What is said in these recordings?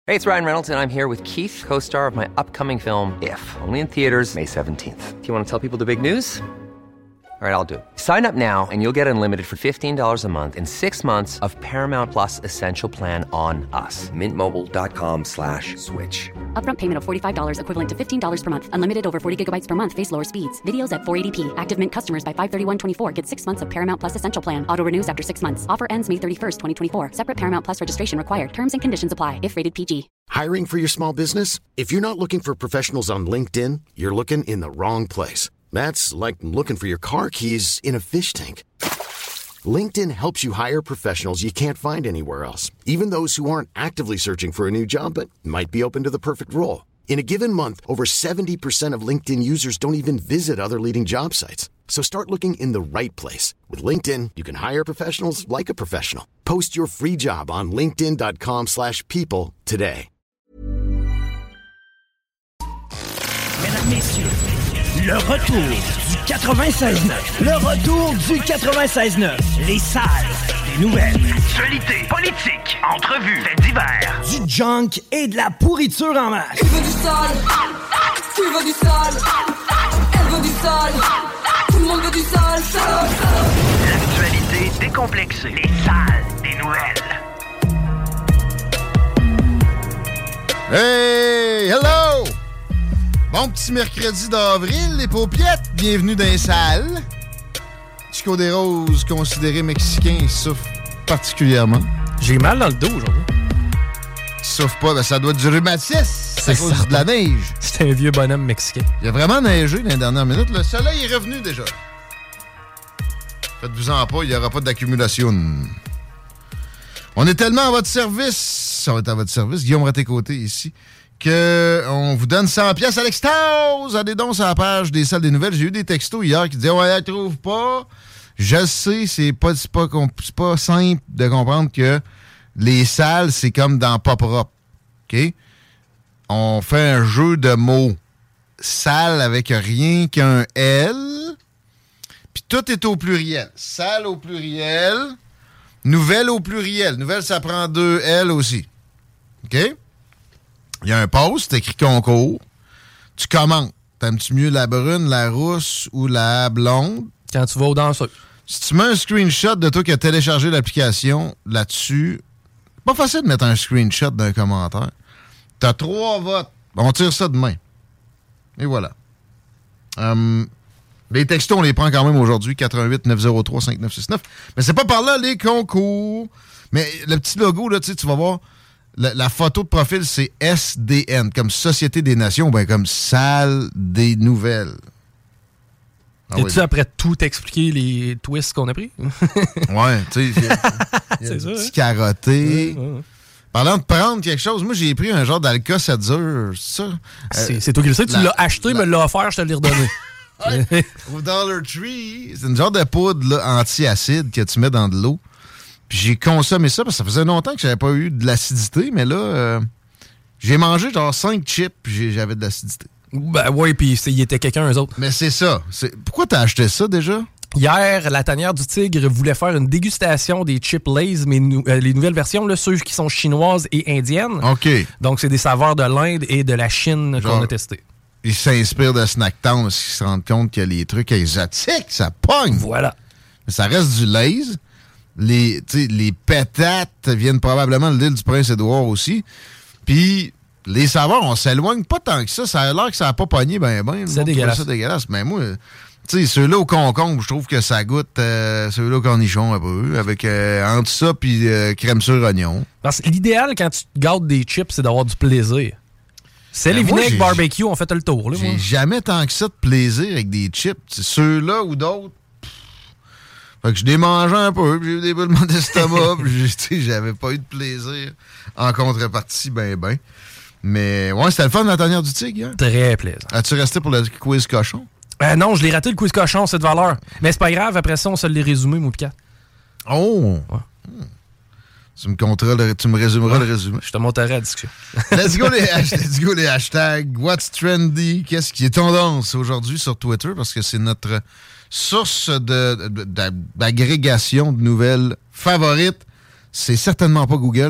Hey, it's Ryan Reynolds, and I'm here with Keith, co-star of my upcoming film, If, only in theaters May 17th. Do you want to tell people the big news? All right, I'll do it. Sign up now and you'll get unlimited for $15 a month and 6 months of Paramount Plus Essential Plan on us. MintMobile.com/switch. Upfront payment of $45 equivalent to $15 per month. Unlimited over 40 gigabytes per month. Face lower speeds. Videos at 480p. Active Mint customers by 531.24 get 6 months of Paramount Plus Essential Plan. Auto renews after 6 months. Offer ends May 31st, 2024. Separate Paramount Plus registration required. Terms and conditions apply if rated PG. Hiring for your small business? If you're not looking for professionals on LinkedIn, you're looking in the wrong place. That's like looking for your car keys in a fish tank. LinkedIn helps you hire professionals you can't find anywhere else, even those who aren't actively searching for a new job but might be open to the perfect role. In a given month, over 70% of LinkedIn users don't even visit other leading job sites. So start looking in the right place. With LinkedIn, you can hire professionals like a professional. Post your free job on linkedin.com/people today. Mesdames, Messieurs, le retour du 96.9. Le retour du 96.9. Les salles des nouvelles. Actualité, politique, entrevues, faits divers. Du junk et de la pourriture en masse. Tu veux du sale? Tu veux du sale? Elle veut du sale? Tout le monde veut du sale, sale. L'actualité décomplexée. Les salles des nouvelles. Hey! Hello! Bon petit mercredi d'avril, les paupiettes, bienvenue dans les salles. Chico des Roses, considéré mexicain, souffre particulièrement. J'ai mal dans le dos aujourd'hui. Tu souffres pas, ben ça doit être du rhumatisme. C'est à cause de la neige. C'est un vieux bonhomme mexicain. Il a vraiment neigé dans les dernières minutes. Le soleil est revenu déjà. Faites-vous-en pas, il n'y aura pas d'accumulation. On est tellement à votre service, ça va être à votre service, Guillaume Raté-Côté ici, qu'on vous donne 100 pièces à l'extase. Allez donc sur la page des salles des nouvelles. J'ai eu des textos hier qui disaient « Ouais, elle trouve pas. » Je sais, c'est pas simple de comprendre que les salles, c'est comme dans Pop Rop. OK? On fait un jeu de mots. Salle avec rien qu'un L. Puis tout est au pluriel. Salle au pluriel. Nouvelle au pluriel. Nouvelle, ça prend 2 L aussi. OK? Il y a un post, écrit concours. Tu commentes. T'aimes-tu mieux la brune, la rousse ou la blonde? Quand tu vas aux danseuses. Si tu mets un screenshot de toi qui a téléchargé l'application là-dessus, c'est pas facile de mettre un screenshot d'un commentaire. T'as 3 votes. On tire ça demain. Et voilà. Les textos, on les prend quand même aujourd'hui. 88 903 5969. Mais c'est pas par là les concours. Mais le petit logo, là, tu vas voir... La photo de profil, c'est SDN, comme Société des Nations, ben comme Salle des Nouvelles. Ah es-tu après tout expliquer les twists qu'on a pris? Ouais, tu sais, il y a ça, petit carotté. Ouais. Parlant de prendre quelque chose, moi, j'ai pris un genre d'Alka-Seltzer, ça. C'est toi qui le sais, tu l'as acheté, me l'as offert, je te l'ai redonné. Ouais, au Dollar Tree, c'est une genre de poudre là, anti-acide que tu mets dans de l'eau. Puis j'ai consommé ça parce que ça faisait longtemps que j'avais pas eu de l'acidité, mais là, j'ai mangé genre 5 chips puis j'avais de l'acidité. Ben ouais, puis il était quelqu'un, eux autres. Mais c'est ça. Pourquoi t'as acheté ça déjà? Hier, la tanière du Tigre voulait faire une dégustation des chips Lay's, mais les nouvelles versions, là, ceux qui sont chinoises et indiennes. OK. Donc, c'est des saveurs de l'Inde et de la Chine qu'on a testé. Ils s'inspirent de Snacktown parce qu'ils se rendent compte que les trucs exotiques, ça pogne. Voilà. Mais ça reste du Lay's. Les pétates viennent probablement de l'île du Prince-Édouard aussi. Puis, les saveurs, on s'éloigne pas tant que ça. Ça a l'air que ça n'a pas pogné ben. C'est dégueulasse. Ça dégueulasse. Mais moi, tu sais, ceux-là au concombre, je trouve que ça goûte ceux-là au cornichon un peu. Avec entre ça puis crème sur oignon. Parce que l'idéal, quand tu te gâtes des chips, c'est d'avoir du plaisir. C'est les vinaigres barbecue, on fait le tour. Là, j'ai jamais tant que ça de plaisir avec des chips. C'est ceux-là ou d'autres. Fait que je démangeais un peu, puis j'ai eu des boulements d'estomac, puis j'avais pas eu de plaisir en contrepartie, ben. Mais ouais, c'était le fun de la tanière du Tigre, hein? Très plaisant. As-tu resté pour le quiz cochon? Non, je l'ai raté le quiz cochon, cette valeur. Mais c'est pas grave, après ça, on se l'est résumé, mon picat. Oh! Ouais. Tu me résumeras le résumé. Je te monterai à la discussion. Let's go les hashtags. What's trendy? Qu'est-ce qui est tendance aujourd'hui sur Twitter? Parce que c'est notre source d'agrégation de nouvelles favorites. C'est certainement pas Google.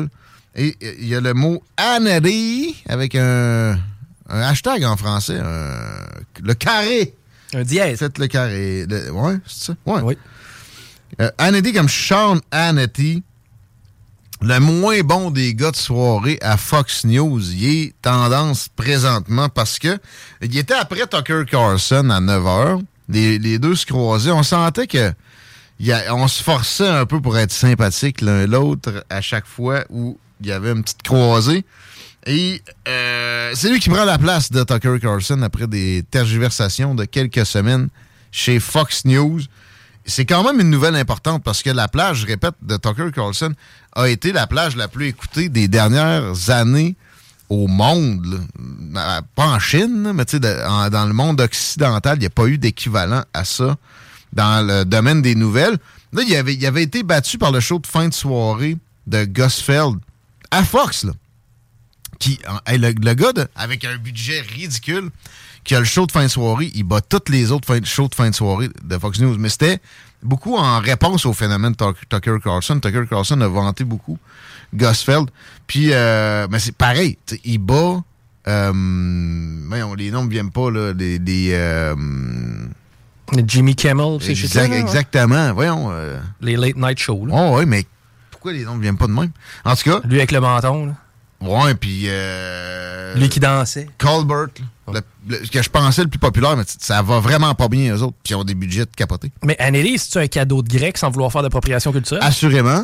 Et il y a le mot Hannity avec un hashtag en français, le carré. Un dièse. Faites le carré. Ouais, c'est ça? Ouais. Oui. Hannity comme Sean Hannity, le moins bon des gars de soirée à Fox News. Il est tendance présentement parce que il était après Tucker Carlson à 9h. Les deux se croisaient. On sentait que on se forçait un peu pour être sympathique l'un l'autre à chaque fois où il y avait une petite croisée. Et c'est lui qui prend la place de Tucker Carlson après des tergiversations de quelques semaines chez Fox News. C'est quand même une nouvelle importante parce que la plage, je répète, de Tucker Carlson a été la plage la plus écoutée des dernières années au monde. Là. Pas en Chine, là, mais tu sais, dans le monde occidental, il n'y a pas eu d'équivalent à ça dans le domaine des nouvelles. Là, il avait été battu par le show de fin de soirée de Gus Feld à Fox, là. Le gars, avec un budget ridicule, qui a le show de fin de soirée, il bat toutes les autres shows de fin de soirée de Fox News. Mais c'était beaucoup en réponse au phénomène Tucker Carlson. Tucker Carlson a vanté beaucoup Gus Feld. Puis, mais c'est pareil. Il bat... voyons, les noms ne viennent pas, là. Jimmy Kimmel, c'est chez ça. Exactement. Voyons. Les late night shows. Là. Oh, oui, mais pourquoi les noms ne viennent pas de même? En tout cas... Lui avec le menton, là. Ouais, puis... lui qui dansait. Colbert, que je pensais le plus populaire, mais ça va vraiment pas bien, eux autres, puis ils ont des budgets de capotés. Mais Hannity, c'est-tu un cadeau de grec sans vouloir faire d'appropriation culturelle? Assurément.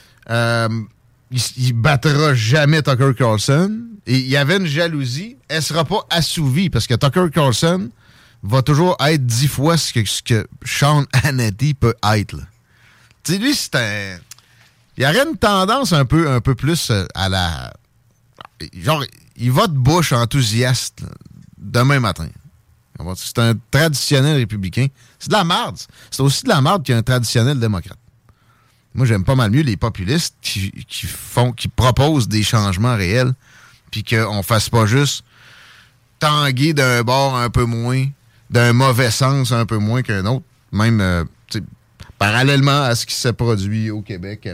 Il battra jamais Tucker Carlson. Et il y avait une jalousie. Elle sera pas assouvie, parce que Tucker Carlson va toujours être 10 fois ce que Sean Hannity peut être. Tu sais, lui, c'est un... Il y aurait une tendance un peu plus à la... Genre, il va de bouche enthousiaste là, demain matin. C'est un traditionnel républicain. C'est de la merde. C'est aussi de la merde qu'un traditionnel démocrate. Moi, j'aime pas mal mieux les populistes qui proposent des changements réels puis qu'on fasse pas juste tanguer d'un bord un peu moins, d'un mauvais sens un peu moins qu'un autre. Même, parallèlement à ce qui s'est produit au Québec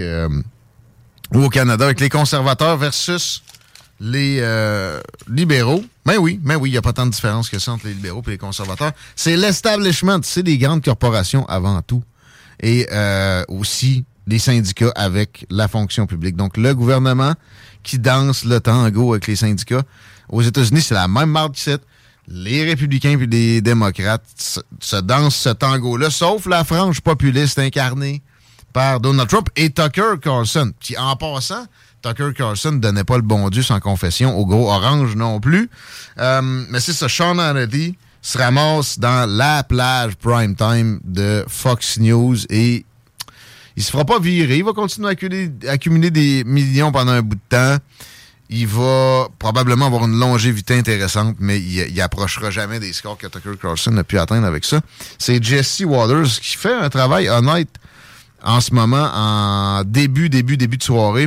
ou au Canada avec les conservateurs versus les libéraux. Mais oui, il n'y a pas tant de différence que ça entre les libéraux et les conservateurs. C'est l'establishment, c'est des grandes corporations avant tout. Et aussi les syndicats avec la fonction publique. Donc, le gouvernement qui danse le tango avec les syndicats. Aux États-Unis, c'est la même marque qui les républicains puis les démocrates se dansent ce tango-là, sauf la frange populiste incarnée par Donald Trump et Tucker Carlson. Puis en passant, Tucker Carlson ne donnait pas le bon Dieu sans confession au gros orange non plus. Mais c'est ça, Sean Hannity se ramasse dans la plage prime time de Fox News et il se fera pas virer. Il va continuer à accumuler des millions pendant un bout de temps. Il va probablement avoir une longévité intéressante, mais il approchera jamais des scores que Tucker Carlson a pu atteindre avec ça. C'est Jesse Waters qui fait un travail honnête en ce moment, en début de soirée,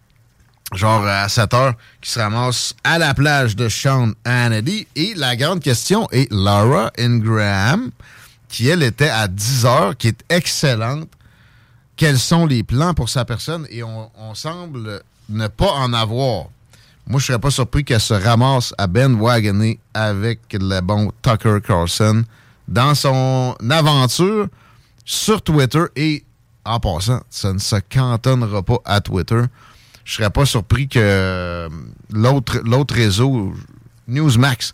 genre à 7h, qui se ramasse à la plage de Sean Hannity. Et la grande question est Laura Ingraham, qui, elle, était à 10h, qui est excellente. Quels sont les plans pour sa personne? Et on semble ne pas en avoir. Moi, je serais pas surpris qu'elle se ramasse à bandwagoner avec le bon Tucker Carlson dans son aventure sur Twitter. Et en passant, ça ne se cantonnera pas à Twitter. Je serais pas surpris que l'autre réseau, Newsmax,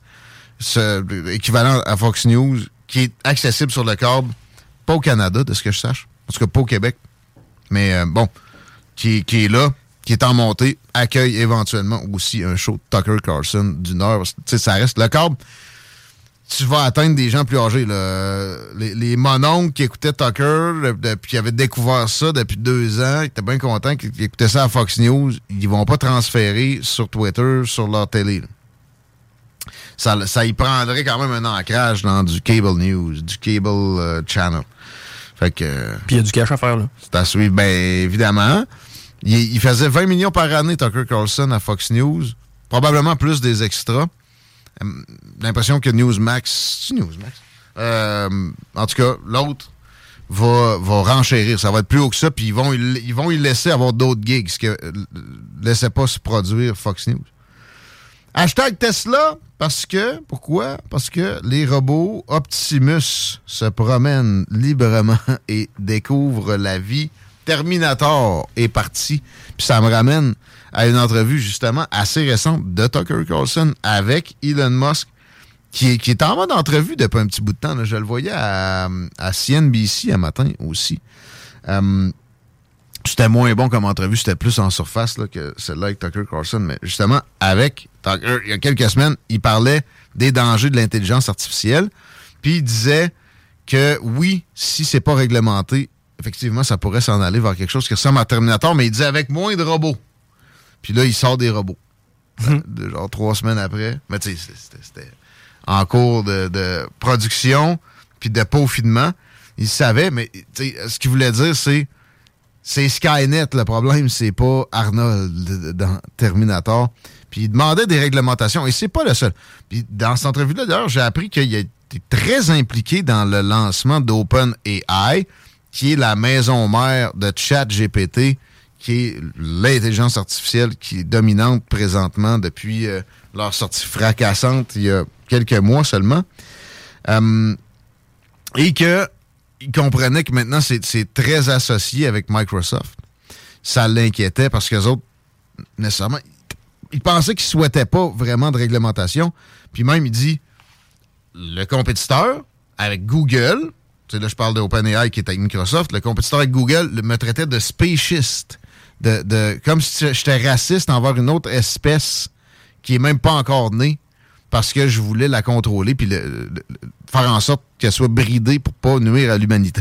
équivalent à Fox News, qui est accessible sur le câble, pas au Canada, de ce que je sache, en tout cas pas au Québec, mais qui est là, qui est en montée, accueille éventuellement aussi un show de Tucker Carlson d'une heure. Tu sais, ça reste le câble. Tu vas atteindre des gens plus âgés. Là. Les mononcles qui écoutaient Tucker, qui avaient découvert ça depuis 2 ans, qui étaient bien contents, qui écoutaient ça à Fox News, ils vont pas transférer sur Twitter, sur leur télé. Là. Ça y prendrait quand même un ancrage dans du cable news, du cable channel. Fait que... Puis il y a du cash à faire, là. C'est à suivre, bien évidemment. Il faisait 20 millions par année, Tucker Carlson, à Fox News. Probablement plus des extras. L'impression que Newsmax... C'est Newsmax? En tout cas, l'autre va renchérir. Ça va être plus haut que ça, puis ils vont y laisser avoir d'autres gigs, ce que laissait pas se produire Fox News. Hashtag Tesla, pourquoi? Parce que les robots Optimus se promènent librement et découvrent la vie. Terminator est parti. Puis ça me ramène à une entrevue, justement, assez récente de Tucker Carlson avec Elon Musk, qui est en mode entrevue depuis un petit bout de temps. Là. Je le voyais à CNBC un matin aussi. C'était moins bon comme entrevue, c'était plus en surface là, que celle-là avec Tucker Carlson. Mais justement, avec Tucker, il y a quelques semaines, il parlait des dangers de l'intelligence artificielle. Puis il disait que oui, si c'est pas réglementé, effectivement, ça pourrait s'en aller vers quelque chose qui ressemble à Terminator, mais il disait avec moins de robots. Puis là, il sort des robots. Genre 3 semaines après. Mais tu sais, c'était en cours de production puis de peaufinement. Il savait, mais ce qu'il voulait dire, c'est Skynet. Le problème, c'est pas Arnold dans Terminator. Puis il demandait des réglementations, et c'est pas le seul. Puis dans cette entrevue-là, d'ailleurs, j'ai appris qu'il a été très impliqué dans le lancement d'OpenAI, qui est la maison mère de ChatGPT, qui est l'intelligence artificielle qui est dominante présentement depuis leur sortie fracassante il y a quelques mois seulement. Et qu'il comprenait que maintenant, c'est très associé avec Microsoft. Ça l'inquiétait parce qu'eux autres, nécessairement, ils pensaient qu'ils ne souhaitaient pas vraiment de réglementation. Puis même, il dit, le compétiteur avec Google, tu sais, là, je parle d'OpenAI qui est avec Microsoft, le compétiteur avec Google me traitait de spéciste, comme si j'étais raciste envers une autre espèce qui est même pas encore née parce que je voulais la contrôler puis faire en sorte qu'elle soit bridée pour pas nuire à l'humanité.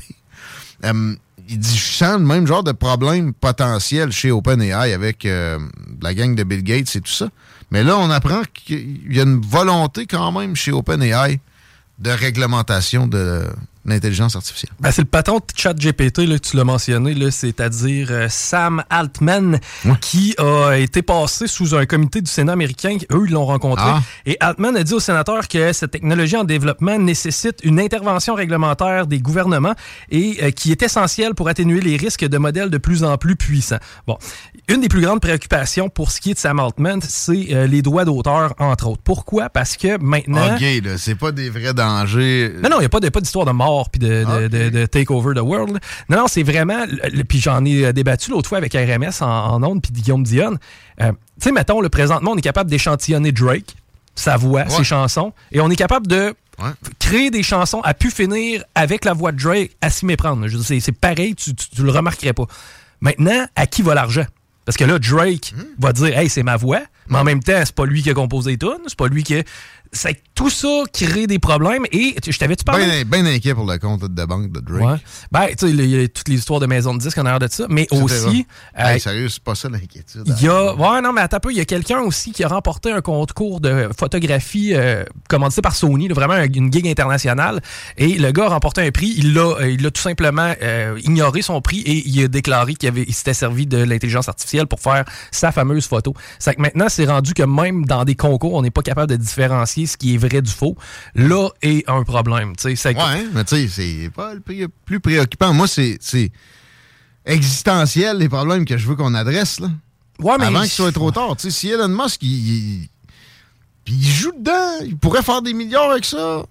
Il dit, je sens le même genre de problème potentiel chez OpenAI avec la gang de Bill Gates et tout ça. Mais là, on apprend qu'il y a une volonté quand même chez OpenAI de réglementation de l'intelligence artificielle. Ben, c'est le patron de ChatGPT, là, tu l'as mentionné, là, c'est-à-dire Sam Altman, qui a été passé sous un comité du Sénat américain. Eux, ils l'ont rencontré. Et Altman a dit aux sénateurs que cette technologie en développement nécessite une intervention réglementaire des gouvernements et qui est essentielle pour atténuer les risques de modèles de plus en plus puissants. Bon, une des plus grandes préoccupations pour ce qui est de Sam Altman, c'est les droits d'auteur, entre autres. Pourquoi? Parce que maintenant... OK, là, c'est pas des vrais dangers. Non, il n'y a pas d'histoire de mort puis de take over the world. Non, c'est vraiment... Puis j'en ai débattu l'autre fois avec RMS en ondes puis Guillaume Dionne. Tu sais, mettons, présentement, on est capable d'échantillonner Drake, sa voix, ses chansons, et on est capable de créer des chansons à pu finir avec la voix de Drake à s'y méprendre. Je veux dire, c'est pareil, tu le remarquerais pas. Maintenant, à qui va l'argent? Parce que là, Drake va dire « Hey, c'est ma voix », mais en même temps, c'est pas lui qui a composé les tunes, c'est pas lui qui... C'est tout ça crée des problèmes. Et je t'avais-tu parlé? Bien inquiet pour le compte de banque de Drake. Ouais. Ben, tu sais, il y a toutes les histoires de maisons de disques en arrière de ça, mais aussi... sérieux, c'est pas ça l'inquiétude. Non, mais attends un peu, il y a quelqu'un aussi qui a remporté un concours de photographie commandité par Sony, là, vraiment une gig internationale, et le gars a remporté un prix, il l'a tout simplement ignoré son prix, et il a déclaré qu'il s'était servi de l'intelligence artificielle pour faire sa fameuse photo. C'est que maintenant, c'est rendu que même dans des concours, on n'est pas capable de différencier ce qui est vrai du faux. Là est un problème. Mais tu sais, c'est pas le plus préoccupant. Moi, c'est existentiel, les problèmes que je veux qu'on adresse, là. Ouais, mais... Avant qu'il soit trop tard. Tu sais, si Elon Musk, il joue dedans, il pourrait faire des milliards avec ça.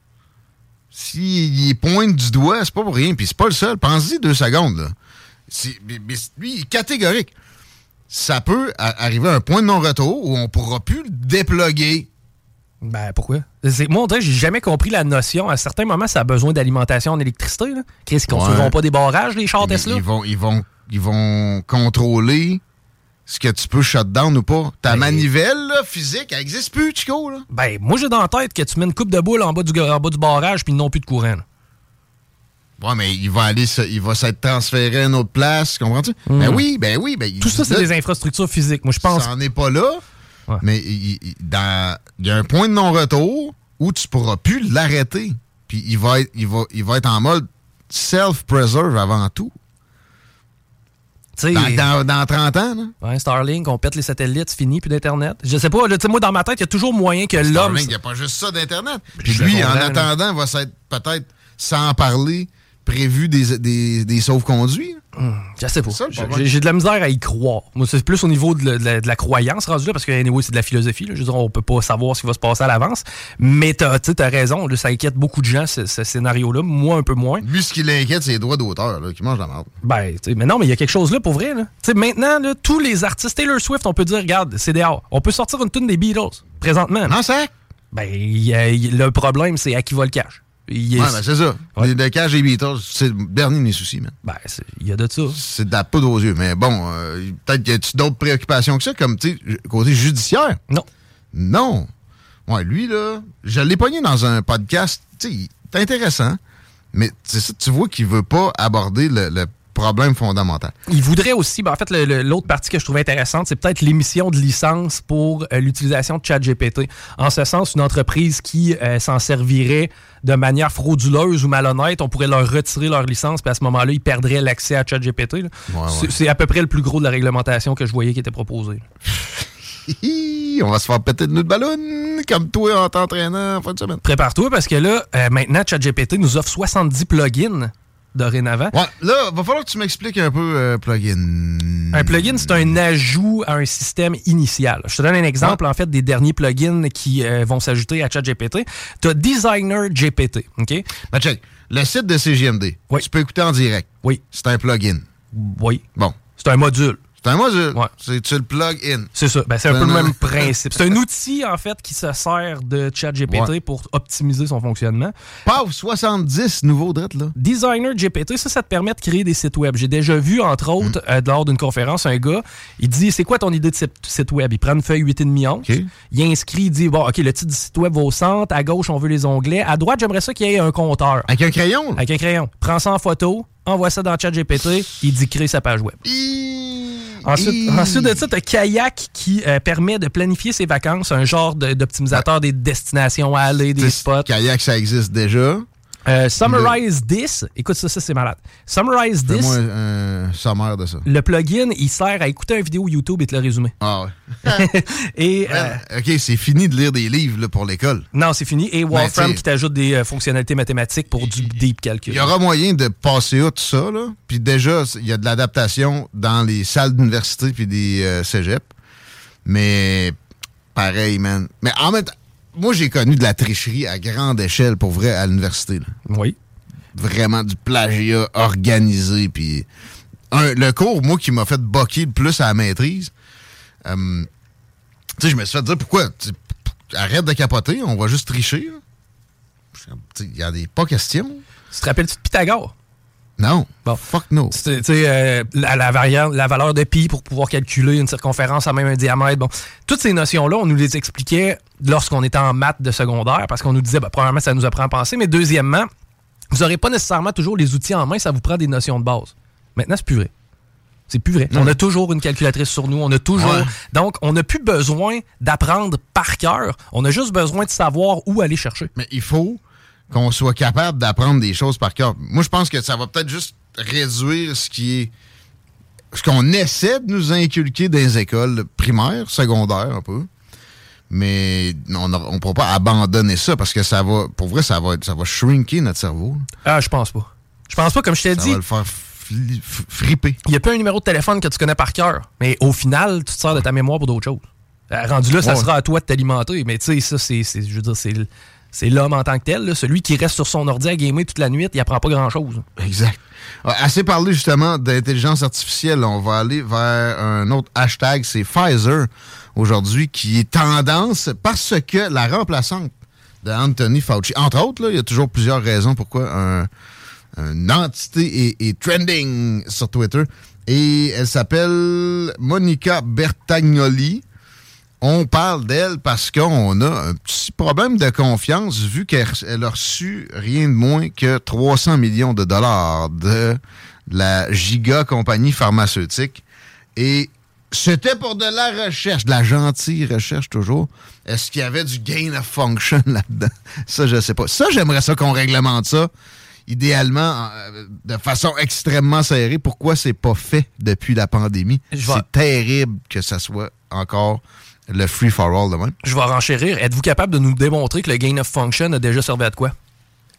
S'il pointe du doigt, c'est pas pour rien. Puis c'est pas le seul. Pense-y 2 secondes, là. Lui, il est catégorique. Ça peut arriver à un point de non-retour où on pourra plus le déploguer. Ben, pourquoi? Moi, on dirait que j'ai jamais compris la notion. À certains moments, ça a besoin d'alimentation en électricité. Qu'est-ce qu'ils construiront pas des barrages, les chars Tesla? Ils vont contrôler ce que tu peux shut down ou pas. Ta manivelle là, physique, elle n'existe plus, Chico. Là. Ben, moi, j'ai dans la tête que tu mets une coupe de boule en bas du barrage puis ils n'ont plus de courant. Là. Ouais, mais il va s'être transféré à une autre place, comprends-tu? Ben oui. Tout ça, c'est des infrastructures physiques. Moi, je pense. Ça n'en est pas là. Ouais. Mais il y a un point de non-retour où tu pourras plus l'arrêter. Puis il va être en mode self-preserve avant tout. Dans 30 ans, là. Ouais, Starlink, on pète les satellites, c'est fini, plus d'Internet. Je sais pas, là, moi, dans ma tête, il y a toujours moyen que l'homme... Starlink, il n'y a pas juste ça d'Internet. Puis lui, en attendant, va s'être peut-être sans parler prévu des sauve-conduits? Je sais pas. Ça, j'ai de la misère à y croire. Moi, c'est plus au niveau de la croyance rendu là, parce que anyway, c'est de la philosophie. Là. Je veux dire, on peut pas savoir ce qui va se passer à l'avance. Mais t'as raison, là, ça inquiète beaucoup de gens, ce scénario-là. Moi, un peu moins. Lui, ce qui l'inquiète, c'est les droits d'auteur, là, qui mangent la merde. Ben, mais non, mais il y a quelque chose là pour vrai. Là. Maintenant, là, tous les artistes, Taylor Swift, on peut dire, regarde, c'est dehors. On peut sortir une tune des Beatles, présentement. Non, c'est? Ben, le problème, c'est à qui va le cash. Ouais, ben c'est ça. Ouais. Le cash des Beatles, c'est le dernier de mes soucis, man. Ben, il y a de ça. C'est de la poudre aux yeux. Mais bon, peut-être qu'il y a d'autres préoccupations que ça, comme, tu sais, côté judiciaire. Non. Ouais, lui, là, je l'ai pogné dans un podcast, tu sais, c'est intéressant, mais c'est ça, tu vois qu'il veut pas aborder le problème fondamental. Il voudrait aussi, en fait, l'autre partie que je trouvais intéressante, c'est peut-être l'émission de licence pour l'utilisation de ChatGPT. En ce sens, une entreprise qui s'en servirait de manière frauduleuse ou malhonnête, on pourrait leur retirer leur licence, puis à ce moment-là, ils perdraient l'accès à ChatGPT. Ouais. C'est à peu près le plus gros de la réglementation que je voyais qui était proposée. On va se faire péter de nous de ballon, comme toi en t'entraînant en fin de semaine. Prépare-toi, parce que là, maintenant, ChatGPT nous offre 70 plugins dorénavant. Ouais, là, va falloir que tu m'expliques un peu plugin. Un plugin, c'est un ajout à un système initial. Je te donne un exemple, en fait, des derniers plugins qui vont s'ajouter à ChatGPT. Tu as Designer GPT, OK? Ben, check. Le site de CJMD, oui. Tu peux écouter en direct. Oui. C'est un plugin. Oui. Bon. C'est un module. C'est un module. Ouais. Tu le plug in. C'est ça. Ben, c'est un peu le même principe. C'est un outil, en fait, qui se sert de ChatGPT pour optimiser son fonctionnement. Paf, 70 nouveaux drettes, là. Designer GPT, ça te permet de créer des sites web. J'ai déjà vu, entre autres, lors d'une conférence, un gars, il dit, c'est quoi ton idée de site web? Il prend une feuille 8,5 onces. Okay. Il inscrit, il dit, bon, OK, le titre du site web va au centre. À gauche, on veut les onglets. À droite, j'aimerais ça qu'il y ait un compteur. Avec un crayon? Avec un crayon. Prends ça en photo, envoie ça dans ChatGPT, il dit créer sa page web. Ensuite de ça, tu as Kayak qui permet de planifier ses vacances, un genre d'optimisateur des destinations à aller, des spots. Kayak, ça existe déjà. Summarize This. Écoute ça, c'est malade. Summarize This. Fais-moi un sommaire de ça. Le plugin, il sert à écouter une vidéo YouTube et te le résumer. Ah ouais. OK, c'est fini de lire des livres là, pour l'école. Non, c'est fini. Et Wolfram qui t'ajoute des fonctionnalités mathématiques pour du deep calcul. Il y aura moyen de passer outre ça, là. Puis déjà, il y a de l'adaptation dans les salles d'université puis des cégeps. Mais pareil, man. Mais en même temps, moi, j'ai connu de la tricherie à grande échelle, pour vrai, à l'université. Là. Oui. Vraiment du plagiat organisé. Puis le cours, moi, qui m'a fait boquer le plus à la maîtrise, tu sais, je me suis fait dire, pourquoi? Arrête de capoter, on va juste tricher. Il y a pas question. Tu te rappelles-tu de Pythagore? Non. Bon. Fuck no. Tu sais, la valeur de pi pour pouvoir calculer une circonférence à même un diamètre. Bon, toutes ces notions-là, on nous les expliquait lorsqu'on était en maths de secondaire parce qu'on nous disait, premièrement, ça nous apprend à penser, mais deuxièmement, vous n'aurez pas nécessairement toujours les outils en main, ça vous prend des notions de base. Maintenant, c'est plus vrai. C'est plus vrai. On a toujours une calculatrice sur nous, on a toujours... Ouais. Donc, on n'a plus besoin d'apprendre par cœur, on a juste besoin de savoir où aller chercher. Mais il faut qu'on soit capable d'apprendre des choses par cœur. Moi, je pense que ça va peut-être juste réduire ce qu'on essaie de nous inculquer dans les écoles primaires, secondaires un peu. Mais on ne pourra pas abandonner ça parce que ça va, pour vrai, ça va shrinker notre cerveau. Ah, je pense pas. Je pense pas, comme je t'ai dit. Ça va le faire friper. Il n'y a pas un numéro de téléphone que tu connais par cœur. Mais au final, tu te sers de ta mémoire pour d'autres choses. Rendu là, ça sera à toi de t'alimenter. Mais tu sais, ça, je veux dire, c'est l'homme en tant que tel, là, celui qui reste sur son ordi à gamer toute la nuit, il apprend pas grand-chose. Exact. Assez parlé justement d'intelligence artificielle, on va aller vers un autre hashtag, c'est Pfizer aujourd'hui, qui est tendance parce que la remplaçante d'Anthony Fauci, entre autres, là, il y a toujours plusieurs raisons pourquoi une entité est trending sur Twitter, et elle s'appelle Monica Bertagnoli. On parle d'elle parce qu'on a un petit problème de confiance vu qu'elle a reçu rien de moins que 300 millions de dollars de la giga compagnie pharmaceutique. Et c'était pour de la recherche, de la gentille recherche toujours. Est-ce qu'il y avait du gain of function là-dedans? Ça, je sais pas. Ça, j'aimerais ça qu'on réglemente ça, idéalement, de façon extrêmement serrée. Pourquoi c'est pas fait depuis la pandémie? C'est terrible que ça soit encore... le free-for-all de même. Je vais renchérir. Êtes-vous capable de nous démontrer que le gain of function a déjà servi à de quoi?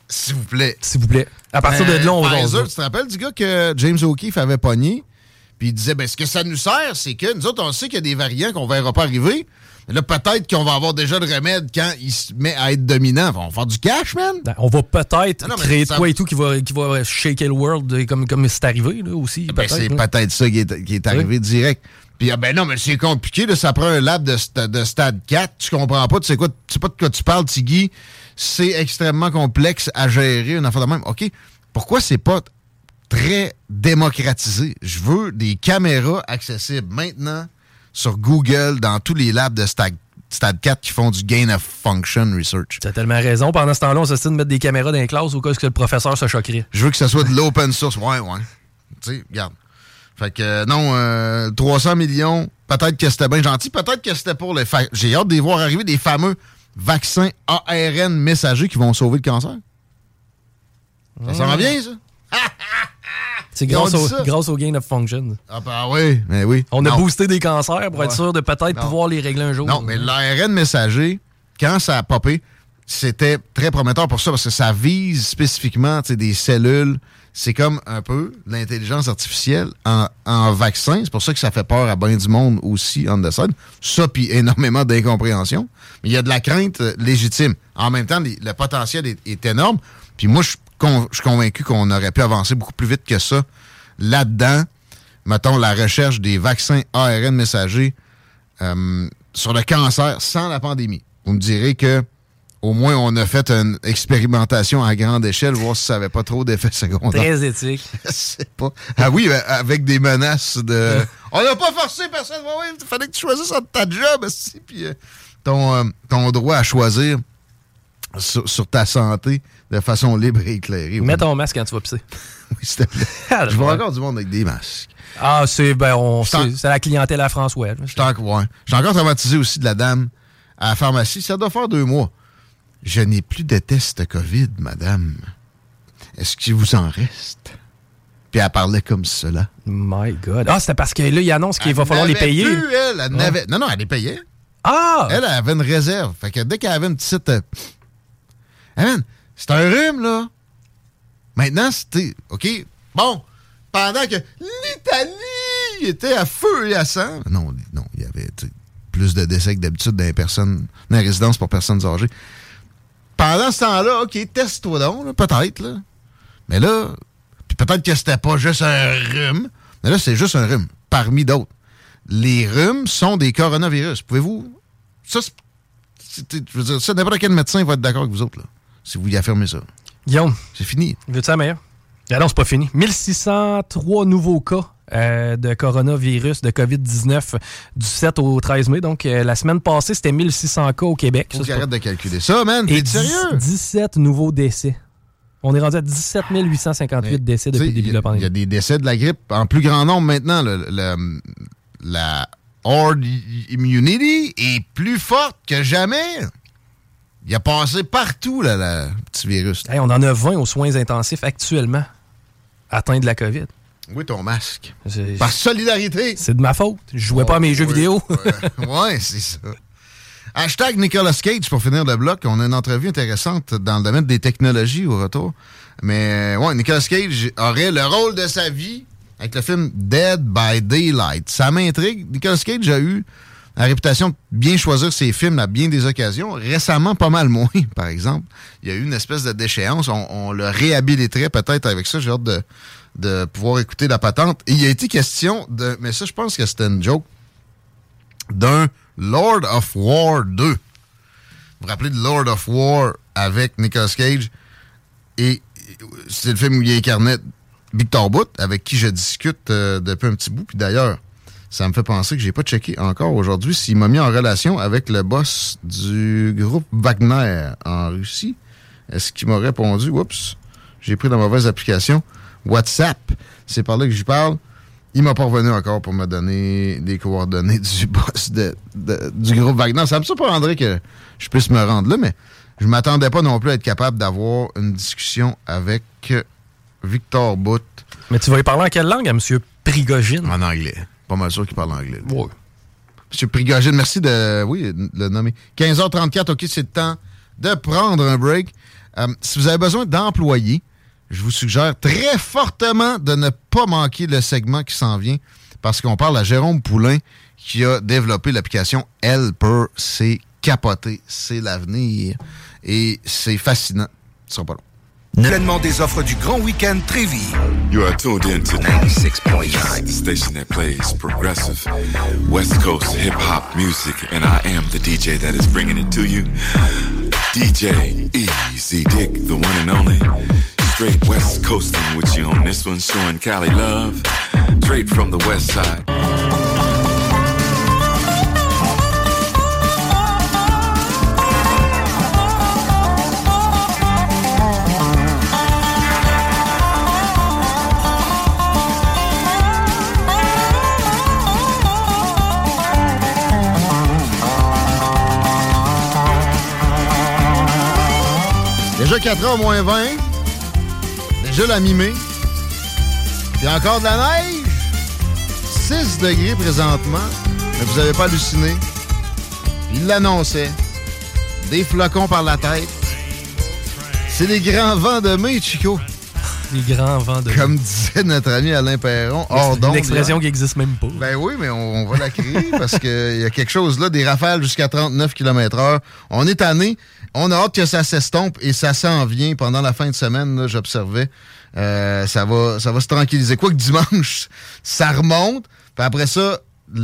S'il vous plaît. S'il vous plaît. À partir de là, on va... Pfizer, tu te rappelles du gars que James O'Keefe avait pogné? Puis il disait, ce que ça nous sert, c'est que nous autres, on sait qu'il y a des variants qu'on ne verra pas arriver. Mais là, peut-être qu'on va avoir déjà le remède quand il se met à être dominant. On va faire du cash, man. On va peut-être créer de quoi et tout qui va shaker le world comme c'est arrivé là, aussi. C'est peut-être ça qui est arrivé direct. Puis, non, mais c'est compliqué. Là, ça prend un lab de stade 4. Tu comprends pas. Tu sais pas de quoi tu parles, Tiggy. C'est extrêmement complexe à gérer, une affaire de même. OK, pourquoi c'est pas très démocratisé? Je veux des caméras accessibles maintenant sur Google, dans tous les labs de Stade 4 qui font du gain of function research. Tu as tellement raison. Pendant ce temps-là, on s'essaie de mettre des caméras dans les classes au cas où le professeur se choquerait. Je veux que ce soit de l'open source. Ouais. Tu sais, regarde. Fait que non, 300 millions, peut-être que c'était bien gentil, peut-être que c'était pour les... J'ai hâte de les voir arriver des fameux vaccins ARN messagers qui vont sauver le cancer. Ça s'en va bien, ça? C'est grâce au gain of function. Ah ben oui, mais oui. On a boosté des cancers pour être sûr de peut-être pouvoir les régler un jour. Non, mais l'ARN messager, quand ça a popé, c'était très prometteur pour ça parce que ça vise spécifiquement des cellules. C'est comme un peu l'intelligence artificielle en vaccin. C'est pour ça que ça fait peur à bien du monde aussi, on the side. Ça, puis énormément d'incompréhension. Mais il y a de la crainte légitime. En même temps, le potentiel est énorme. Puis moi, je suis convaincu qu'on aurait pu avancer beaucoup plus vite que ça. Là-dedans, mettons, la recherche des vaccins ARN messagers sur le cancer sans la pandémie. Vous me direz que au moins, on a fait une expérimentation à grande échelle, voir si ça n'avait pas trop d'effets secondaires. Très éthique. Je sais pas. Ah oui, avec des menaces de... On n'a pas forcé personne. Il fallait que tu choisisses entre ta job aussi, puis ton droit à choisir sur ta santé de façon libre et éclairée. Mets ton masque quand tu vas pisser. Oui, s'il te plaît. Je vois encore du monde avec des masques. Ah, c'est la clientèle à François. Je suis encore traumatisé aussi de la dame à la pharmacie. Ça doit faire 2 mois. Je n'ai plus de test COVID, madame. Est-ce qu'il vous en reste? Puis elle parlait comme cela. My God. Ah, c'était parce que là, il annonce qu'il va falloir les payer. Plus, elle n'avait... Non, elle les payait. Ah! Elle avait une réserve. Fait que dès qu'elle avait une petite... c'est un rhume, là. Maintenant, c'était... OK, bon. Pendant que l'Italie était à feu et à sang... Non, il y avait plus de décès que d'habitude dans les résidences pour personnes âgées. Pendant ce temps-là, OK, teste-toi donc, là, peut-être, là. Mais là, puis peut-être que c'était pas juste un rhume, mais là, c'est juste un rhume, parmi d'autres. Les rhumes sont des coronavirus. Pouvez-vous... Ça, je veux dire, ça, n'importe quel médecin va être d'accord avec vous autres, là, si vous y affirmez ça. Guillaume. C'est fini. Veux-tu la meilleure? Ah non, c'est pas fini. 1603 nouveaux cas de coronavirus, de COVID-19 du 7 au 13 mai. Donc, la semaine passée, c'était 1600 cas au Québec. Faut arrête de calculer ça, man. T'es sérieux? 17 nouveaux décès. On est rendu à 17 858 décès depuis le début de la pandémie. Il y a des décès de la grippe en plus grand nombre maintenant. La horde immunity est plus forte que jamais. Il a passé partout, là, le petit virus. Hey, on en a 20 aux soins intensifs actuellement atteints de la COVID. Oui, ton masque. Par solidarité. C'est de ma faute. Je jouais pas à mes jeux vidéo. Ouais, c'est ça. Hashtag Nicolas Cage pour finir le bloc. On a une entrevue intéressante dans le domaine des technologies au retour. Mais ouais, Nicolas Cage aurait le rôle de sa vie avec le film Dead by Daylight. Ça m'intrigue. Nicolas Cage a eu la réputation de bien choisir ses films à bien des occasions. Récemment, pas mal moins, par exemple. Il y a eu une espèce de déchéance. On le réhabiliterait peut-être avec ça. J'ai hâte de pouvoir écouter la patente. Et il y a été question de... Mais ça, je pense que c'était une joke. D'un Lord of War 2. Vous vous rappelez de Lord of War avec Nicolas Cage? Et c'est le film où il incarnait Victor Bout, avec qui je discute depuis un petit bout. Puis d'ailleurs, ça me fait penser que j'ai pas checké encore aujourd'hui s'il m'a mis en relation avec le boss du groupe Wagner en Russie. Est-ce qu'il m'a répondu? Oups, j'ai pris la mauvaise application. WhatsApp, c'est par là que j'y parle. Il m'a pas revenu encore pour me donner des coordonnées du boss du groupe Wagner. Ça me surprendrait que je puisse me rendre là, mais je m'attendais pas non plus à être capable d'avoir une discussion avec Victor Bout. Mais tu vas y parler en quelle langue à M. Prigogine? En anglais. Pas mal sûr qu'il parle anglais. Oui. M. Prigogine, merci de le nommer. 15h34, OK, c'est le temps de prendre un break. Si vous avez besoin d'employés, je vous suggère très fortement de ne pas manquer le segment qui s'en vient parce qu'on parle à Jérôme Poulain qui a développé l'application Helper. C'est capoté, c'est l'avenir et c'est fascinant. Ce sera pas long. Pleinement des offres du Grand Week-end Trévis. You are tuned in to 96.9, the station that plays progressive West Coast hip-hop music, and I am the DJ that is bringing it to you. DJ Easy Dick, the one and only. Straight West Coasting with you on this one, showing Cali love, straight from the West Side. Déjà 4h moins 20. Déjà la mi-mai. Il y a encore de la neige. 6 degrés présentement. Mais vous n'avez pas halluciné. Il l'annonçait. Des flocons par la tête. C'est les grands vents de mai, Chico. Les grands vents de mai. Comme disait notre ami Alain Perron. Hors d'onde. Une expression qui n'existe même pas. Ben oui, mais on va la créer parce qu'il y a quelque chose là. Des rafales jusqu'à 39 km/h. On est tanné. On a hâte que ça s'estompe et ça s'en vient. Pendant la fin de semaine, là, j'observais. Ça va se tranquilliser. Quoique dimanche, ça remonte. Puis après ça,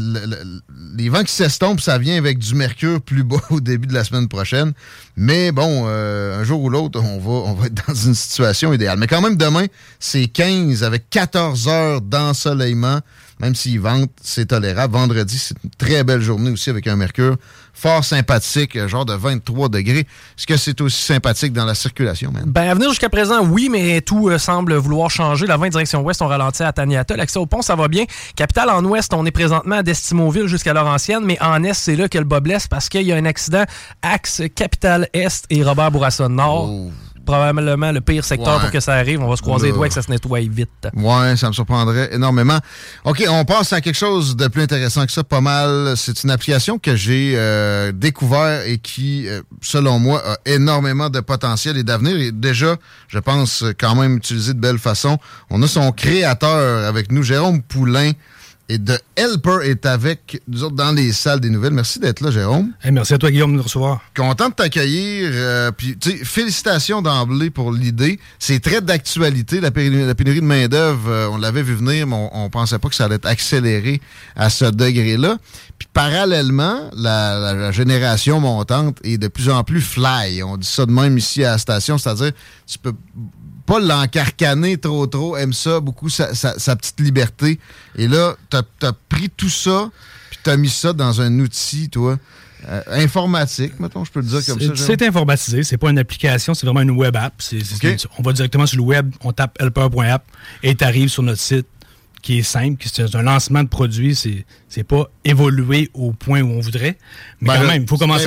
les vents qui s'estompent, ça vient avec du mercure plus bas au début de la semaine prochaine. Mais bon, un jour ou l'autre, on va être dans une situation idéale. Mais quand même, demain, c'est 15 avec 14 heures d'ensoleillement. Même s'il vente, c'est tolérable. Vendredi, c'est une très belle journée aussi avec un mercure fort sympathique, genre de 23 degrés. Est-ce que c'est aussi sympathique dans la circulation, man? Ben, à venir jusqu'à présent, oui, mais tout semble vouloir changer. La 20 direction ouest, on ralentit à Taniata. L'accès au pont, ça va bien. Capitale en ouest, on est présentement à Destimoville jusqu'à Laurentienne, mais en est, c'est là que le bas blesse parce qu'il y a un accident axe Capitale-Est et Robert-Bourassa-Nord. Oh. Probablement le pire secteur pour que ça arrive. On va se croiser les doigts et que ça se nettoie vite. Ouais, ça me surprendrait énormément. OK, on passe à quelque chose de plus intéressant que ça, pas mal. C'est une application que j'ai découvert et qui, selon moi, a énormément de potentiel et d'avenir. Et déjà, je pense quand même utiliser de belle façon. On a son créateur avec nous, Jérôme Poulain. Et de Helper est avec nous autres dans les salles des nouvelles. Merci d'être là, Jérôme. Hey, merci à toi, Guillaume, de nous recevoir. Content de t'accueillir. Puis, tu sais, félicitations d'emblée pour l'idée. C'est très d'actualité. La pénurie de main-d'œuvre, on l'avait vu venir, mais on pensait pas que ça allait être accéléré à ce degré-là. Puis, parallèlement, la génération montante est de plus en plus fly. On dit ça de même ici à la station, c'est-à-dire, tu peux pas l'encarcaner trop, aime ça beaucoup, sa petite liberté. Et là, t'as pris tout ça, puis t'as mis ça dans un outil, toi, informatique, mettons, je peux le dire comme ça. C'est informatisé, c'est pas une application, c'est vraiment une web app. On va directement sur le web, on tape helper.app et t'arrives sur notre site qui est simple, c'est un lancement de produit, c'est pas évolué au point où on voudrait, mais quand même, il faut commencer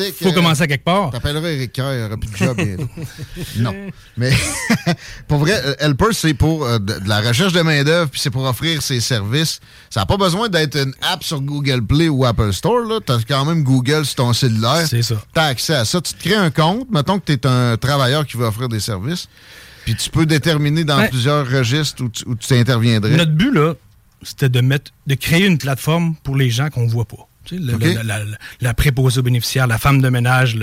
à quelque part. T'appellerais Eric Kerr, il n'y aura plus de job bientôt. Non, mais pour vrai, Helper, c'est pour de la recherche de main-d'œuvre, puis c'est pour offrir ses services. Ça n'a pas besoin d'être une app sur Google Play ou Apple Store, là. T'as quand même Google sur ton cellulaire. C'est ça. T'as accès à ça. Tu te crées un compte, mettons que t'es un travailleur qui veut offrir des services. Puis tu peux déterminer dans plusieurs registres où tu interviendrais. Notre but, là, c'était de créer une plateforme pour les gens qu'on ne voit pas. Tu sais, la préposée aux bénéficiaires, la femme de ménage.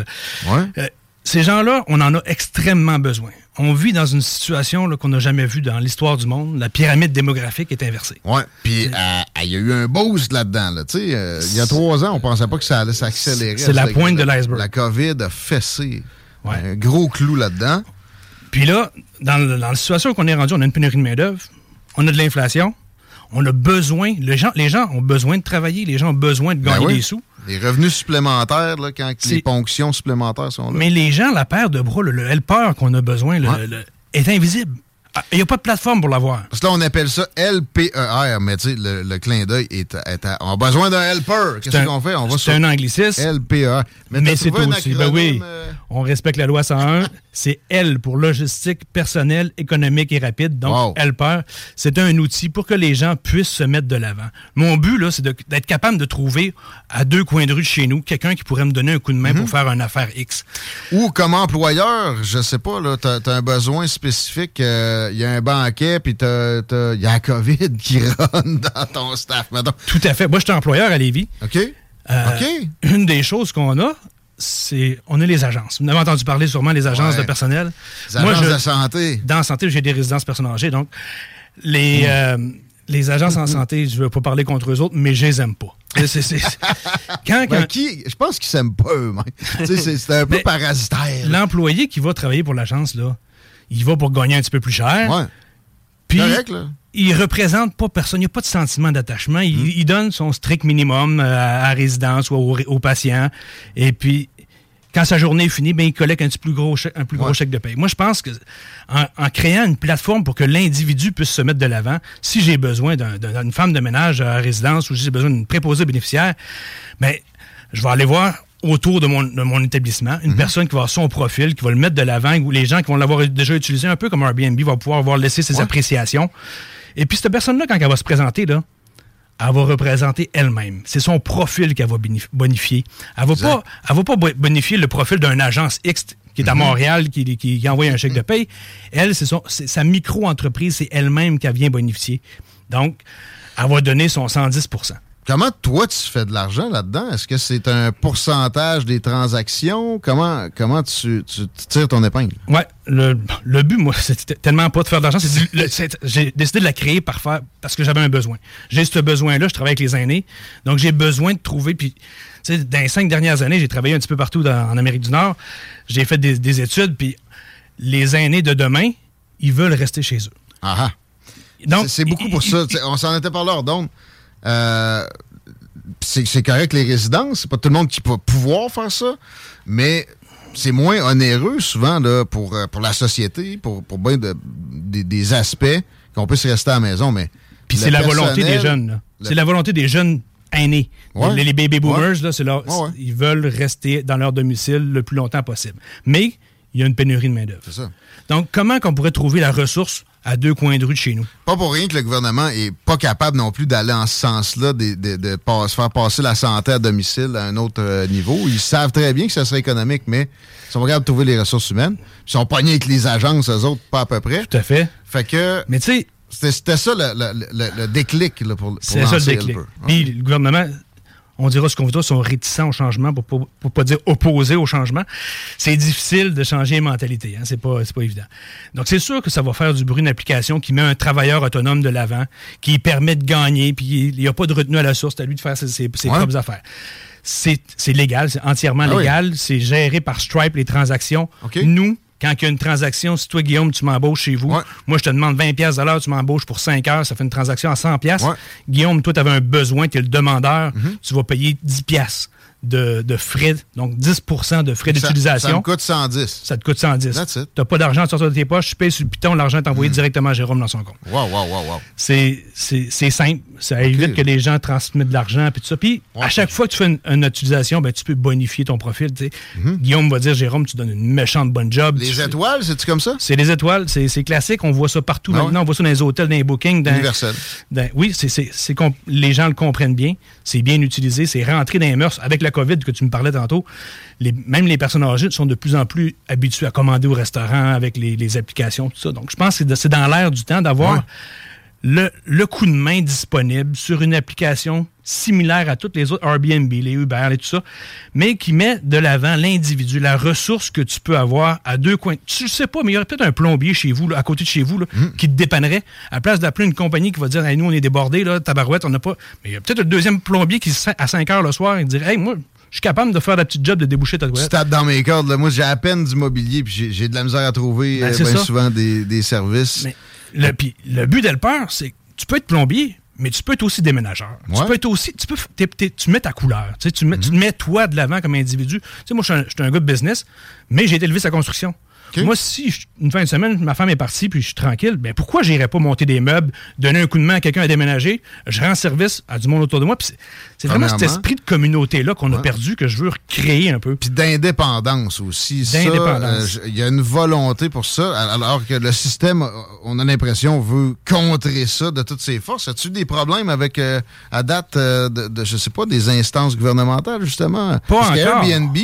Ces gens-là, on en a extrêmement besoin. On vit dans une situation là, qu'on n'a jamais vue dans l'histoire du monde. La pyramide démographique est inversée. Oui, puis il y a eu un boost là-dedans. Là. Il y a 3 ans, on ne pensait pas que ça allait s'accélérer. C'est la pointe de l'iceberg. La COVID a fessé un gros clou là-dedans. Puis là, dans la situation qu'on est rendu, on a une pénurie de main-d'œuvre, on a de l'inflation, on a besoin, les gens ont besoin de travailler, les gens ont besoin de gagner des sous. Les revenus supplémentaires, là, quand les ponctions supplémentaires sont là. Mais les gens, la paire de bras, le helper qu'on a besoin, est invisible. Il n'y a pas de plateforme pour l'avoir. Parce que là, on appelle ça LPER, mais tu sais, le clin d'œil on a besoin d'un helper. Qu'est-ce qu'on fait? C'est un anglicisme. LPER. Mais c'est aussi. Ben oui. On respecte la loi 101. C'est L pour logistique, personnel, économique et rapide. Donc, Helper, c'est un outil pour que les gens puissent se mettre de l'avant. Mon but, là, c'est d'être capable de trouver à 2 coins de rue de chez nous quelqu'un qui pourrait me donner un coup de main pour faire une affaire X. Ou comme employeur, je sais pas, là, t'as un besoin spécifique, il y a un banquet, puis il y a la COVID qui run dans ton staff. Maintenant. Tout à fait. Moi, je suis employeur à Lévis. OK. Une des choses qu'on a, on a les agences. Vous en avez entendu parler sûrement, les agences de personnel. Les agences de santé. Dans la santé, j'ai des résidences personnes âgées. Donc, les agences en santé, je ne veux pas parler contre eux autres, mais je les aime pas. Je pense qu'ils s'aiment pas eux-mêmes. C'est un peu parasitaire. L'employé qui va travailler pour l'agence, là, il va pour gagner un petit peu plus cher. Ouais. Puis, correct, là. Il représente pas personne. Il n'y a pas de sentiment d'attachement. Il donne son strict minimum à résidence ou au patient. Et puis, quand sa journée est finie, ben, il collecte un plus gros chèque de paye. Moi, je pense que en créant une plateforme pour que l'individu puisse se mettre de l'avant, si j'ai besoin d'une femme de ménage à résidence ou si j'ai besoin d'une préposée bénéficiaire, ben, je vais aller voir autour de mon établissement, une personne qui va avoir son profil, qui va le mettre de l'avant, ou les gens qui vont l'avoir déjà utilisé, un peu comme Airbnb, vont pouvoir avoir laissé ses appréciations. Et puis, cette personne-là, quand elle va se présenter, là, elle va représenter elle-même. C'est son profil qu'elle va bonifier. Elle va pas bonifier le profil d'une agence X qui est à Montréal, qui envoie un chèque de paye. Elle, c'est sa micro-entreprise, c'est elle-même qu'elle vient bonifier. Donc, elle va donner son 110%. Comment, toi, tu fais de l'argent là-dedans? Est-ce que c'est un pourcentage des transactions? Comment tu tires ton épingle? Ouais, le but, moi, c'était tellement pas de faire de l'argent. J'ai décidé de la créer parce que j'avais un besoin. J'ai ce besoin-là, je travaille avec les aînés. Donc, j'ai besoin de trouver... Puis, tu sais, dans les 5 dernières années, j'ai travaillé un petit peu partout en Amérique du Nord. J'ai fait des études, puis les aînés de demain, ils veulent rester chez eux. Ah. Donc, c'est beaucoup pour ça. On s'en était parlé hors d'onde. C'est correct les résidences, c'est pas tout le monde qui peut pouvoir faire ça, mais c'est moins onéreux souvent là, pour la société, pour bien des aspects qu'on puisse rester à la maison. Mais puis c'est la volonté des jeunes. Là. C'est la volonté des jeunes aînés. Ouais. Les baby boomers, là, ils veulent rester dans leur domicile le plus longtemps possible. Mais il y a une pénurie de main-d'œuvre. C'est ça. Donc, comment qu'on pourrait trouver la ressource à 2 coins de rue de chez nous? Pas pour rien que le gouvernement est pas capable non plus d'aller en ce sens-là, de faire passer la santé à domicile à un autre niveau. Ils savent très bien que ça serait économique, mais ils sont pas capables de trouver les ressources humaines. Ils sont pognés avec les agences, eux autres, pas à peu près. Tout à fait. Fait que... Mais tu sais... C'était ça le déclic là, pour c'est ça le déclic. Puis le gouvernement... On dira ce qu'on voudra, sont réticents au changement, pour pas dire opposés au changement. C'est difficile de changer les mentalités, hein? C'est pas évident. Donc, c'est sûr que ça va faire du bruit, une application qui met un travailleur autonome de l'avant, qui permet de gagner, puis il n'y a pas de retenue à la source, c'est à lui de faire ses propres affaires. C'est légal, c'est entièrement légal, c'est géré par Stripe, les transactions. Okay. Nous, quand il y a une transaction, si toi, Guillaume, tu m'embauches chez vous, moi, je te demande 20$ de l'heure, tu m'embauches pour 5 heures, ça fait une transaction à 100$. Guillaume, toi, tu avais un besoin, tu es le demandeur, tu vas payer 10$ de frais, donc 10% de frais d'utilisation. Ça me coûte 110. Ça te coûte 110. That's it. Tu n'as pas d'argent à sortir de tes poches, tu payes sur le piton, l'argent est envoyé directement à Jérôme dans son compte. Wow. C'est simple. Ça évite que les gens transmettent de l'argent et tout ça. Puis, à chaque fois que tu fais une utilisation, ben, tu peux bonifier ton profil. Guillaume va dire, Jérôme, tu donnes une méchante bonne job. Les étoiles, c'est-tu comme ça? C'est les étoiles. C'est classique. On voit ça partout maintenant. On voit ça dans les hôtels, dans les bookings. Universel. Oui, les gens le comprennent bien. C'est bien utilisé. C'est rentré dans les mœurs. Avec la COVID que tu me parlais tantôt, même les personnes âgées sont de plus en plus habituées à commander au restaurant avec les applications, tout ça. Donc, je pense que c'est dans l'air du temps d'avoir le coup de main disponible sur une application similaire à toutes les autres, Airbnb, les Uber et tout ça, mais qui met de l'avant l'individu, la ressource que tu peux avoir à 2 coins. Tu ne sais pas, mais il y aurait peut-être un plombier chez vous, là, à côté de chez vous, là, qui te dépannerait, à la place d'appeler une compagnie qui va dire hey, nous, on est débordés, là, tabarouette, on n'a pas... Mais il y a peut-être un deuxième plombier qui, à 5 heures le soir, il dirait hey, moi, je suis capable de faire la petite job de déboucher ta toilette. Tu tapes dans mes cordes. Là. Moi, j'ai à peine du mobilier, puis j'ai de la misère à trouver souvent des services. Mais le but d'Helper, c'est que tu peux être plombier, mais tu peux être aussi déménageur. Tu peux être aussi... Tu mets ta couleur. Tu mets toi de l'avant comme individu. Tu sais, moi, je suis un gars de business, mais j'ai été élevé sa construction. Moi, si une fin de semaine, ma femme est partie puis je suis tranquille, ben pourquoi j'irais pas monter des meubles, donner un coup de main à quelqu'un à déménager, je rends service à du monde autour de moi. Puis c'est vraiment cet esprit de communauté-là qu'on a perdu, que je veux recréer un peu. Puis d'indépendance aussi. D'indépendance. Il y a une volonté pour ça, alors que le système, on a l'impression, veut contrer ça de toutes ses forces. As-tu des problèmes avec, à date, je sais pas, des instances gouvernementales, justement? Pas encore. Airbnb,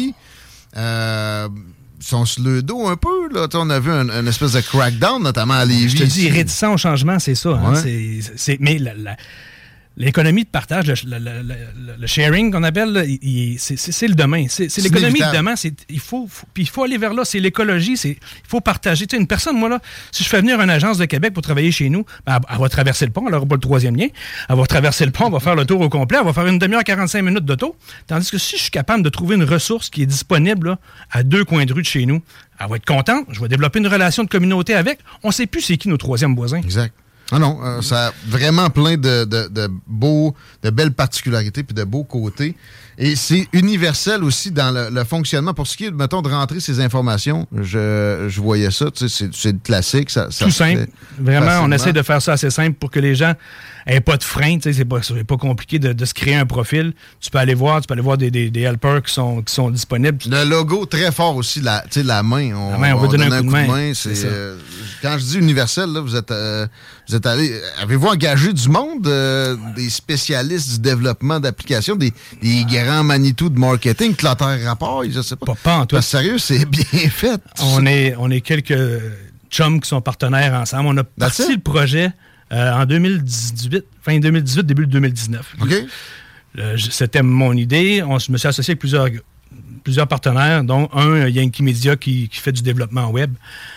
sont sur le dos un peu. Là. On a vu une espèce de crackdown, notamment à Lévis. Je te dis, réticent au changement, c'est ça. Hein? Mais l'économie de partage, le sharing qu'on appelle, c'est le demain. C'est l'économie de demain. Il faut aller vers là. C'est l'écologie. Il faut partager. Tu sais, une personne, moi, là, si je fais venir une agence de Québec pour travailler chez nous, ben, elle va traverser le pont. Elle n'aura pas le 3e lien. Elle va traverser le pont. Elle va faire le tour au complet. Elle va faire une demi-heure, 45 minutes d'auto. Tandis que si je suis capable de trouver une ressource qui est disponible là, à 2 coins de rue de chez nous, elle va être contente. Je vais développer une relation de communauté avec. On ne sait plus c'est qui nos 3e voisins. Exact. Ah non, ça a vraiment plein de belles particularités puis de beaux côtés. Et c'est universel aussi dans le fonctionnement. Pour ce qui est, mettons, de rentrer ces informations, je voyais ça, tu sais, c'est le classique. Ça tout simple. Vraiment, facilement. On essaie de faire ça assez simple pour que les gens n'aient pas de frein. Tu sais, c'est pas compliqué de se créer un profil. Tu peux aller voir des helpers qui sont disponibles. Le logo, très fort aussi, la main. On veut donner un coup de main. Quand je dis universel, là, vous êtes allé... Avez-vous engagé du monde, des spécialistes du développement d'applications, des grands Manitou de marketing, Clotaire Rapport, je sais pas. Pas en tout. Sérieux, c'est bien fait. On est quelques chums qui sont partenaires ensemble. On a parti le projet en 2018, fin 2018, début 2019. OK. C'était mon idée. Je me suis associé avec plusieurs partenaires, dont un, Yankee Media, qui fait du développement web.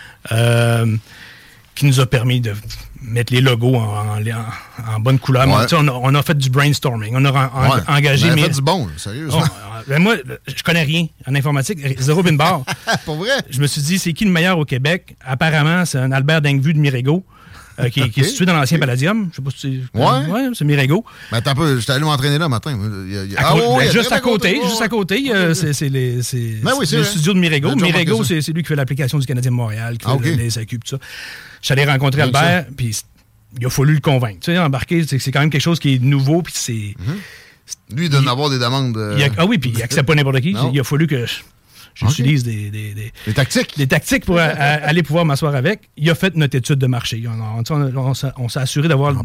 Qui nous a permis de mettre les logos en bonne couleur. Ouais. On a fait du brainstorming. On a engagé... On a fait du bon, sérieusement. Moi, je connais rien en informatique. Zéro bin bar. Pour vrai? Je me suis dit, c'est qui le meilleur au Québec? Apparemment, c'est un Albert Dingvu de Mirego. Qui est situé dans l'ancien Palladium. Je sais pas si c'est... Ouais, c'est Mirego. Mais attends un peu, j'étais allé m'entraîner là matin. Juste à côté, c'est le studio de Mirego. Mirego, c'est lui qui fait l'application du Canadien de Montréal, qui fait les SAQ, tout ça. Je suis allé rencontrer Albert, puis il a fallu le convaincre. Tu sais, embarquer, c'est quand même quelque chose qui est nouveau, puis c'est... Lui, il donne avoir des demandes... puis il accepte pas n'importe qui. Il a fallu que... J'utilise des tactiques. Des tactiques pour aller pouvoir m'asseoir avec. Il a fait notre étude de marché. On s'est assuré d'avoir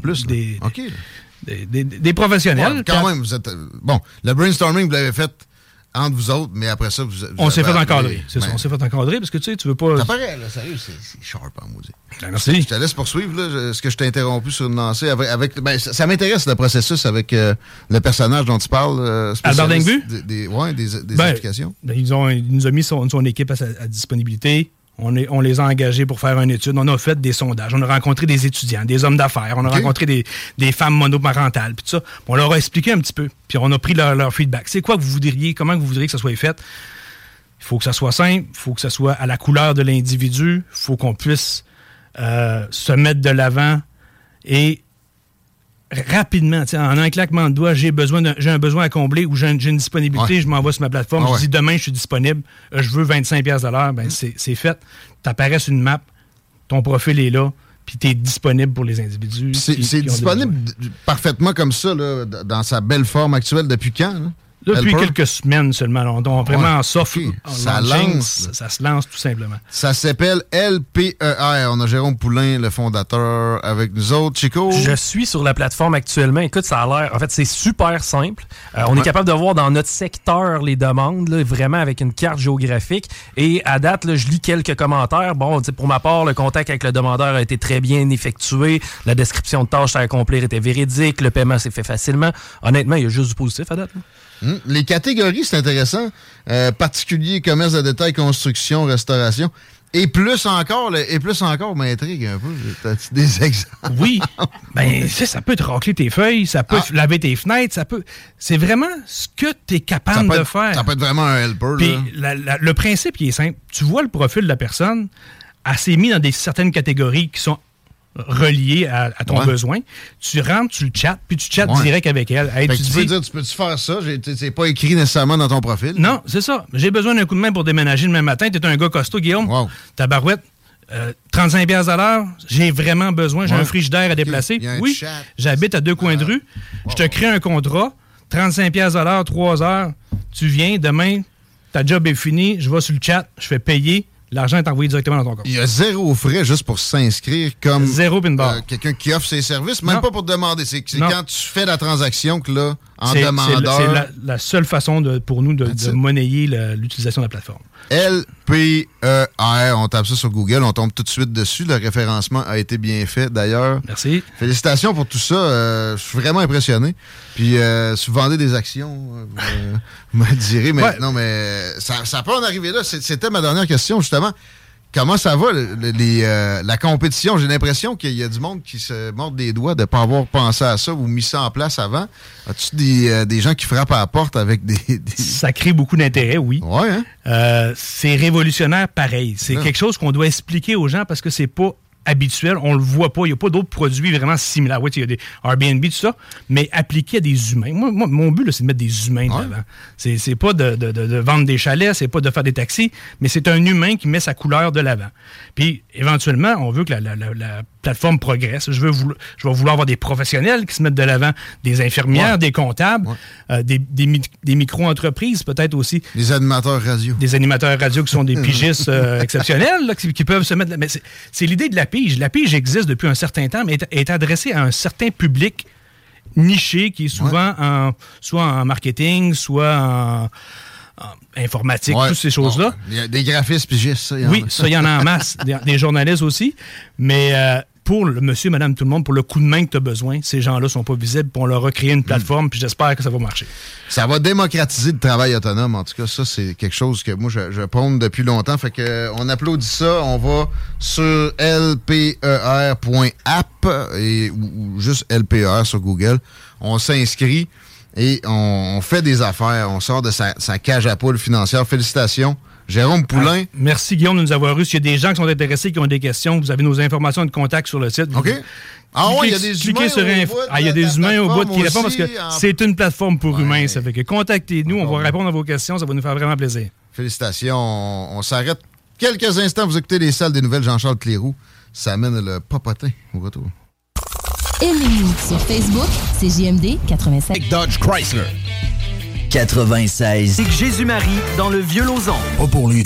des professionnels. Ouais, quand même, vous êtes... Bon, le brainstorming, vous l'avez fait entre vous autres, mais après ça, on s'est fait encadrer. C'est ça, on s'est fait encadrer parce que tu veux pas... Ça paraît, là, sérieux, c'est sharp, hein, maudit. Merci. Je te laisse poursuivre, là. Est-ce que je t'ai interrompu sur une lancée avec ça m'intéresse, le processus avec le personnage dont tu parles. Albert Dingvu? Des applications. Il nous a mis son équipe à disponibilité. On les a engagés pour faire une étude. On a fait des sondages. On a rencontré des étudiants, des hommes d'affaires. On a rencontré des femmes monoparentales. Puis tout ça. On leur a expliqué un petit peu. Puis on a pris leur feedback. C'est quoi que vous voudriez? Comment vous voudriez que ça soit fait? Il faut que ça soit simple. Il faut que ça soit à la couleur de l'individu. Il faut qu'on puisse se mettre de l'avant et rapidement, en un claquement de doigts, j'ai un besoin à combler ou j'ai une disponibilité, je m'envoie sur ma plateforme, je dis demain je suis disponible, je veux 25$ de l'heure, c'est fait. Tu apparais sur une map, ton profil est là, puis tu es disponible pour les individus. C'est disponible parfaitement comme ça, là, dans sa belle forme actuelle depuis quand? Là? Depuis quelques semaines seulement. On vraiment en soft. Ça lance. Ça se lance tout simplement. Ça s'appelle LPER. On a Jérôme Poulain, le fondateur, avec nous autres. Chico? Je suis sur la plateforme actuellement. Écoute, ça a l'air... En fait, c'est super simple. On est capable de voir dans notre secteur les demandes, là, vraiment avec une carte géographique. Et à date, là, je lis quelques commentaires. Bon, pour ma part, le contact avec le demandeur a été très bien effectué. La description de tâches à accomplir était véridique. Le paiement s'est fait facilement. Honnêtement, il y a juste du positif à date. Là. Les catégories, c'est intéressant. Particulier, commerce de détail, construction, restauration. Et plus encore, m'intrigue un peu. As-tu des exemples? Oui. Ça peut te racler tes feuilles, ça peut laver tes fenêtres, ça peut... C'est vraiment ce que tu es capable de faire. Ça peut être vraiment un helper. Puis le principe, il est simple. Tu vois le profil de la personne, elle s'est mise dans certaines catégories qui sont reliée à ton besoin. Tu rentres, tu le chattes, puis tu chattes direct avec elle. Hey, tu peux-tu faire ça? C'est pas écrit nécessairement dans ton profil? Non, c'est ça. J'ai besoin d'un coup de main pour déménager demain matin. T'es un gars costaud, Guillaume. Wow. Ta barouette, 35$ à l'heure, j'ai vraiment besoin. J'ai un frigidaire à déplacer. Oui, j'habite à 2 coins de rue. Je te crée un contrat, 35$ à l'heure, 3 heures. Tu viens, demain, ta job est finie, je vais sur le chat, je fais payer. L'argent est envoyé directement dans ton compte. Il y a 0 frais juste pour s'inscrire comme quelqu'un qui offre ses services, même pas pour te demander. C'est quand tu fais la transaction que là, en demandeur... C'est la seule façon pour nous de monnayer l'utilisation de la plateforme. LPER, on tape ça sur Google, on tombe tout de suite dessus. Le référencement a été bien fait, d'ailleurs. Merci. Félicitations pour tout ça. Je suis vraiment impressionné. Puis, si vous vendez des actions, vous me direz. Mais non, mais ça peut en arriver là. C'était ma dernière question, justement. Comment ça va, la compétition? J'ai l'impression qu'il y a du monde qui se mord des doigts de ne pas avoir pensé à ça ou mis ça en place avant. As-tu des gens qui frappent à la porte avec des... Ça crée beaucoup d'intérêt, oui. Ouais, hein? C'est révolutionnaire, pareil. C'est quelque chose qu'on doit expliquer aux gens parce que c'est pas habituel, on le voit pas. Il n'y a pas d'autres produits vraiment similaires. Oui, il y a des Airbnb, tout ça, mais appliqué à des humains. Moi mon but, là, c'est de mettre des humains de l'avant. C'est pas de vendre des chalets, c'est pas de faire des taxis, mais c'est un humain qui met sa couleur de l'avant. Puis, éventuellement, on veut que la plateforme progresse. Je vais vouloir avoir des professionnels qui se mettent de l'avant, des infirmières, des comptables, des micro-entreprises, peut-être aussi. Des animateurs radio. Des animateurs radio qui sont des pigistes exceptionnels, là, qui peuvent se mettre... Mais c'est l'idée de la pige. La pige existe depuis un certain temps, mais est adressée à un certain public niché qui est souvent soit en marketing, soit en informatique, toutes ces choses-là. Il y a des graphistes pigistes, ça. Il y en a en masse. Des journalistes aussi. Mais pour le monsieur, madame, tout le monde, pour le coup de main que tu as besoin, ces gens-là ne sont pas visibles. Puis on leur a créé une plateforme, puis j'espère que ça va marcher. Ça va démocratiser le travail autonome. En tout cas, ça, c'est quelque chose que moi, je prône depuis longtemps. Fait que on applaudit ça. On va sur lper.app ou juste LPER sur Google. On s'inscrit et on fait des affaires. On sort de sa cage à poules financière. Félicitations. Jérôme Poulain. Merci, Guillaume, de nous avoir reçus. S'il y a des gens qui sont intéressés, qui ont des questions, vous avez nos informations de contact sur le site. OK. Il y a des humains au bout. Il y a des humains au bout qui répondent parce que c'est une plateforme pour humains. Ça fait que contactez-nous, on va répondre à vos questions. Ça va nous faire vraiment plaisir. Félicitations. On s'arrête quelques instants. Vous écoutez les salles des nouvelles Jean-Charles Cléroux. Ça amène le popotin au retour. Aimez-nous sur Facebook, c'est JMD 96. Dodge Chrysler. 96. C'est Jésus-Marie dans le Vieux-Lauson. Pas pour lui.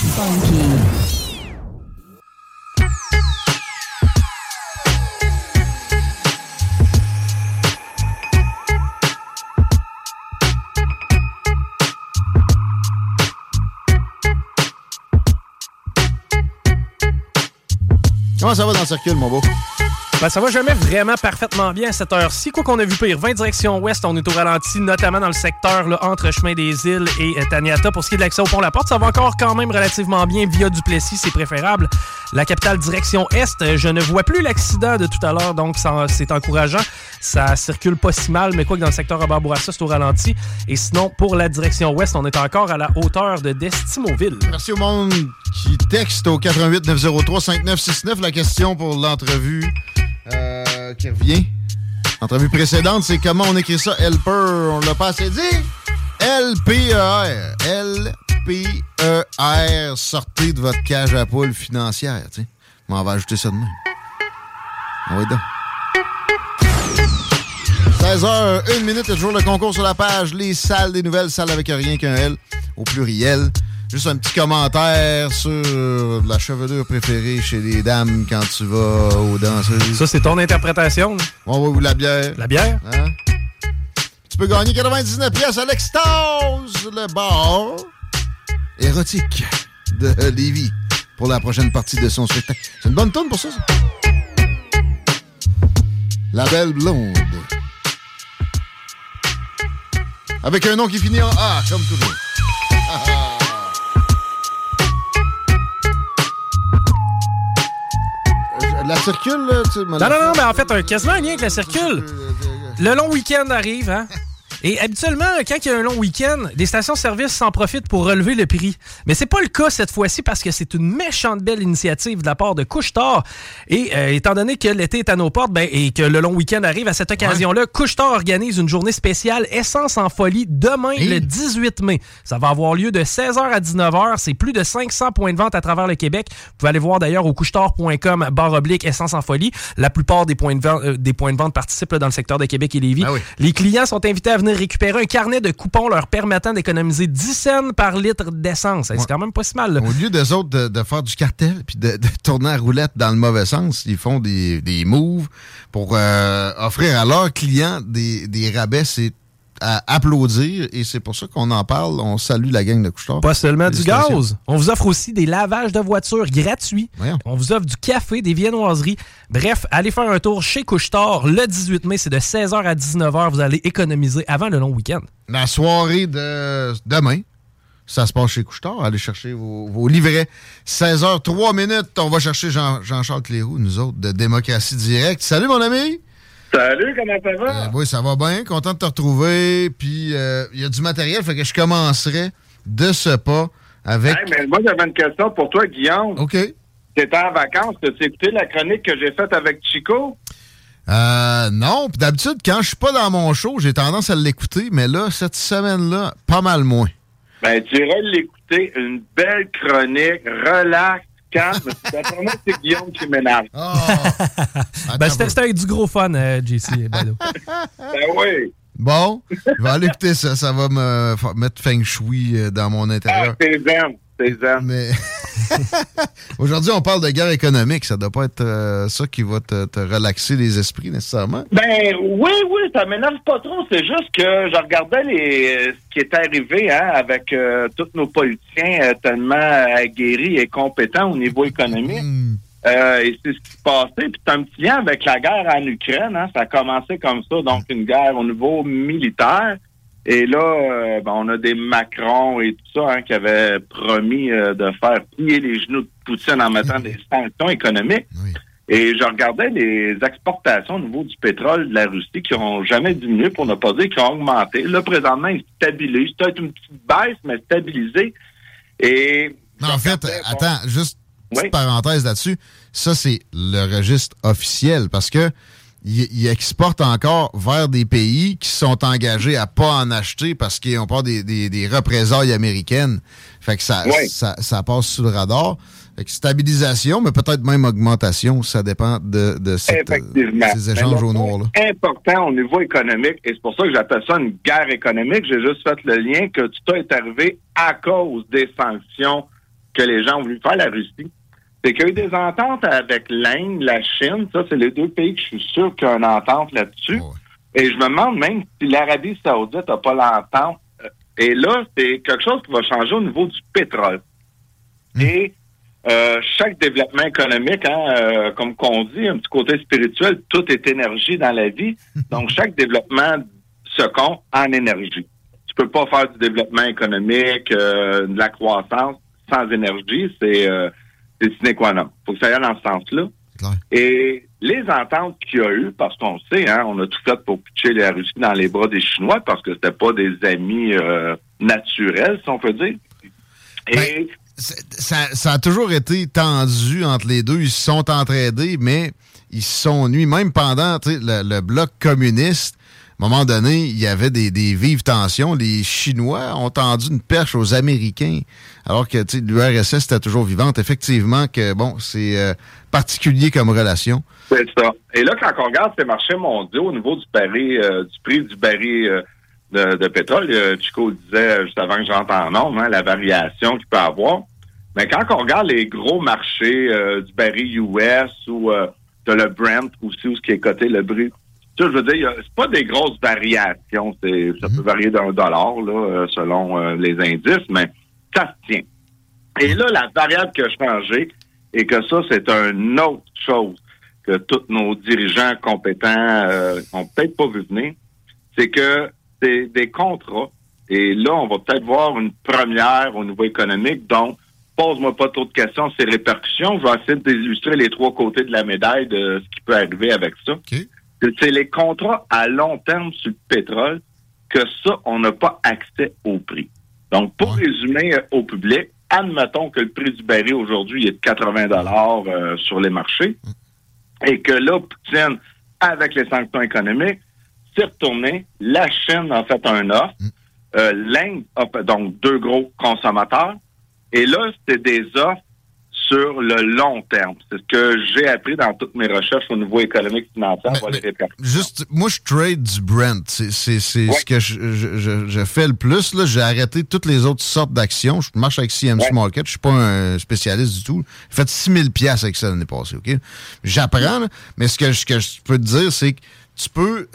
Comment ça va dans le circuit, mon beau? Ben, ça va jamais vraiment parfaitement bien à cette heure-ci. Quoi qu'on a vu pire, 20 direction ouest, on est au ralenti, notamment dans le secteur là, entre Chemin des Îles et Taniata. Pour ce qui est de l'accès au pont La Porte, ça va encore quand même relativement bien via Duplessis, c'est préférable. La capitale direction est, je ne vois plus l'accident de tout à l'heure, donc c'est encourageant. Ça circule pas si mal, mais quoi que dans le secteur Robert-Bourassa, c'est au ralenti. Et sinon, pour la direction ouest, on est encore à la hauteur de Destimoville. Merci au monde qui texte au 88 903 5969. La question pour l'entrevue qui revient. L'entrevue précédente, c'est comment on écrit ça? Helper, on l'a pas assez dit? LPER. LPER. Sortez de votre cage à poules financière. T'sais. On va ajouter ça demain. On va être 16h, 1 minute, il y a toujours le concours sur la page. Les salles des nouvelles, salles avec rien qu'un L, au pluriel. Juste un petit commentaire sur la chevelure préférée chez les dames quand tu vas aux danseuses. Ça, c'est ton interprétation. On va vous la bière. La bière? Hein? Tu peux gagner 99 pièces à l'Extase, le bar érotique de Lévis pour la prochaine partie de son spectacle. C'est une bonne tourne pour ça. La Belle Blonde. Avec un nom qui finit en A, comme toujours. La circule, là, tu sais... Non, mais en fait, quasiment un lien avec la circule. Le long week-end arrive, hein? Et habituellement, quand il y a un long week-end, des stations-service s'en profitent pour relever le prix. Mais c'est pas le cas cette fois-ci parce que c'est une méchante belle initiative de la part de Couche-Tard. Et étant donné que l'été est à nos portes et que le long week-end arrive à cette occasion-là, Couche-Tard organise une journée spéciale Essence en folie demain, le 18 mai. Ça va avoir lieu de 16h à 19h. C'est plus de 500 points de vente à travers le Québec. Vous pouvez aller voir d'ailleurs au couchetard.com/Essence en folie. La plupart des points de vente participent là, dans le secteur de Québec et Lévis. Ah oui. Les clients sont invités à venir récupérer un carnet de coupons leur permettant d'économiser 10 cents par litre d'essence. C'est quand même pas si mal. Là. Au lieu d'eux autres de faire du cartel puis de tourner à roulette dans le mauvais sens, ils font des moves pour offrir à leurs clients des rabais. C'est à applaudir et c'est pour ça qu'on en parle. On salue la gang de Couche-Tard. Pas seulement du gaz. On vous offre aussi des lavages de voitures gratuits. Voyons. On vous offre du café, des viennoiseries. Bref, allez faire un tour chez Couche-Tard le 18 mai. C'est de 16h à 19h. Vous allez économiser avant le long week-end. La soirée de demain, ça se passe chez Couche-Tard. Allez chercher vos livrets. 16h, 3 minutes. On va chercher Jean-Charles Cléroux, nous autres, de Démocratie Directe. Salut, mon ami! Salut, comment ça va? Oui, ça va bien. Content de te retrouver. Puis, il y a du matériel, fait que je commencerai de ce pas avec... Hey, mais moi, j'avais une question pour toi, Guillaume. OK. T'étais en vacances. T'as écouté la chronique que j'ai faite avec Chico? Non. Puis d'habitude, quand je suis pas dans mon show, j'ai tendance à l'écouter. Mais là, cette semaine-là, pas mal moins. Ben, tu irais l'écouter. Une belle chronique, relax. D'après moi, c'est Guillaume qui m'énerve. Oh. C'était avec du gros fun, JC. Ben oui. Bon, je vais aller écouter ça. Ça va me mettre feng shui dans mon intérieur. C'est zen. Mais aujourd'hui, on parle de guerre économique. Ça doit pas être ça qui va te relaxer les esprits, nécessairement. Ben oui, ça m'énerve pas trop. C'est juste que je regardais ce qui est arrivé avec tous nos politiciens tellement aguerris et compétents au niveau économique. Et c'est ce qui se passait. Puis c'est un petit lien avec la guerre en Ukraine. Ça a commencé comme ça, donc une guerre au niveau militaire. Et là, on a des Macron et tout ça qui avaient promis de faire plier les genoux de Poutine en mettant des sanctions économiques. Oui. Et je regardais les exportations au niveau du pétrole de la Russie qui n'ont jamais diminué, pour ne pas dire qui ont augmenté. Là, présentement, ils stabilisent. C'est peut-être une petite baisse, mais stabilisée. Et non, en fait, attends, juste une petite parenthèse là-dessus. Ça, c'est le registre officiel parce que ils exportent encore vers des pays qui sont engagés à pas en acheter parce qu'ils ont peur des représailles américaines. Fait que ça passe sous le radar. Fait que stabilisation, mais peut-être même augmentation, ça dépend de ces échanges au noir. Là. Important au niveau économique, et c'est pour ça que j'appelle ça une guerre économique. J'ai juste fait le lien que tout ça est arrivé à cause des sanctions que les gens ont voulu faire à la Russie. C'est qu'il y a eu des ententes avec l'Inde, la Chine. Ça, c'est les deux pays que je suis sûr qu'il y a une entente là-dessus. Oh. Et je me demande même si l'Arabie Saoudite n'a pas l'entente. Et là, c'est quelque chose qui va changer au niveau du pétrole. Et chaque développement économique, comme qu'on dit, un petit côté spirituel, tout est énergie dans la vie. Donc, chaque développement se compte en énergie. Tu peux pas faire du développement économique, de la croissance sans énergie. C'est sine qua non. Faut que ça aille dans ce sens-là. Et les ententes qu'il y a eu, parce qu'on sait, on a tout fait pour pitcher la Russie dans les bras des Chinois parce que c'était pas des amis naturels, si on peut dire. Et ça a toujours été tendu entre les deux. Ils se sont entraidés, mais ils se sont nuits. Même pendant le bloc communiste, à un moment donné, il y avait des vives tensions. Les Chinois ont tendu une perche aux Américains, alors que l'URSS était toujours vivante. Effectivement, que c'est particulier comme relation. C'est ça. Et là, quand on regarde ces marchés mondiaux au niveau du prix du baril de pétrole, Chico disait juste avant que j'entre en nombre, la variation qu'il peut avoir. Mais quand on regarde les gros marchés du baril US ou de le Brent aussi, où ce qui est coté, le prix. Tu sais, je veux dire, c'est pas des grosses variations. Ça peut varier d'$1 là, selon les indices, mais ça se tient. Et là, la variable qui a changé, et que ça, c'est une autre chose que tous nos dirigeants compétents ont peut-être pas vu venir, c'est que c'est des contrats. Et là, on va peut-être voir une première au niveau économique. Donc, pose-moi pas trop de questions sur ces répercussions. Je vais essayer d'illustrer les trois côtés de la médaille de ce qui peut arriver avec ça. Okay. C'est les contrats à long terme sur le pétrole que ça, on n'a pas accès au prix. Donc, pour résumer au public, admettons que le prix du baril aujourd'hui est de 80 $ sur les marchés et que là, Poutine, avec les sanctions économiques, s'est retourné. La Chine a fait un offre. L'Inde a fait donc 2 gros consommateurs. Et là, c'est des offres sur le long terme. C'est ce que j'ai appris dans toutes mes recherches au niveau économique financier. Juste, moi, je trade du Brent. C'est ce que je fais le plus. Là. J'ai arrêté toutes les autres sortes d'actions. Je marche avec CMC Market. Je suis pas un spécialiste du tout. J'ai fait 6 000 $ avec ça l'année passée. OK? J'apprends, là, mais ce que je peux te dire, c'est que tu peux...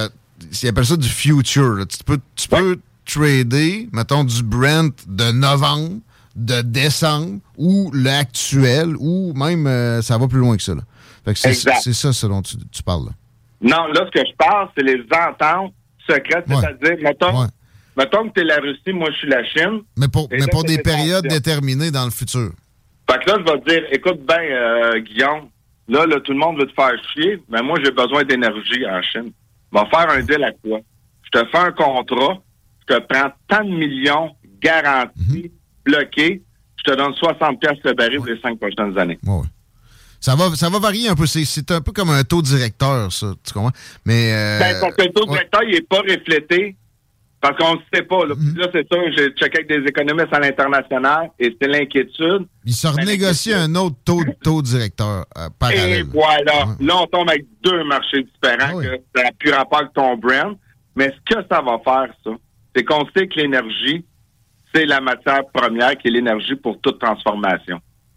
ils appellent ça du future. Là. Tu peux trader, mettons, du Brent de novembre, de décembre, ou l'actuel, ou même ça va plus loin que ça. Là. Fait que c'est ça ce dont tu parles. Là. Non, là, ce que je parle, c'est les ententes secrètes, c'est-à-dire, mettons que tu es la Russie, moi je suis la Chine. Mais pour des périodes déterminées dans le futur. Fait que là, je vais te dire, écoute bien, Guillaume, là, tout le monde veut te faire chier, mais moi, j'ai besoin d'énergie en Chine. Je vais faire un deal à toi. Je te fais un contrat, je te prends tant de millions garantis, bloqués, je te donne 60 $ le baril pour les 5 prochaines années. Ouais. Ça va varier un peu. C'est un peu comme un taux directeur, ça, tu comprends? Mais parce que le taux directeur, il n'est pas reflété, parce qu'on ne sait pas. Là, là c'est sûr, j'ai checké avec des économistes à l'international, et c'est l'inquiétude. Il se renégocie un autre taux directeur parallèle. Et voilà. Ouais. Là, on tombe avec 2 marchés différents, que ça n'a plus rapport avec ton brand. Mais ce que ça va faire, ça, c'est qu'on sait que l'énergie, c'est la matière première qui est l'énergie pour toute transformation.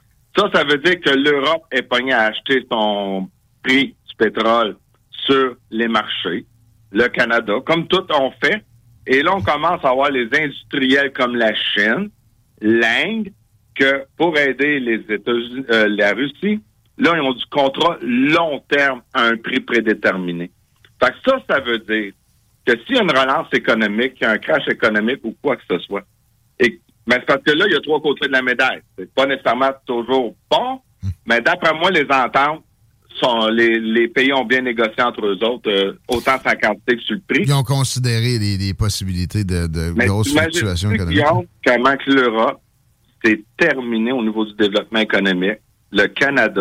Ça veut dire que l'Europe est pognée à acheter son prix du pétrole sur les marchés. Le Canada, comme tout on fait. Et là, on commence à avoir les industriels comme la Chine, l'Inde, que pour aider les États-Unis, la Russie, là, ils ont du contrat long terme à un prix prédéterminé. Fait que ça veut dire que s'il y a une relance économique, qu'il y a un crash économique ou quoi que ce soit, mais c'est parce que là, il y a 3 côtés de la médaille. C'est pas nécessairement toujours bon, mais d'après moi, les ententes les pays ont bien négocié entre eux autres, autant sur la quantité que sur le prix. Ils ont considéré les possibilités de grosses fluctuations économiques. Comment que l'Europe, c'est terminé au niveau du développement économique. Le Canada,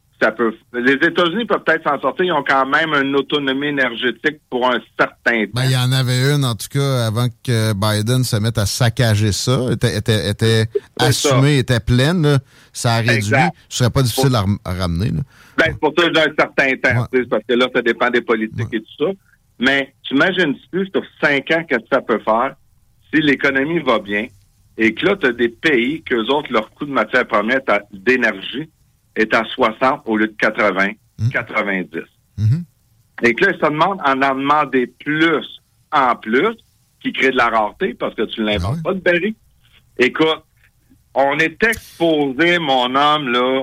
les États-Unis peuvent peut-être s'en sortir. Ils ont quand même une autonomie énergétique pour un certain temps. Il y en avait une, en tout cas, avant que Biden se mette à saccager ça. Était assumée, était pleine. Là. Ça a réduit. Ce serait pas difficile à ramener. Là. C'est pour ça que j'ai un certain temps. Parce que là, ça dépend des politiques et tout ça. Mais tu imagines-tu, sur 5 ans, qu'est-ce que ça peut faire si l'économie va bien et que là, tu as des pays qu'eux autres, leur coût de matière première d'énergie est à 60 au lieu de 80, 90. Et que là, ils se demandent en demander plus en plus, qui crée de la rareté, parce que tu ne l'inventes pas de baril. Écoute, on est exposé, mon homme, là,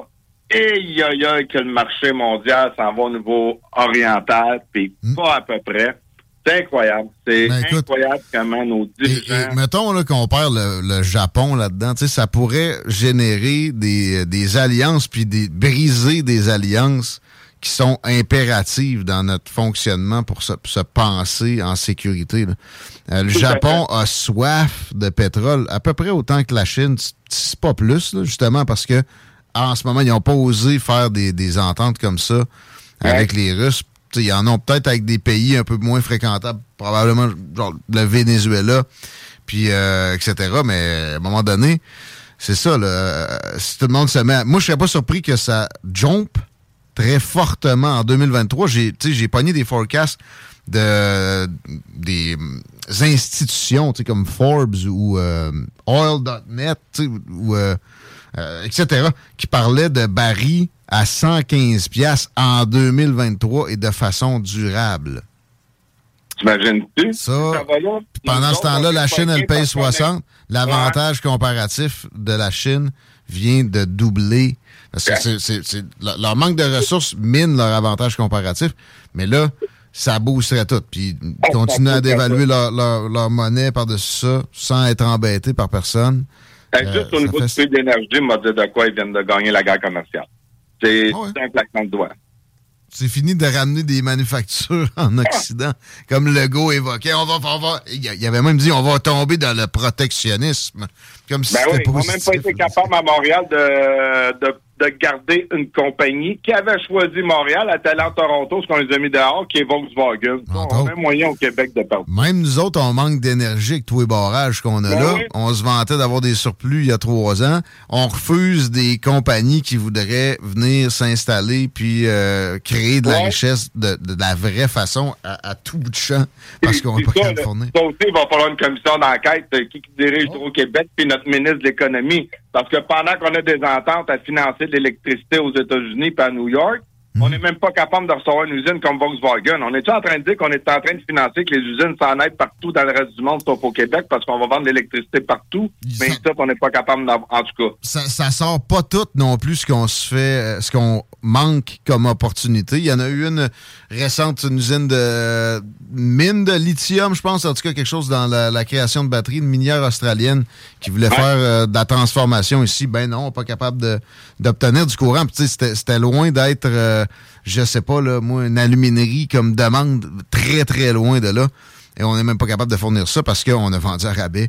que le marché mondial s'en va au niveau oriental, puis pas à peu près. C'est incroyable. C'est incroyable comment nos dirigeants... Et mettons là, qu'on perd le Japon là-dedans, ça pourrait générer des alliances puis briser des alliances qui sont impératives dans notre fonctionnement pour se penser en sécurité. Là. Le Japon a soif de pétrole à peu près autant que la Chine, c'est pas plus, là, justement parce que en ce moment, ils n'ont pas osé faire des ententes comme ça avec les Russes. Ils en ont peut-être avec des pays un peu moins fréquentables, probablement genre le Venezuela, puis etc. Mais à un moment donné, c'est ça. Là, si tout le monde se met... Moi, je serais pas surpris que ça jump très fortement en 2023. J'ai pogné des forecasts des institutions comme Forbes ou Oil.net ou etc., qui parlaient de barils à 115 $ en 2023 et de façon durable. T'imagines-tu? Pendant ce temps-là, la Chine, elle paye 60. L'avantage comparatif de la Chine vient de doubler. Parce que leur manque de ressources mine leur avantage comparatif. Mais là, ça boosterait tout. Puis ils continuent à dévaluer leur monnaie par-dessus ça, sans être embêtés par personne. Juste au niveau du prix d'énergie, m'a dit de quoi ils viennent de gagner la guerre commerciale. C'est un claquement de doigts. C'est fini de ramener des manufactures en Occident, comme Legault évoquait. Il y avait même dit, on va tomber dans le protectionnisme. Comme si c'était on n'a même pas été capable à Montréal de garder une compagnie qui avait choisi Montréal à talent Toronto, ce qu'on les a mis dehors, qui est Volkswagen. On a même moyen au Québec de perdre. Même nous autres, on manque d'énergie avec tous les barrages qu'on a là. Oui. On se vantait d'avoir des surplus il y a 3 ans. On refuse des compagnies qui voudraient venir s'installer puis créer de la richesse de la vraie façon à tout bout de champ parce qu'on n'a pas qu'à le fournir. Ça aussi, il va falloir une commission d'enquête qui dirige au Québec puis notre ministre de l'Économie. Parce que pendant qu'on a des ententes à financer de l'électricité aux États-Unis et à New York, on n'est même pas capable de recevoir une usine comme Volkswagen. On est-tu en train de dire qu'on est en train de financer que les usines s'en aident partout dans le reste du monde, sauf au Québec, parce qu'on va vendre de l'électricité partout, mais ça, on n'est pas capable en tout cas. Ça sort pas tout non plus ce qu'on se fait, ce qu'on manque comme opportunité. Il y en a eu une récente, une usine de mine de lithium, je pense, en tout cas quelque chose dans la création de batteries, une minière australienne qui voulait faire de la transformation ici. Ben non, pas capable d'obtenir du courant. Puis, c'était loin d'être, je sais pas, là, moi, une aluminerie comme demande, très, très loin de là. Et on n'est même pas capable de fournir ça parce qu'on a vendu à rabais,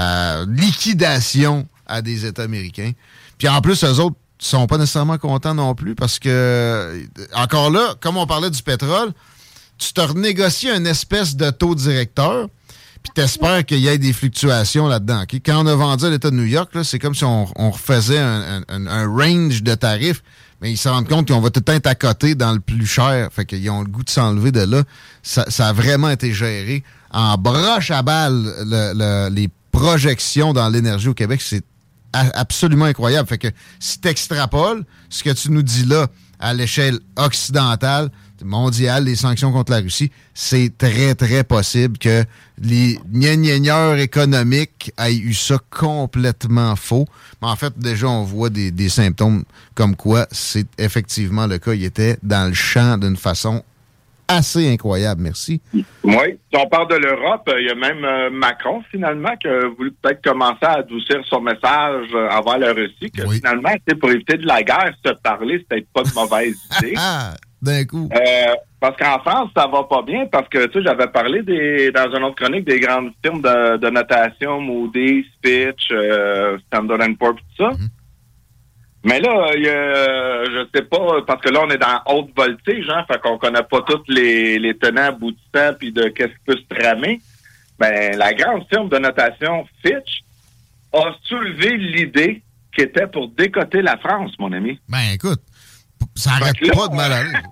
liquidation à des États américains. Puis en plus, eux autres sont pas nécessairement contents non plus parce que, encore là, comme on parlait du pétrole, tu te renégocies une espèce de taux directeur, puis t'espères qu'il y ait des fluctuations là-dedans. Okay? Quand on a vendu à l'État de New York, là, c'est comme si on refaisait un range de tarifs, mais ils se rendent compte qu'on va tout le temps être à côté dans le plus cher. Fait qu'ils ont le goût de s'enlever de là. Ça a vraiment été géré en broche à balle. Les projections dans l'énergie au Québec, c'est absolument incroyable. Fait que si t'extrapoles ce que tu nous dis là à l'échelle occidentale, mondiale, les sanctions contre la Russie, c'est très, très possible que les gnagneurs économiques aient eu ça complètement faux. Mais en fait, déjà, on voit des symptômes comme quoi c'est effectivement le cas. Il était dans le champ d'une façon assez incroyable. Merci. Oui. Si on parle de l'Europe, il y a même Macron, finalement, qui a voulu peut-être commencer à adoucir son message envers la Russie, que finalement, pour éviter de la guerre, se parler, c'est peut-être pas de mauvaise idée. D'un coup. Parce qu'en France, ça va pas bien, parce que, tu sais, j'avais parlé dans une autre chronique des grandes firmes de notation, Moody's, Fitch, Standard & Poor's, tout ça. Mais là, je sais pas, parce que là, on est dans haute voltige, hein, fait qu'on connaît pas tous les tenants aboutissants puis de qu'est-ce qui peut se tramer. Ben, la grande firme de notation Fitch a soulevé l'idée qui était pour décoter la France, mon ami. Ben, écoute, ça arrête pas de mal aller.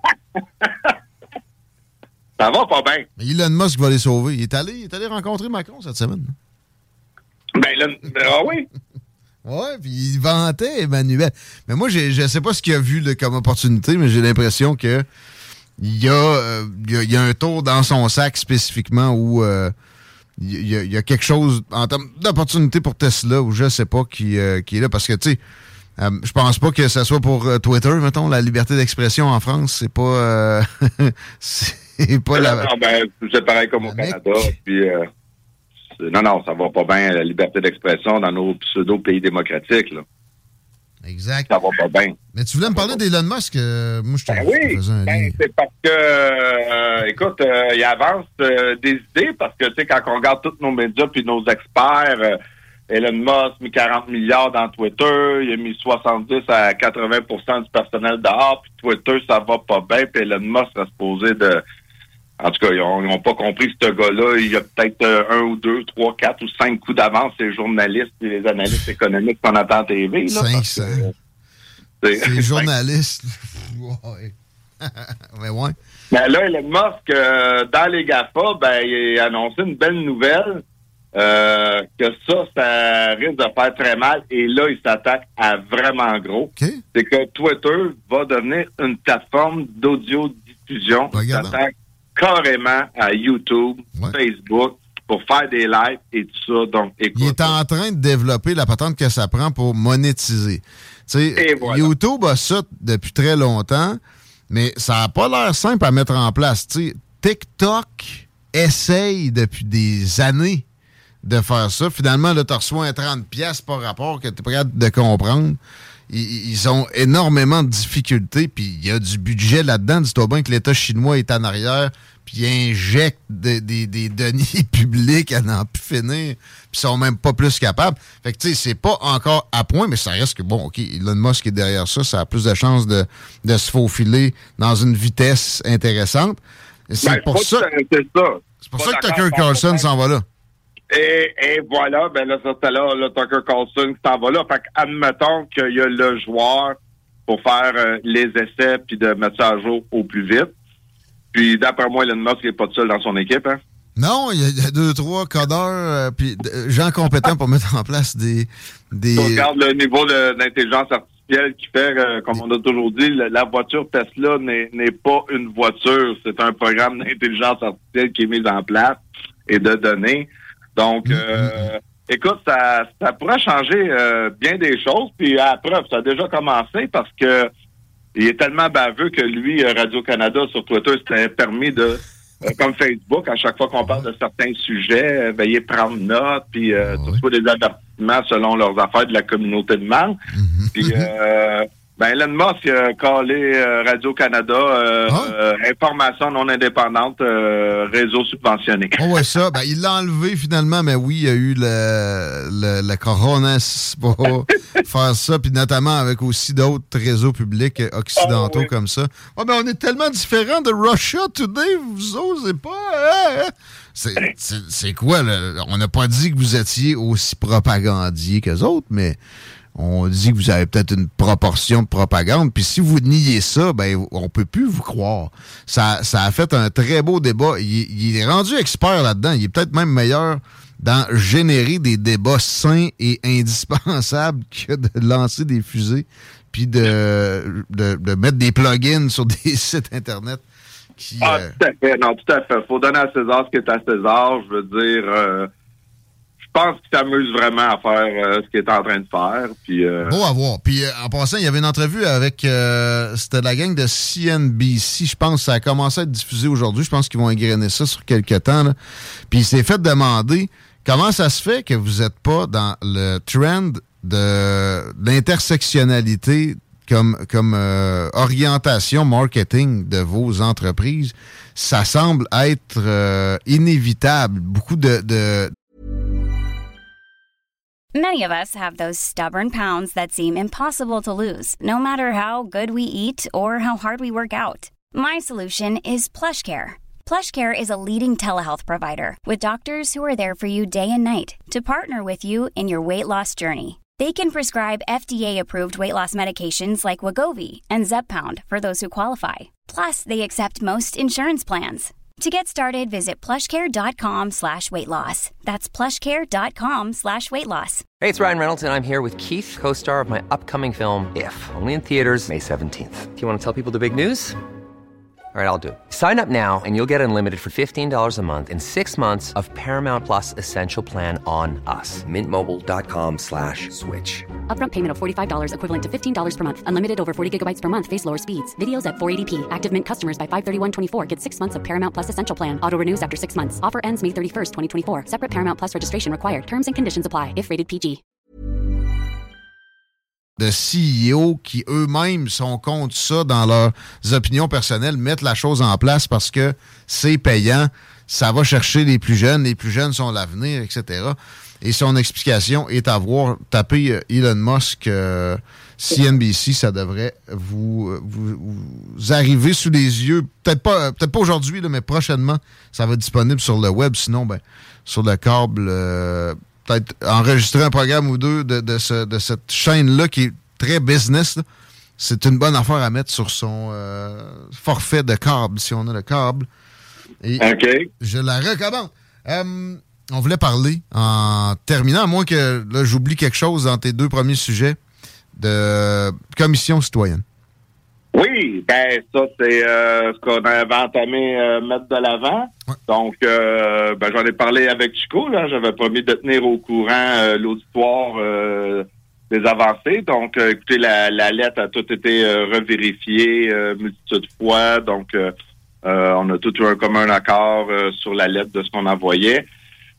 Ça va pas bien. Mais Elon Musk va les sauver. Il est allé rencontrer Macron cette semaine. Oui. Ouais, puis il vantait Emmanuel. Mais moi, je sais pas ce qu'il a vu comme opportunité, mais j'ai l'impression que il y a un tour dans son sac spécifiquement où il y a quelque chose en termes d'opportunité pour Tesla ou je sais pas qui est là. Parce que, tu sais, je pense pas que ça soit pour Twitter, mettons, la liberté d'expression en France, c'est pas... c'est pas la... Non, c'est pareil comme au Canada, puis... Non, ça va pas bien, la liberté d'expression dans nos pseudo-pays démocratiques, là. Exact. Ça va pas bien. Mais tu voulais me parler d'Elon Musk? Moi, je te faisais un lien. C'est parce que, écoute, il avance des idées, parce que, tu sais, quand on regarde tous nos médias puis nos experts, Elon Musk a mis 40 milliards dans Twitter, il a mis 70 à 80% du personnel dehors, puis Twitter, ça va pas bien, puis Elon Musk serait supposé de... En tout cas, ils n'ont pas compris ce gars-là. Il y a peut-être 1 ou 2, 3, 4 ou 5 coups d'avance, les journalistes et les analystes économiques qu'on entend à TV. 500. C'est journalistes. Ouais. Mais ouais. Mais là, Elon Musk, dans les GAFA, il a annoncé une belle nouvelle que ça risque de faire très mal. Et là, il s'attaque à vraiment gros. Okay. C'est que Twitter va devenir une plateforme d'audio-diffusion. Il s'attaque carrément à YouTube, Facebook, pour faire des lives et tout ça. Donc, écoute, il est en train de développer la patente que ça prend pour monétiser. Voilà. YouTube a ça depuis très longtemps, mais ça n'a pas l'air simple à mettre en place. T'sais, TikTok essaye depuis des années de faire ça. Finalement, là, tu reçois un 30$ par rapport que tu es prêt de comprendre. ils ont énormément de difficultés, puis il y a du budget là-dedans. Dis-toi bien que l'État chinois est en arrière, puis il injecte des deniers publics à n'en plus finir, puis ils sont même pas plus capables. Fait que, tu sais, c'est pas encore à point, mais ça reste que, bon, OK, Elon Musk est derrière ça, ça a plus de chances de se faufiler dans une vitesse intéressante. C'est pour ça... C'est pour ça que Tucker Carlson s'en va là. Et voilà, ben là, c'était là, le Tucker Carlson qui s'en va là. Fait qu'admettons qu'il y a le joueur pour faire les essais puis de mettre ça à jour au plus vite. Puis d'après moi, Elon Musk n'est pas tout seul dans son équipe, hein? Non, il y a 2-3 codeurs puis gens compétents pour mettre en place des... Tu regardes le niveau d'intelligence artificielle qui fait, comme on a toujours dit, la voiture Tesla n'est pas une voiture, c'est un programme d'intelligence artificielle qui est mis en place et de données. Donc, écoute, ça pourrait changer bien des choses. Puis à la preuve, ça a déjà commencé parce que il est tellement baveux que lui, Radio-Canada, sur Twitter, s'était permis de, comme Facebook, à chaque fois qu'on parle de certains sujets, veuillez prendre note, puis tu reçois des avertissements selon leurs affaires de la communauté de membres. Puis, Elon Musk a collé Radio-Canada, information non indépendante, réseau subventionné. Oh ouais, ça, il l'a enlevé finalement, mais oui, il y a eu le coronas pour faire ça, puis notamment avec aussi d'autres réseaux publics occidentaux comme ça. Oh, on est tellement différents de Russia Today, vous osez pas, C'est quoi, là? On n'a pas dit que vous étiez aussi propagandier qu'eux autres, mais... On dit que vous avez peut-être une proportion de propagande. Puis si vous niez ça, on peut plus vous croire. Ça a fait un très beau débat. Il est rendu expert là-dedans. Il est peut-être même meilleur dans générer des débats sains et indispensables que de lancer des fusées puis de mettre des plugins sur des sites Internet. Tout à fait. Non, tout à fait. Faut donner à César ce qui est à César. Je veux dire... Je pense qu'il s'amuse vraiment à faire ce qu'il est en train de faire. Puis, beau à voir. Puis en passant, il y avait une entrevue avec c'était la gang de CNBC. Je pense que ça a commencé à être diffusé aujourd'hui. Je pense qu'ils vont égrener ça sur quelques temps. Là. Puis il s'est fait demander comment ça se fait que vous n'êtes pas dans le trend de l'intersectionnalité comme orientation marketing de vos entreprises. Ça semble être inévitable. Beaucoup de Many of us have those stubborn pounds that seem impossible to lose, no matter how good we eat or how hard we work out. My solution is PlushCare. PlushCare is a leading telehealth provider with doctors who are there for you day and night to partner with you in your weight loss journey. They can prescribe FDA-approved weight loss medications like Wegovy and Zepbound for those who qualify. Plus, they accept most insurance plans. To get started, visit plushcare.com/weightloss. That's plushcare.com/weightloss. Hey, it's Ryan Reynolds, and I'm here with Keith, co-star of my upcoming film, If, only in theaters May 17th. Do you want to tell people the big news? All right, I'll do it. Sign up now and you'll get unlimited for $15 a month and 6 months of Paramount Plus Essential Plan on us. MintMobile.com/switch. Upfront payment of $45 equivalent to $15 per month. Unlimited over 40 gigabytes per month. Face lower speeds. Videos at 480p. Active Mint customers by 531.24 get 6 months of Paramount Plus Essential Plan. Auto renews after 6 months. Offer ends May 31st, 2024. Separate Paramount Plus registration required. Terms and conditions apply if rated PG. De CEO qui eux-mêmes sont contre ça dans leurs opinions personnelles, mettent la chose en place parce que c'est payant, ça va chercher les plus jeunes sont l'avenir, etc. Et son explication est à voir. Tapez Elon Musk, CNBC, ça devrait vous arriver sous les yeux. Peut-être pas aujourd'hui, là, mais prochainement, ça va être disponible sur le web. Sinon, sur le câble... peut-être enregistrer un programme ou deux de cette chaîne-là qui est très business. Là. C'est une bonne affaire à mettre sur son forfait de câble, si on a le câble. Et je la recommande. On voulait parler, en terminant, à moins que là, j'oublie quelque chose dans tes deux premiers sujets, de commission citoyenne. Oui, ça, c'est ce qu'on avait entamé mettre de l'avant. Ouais. Donc, j'en ai parlé avec Chico, là. J'avais promis de tenir au courant l'auditoire des avancées. Donc, écoutez, la lettre a tout été revérifiée multitude de fois. Donc, on a tout eu un commun accord sur la lettre de ce qu'on envoyait.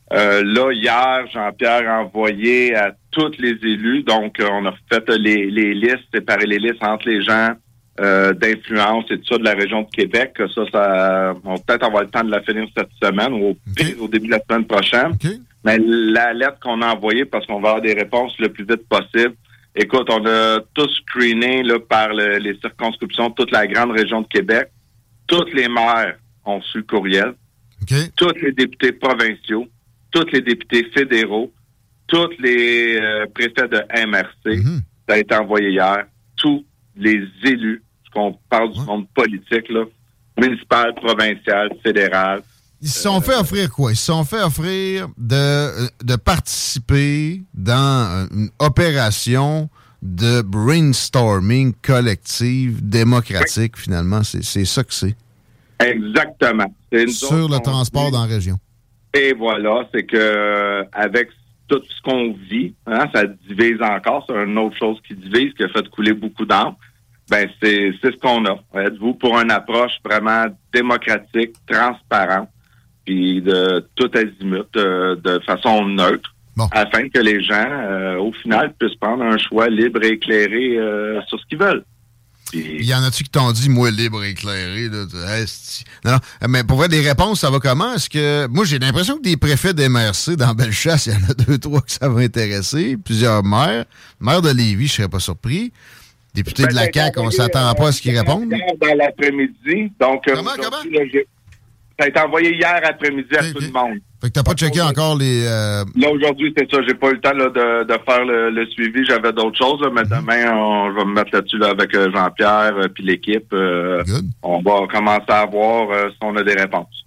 Là, hier, Jean-Pierre a envoyé à tous les élus, donc on a fait les listes, séparer les listes entre les gens d'influence et tout ça de la région de Québec. Ça on va peut-être avoir le temps de la finir cette semaine ou au début de la semaine prochaine. Mais la lettre qu'on a envoyée, parce qu'on va avoir des réponses le plus vite possible. Écoute, on a tout screené là, par les circonscriptions de toute la grande région de Québec. Tous les maires ont reçu le courriel. Tous les députés provinciaux, tous les députés fédéraux, tous les préfets de MRC. Ça a été envoyé hier. Tous les élus, parce qu'on parle du monde politique, là, municipal, provincial, fédéral. Ils se sont fait offrir quoi? Ils se sont fait offrir de participer dans une opération de brainstorming collective, démocratique, finalement. C'est ça que c'est. Exactement. Sur le transport dans la région. Et voilà, c'est que avec tout ce qu'on vit, ça divise encore. C'est une autre chose qui divise, qui a fait couler beaucoup d'encre. Ben, c'est ce qu'on a. Êtes-vous pour une approche vraiment démocratique, transparente, puis de tout azimut, de façon neutre, afin que les gens, au final, puissent prendre un choix libre et éclairé sur ce qu'ils veulent. Il y en a-tu qui t'ont dit, moi, libre et éclairé? Là, non, mais pour vrai, des réponses, ça va comment? Est-ce que moi, j'ai l'impression que des préfets des MRC dans Bellechasse, il y en a 2-3 que ça va intéresser. Plusieurs maires. Maire de Lévis, je serais pas surpris. Député de la CAQ, on s'attend pas à ce qu'ils répondent. Dans l'après-midi. Donc, comment? Là, ça a été envoyé hier après-midi à tout le monde. Fait que t'as pas checké encore les... Là, aujourd'hui, c'est ça. J'ai pas eu le temps là, de faire le suivi. J'avais d'autres choses. Là, mais demain, on va me mettre là-dessus là, avec Jean-Pierre puis l'équipe. On va commencer à voir si on a des réponses.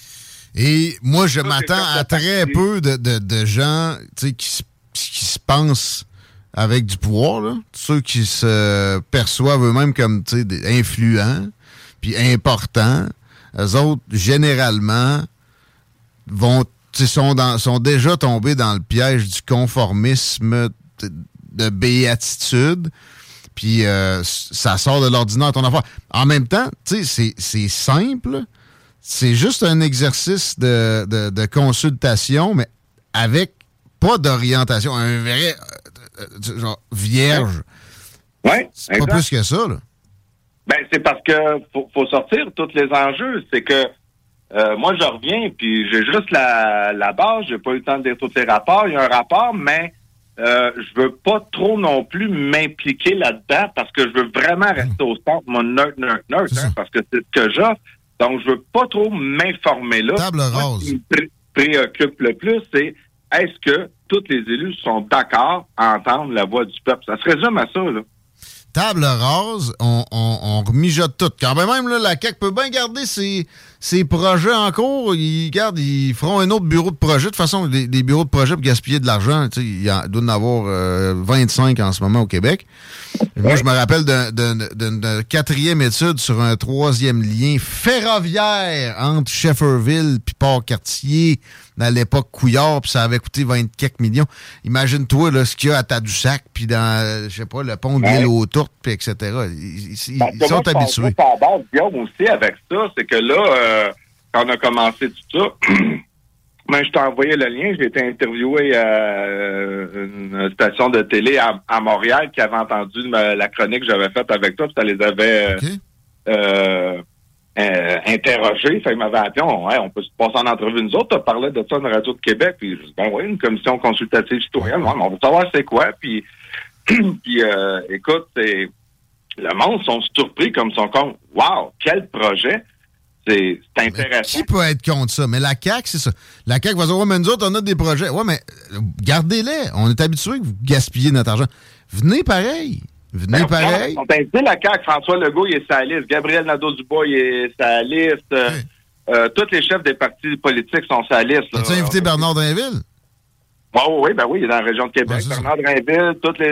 Et moi, je m'attends à très peu de gens qui se pensent avec du pouvoir, là. Ceux qui se perçoivent eux-mêmes comme influents puis importants. Eux autres, généralement, sont déjà tombés dans le piège du conformisme, de béatitude, puis ça sort de l'ordinaire, ton affaire. En même temps, c'est simple, c'est juste un exercice de consultation, mais avec pas d'orientation, un vrai genre vierge. Ouais, c'est pas plus que ça, là. Ben, c'est parce que faut sortir tous les enjeux. C'est que moi, je reviens, puis j'ai juste la base. J'ai pas eu le temps de lire tous les rapports. Il y a un rapport, mais je veux pas trop non plus m'impliquer là-dedans parce que je veux vraiment rester au centre, mon neutre, parce que c'est ce que j'offre. Donc, je veux pas trop m'informer là. Table rase. Ce qui me préoccupe le plus, c'est est-ce que tous les élus sont d'accord à entendre la voix du peuple? Ça se résume à ça, là. Table rase, on mijote tout. Quand même, là, la CAQ peut bien garder ses projets en cours. Ils feront un autre bureau de projet. De toute façon, des bureaux de projet pour gaspiller de l'argent, il doit en avoir 25 en ce moment au Québec. Moi, je me rappelle d'une quatrième étude sur un troisième lien ferroviaire entre Shefferville puis Port-Cartier à l'époque Couillard, puis ça avait coûté 20 quelques millions. Imagine-toi là, ce qu'il y a à Tadoussac, puis dans, je sais pas, le pont de l'île aux Tourtes, puis etc. Ils sont habitués. Guillaume aussi avec ça, c'est que là, quand on a commencé tout ça, je t'ai envoyé le lien, j'ai été interviewé à une station de télé à Montréal qui avait entendu la chronique que j'avais faite avec toi, puis ça les avait interrogés. Fait qu'ils m'avaient appelé, on peut se passer en entrevue nous autres, tu parlais de ça dans la Radio de Québec, puis je dis, une commission consultative citoyenne, on veut savoir c'est quoi, puis écoute, le monde sont surpris comme son compte. Wow, quel projet! C'est intéressant. Qui peut être contre ça? Mais la CAQ, c'est ça. La CAQ va dire, mais nous autres, on a des projets. Ouais, mais gardez-les. On est habitués que vous gaspillez notre argent. Venez pareil. Venez pareil. On t'a dit la CAQ, François Legault, il est sa liste. Gabriel Nadeau-Dubois, il est sa liste. Tous les chefs des partis politiques sont sa liste. As-tu invité Bernard Drinville? Oui, il est dans la région de Québec. Bernard Drinville,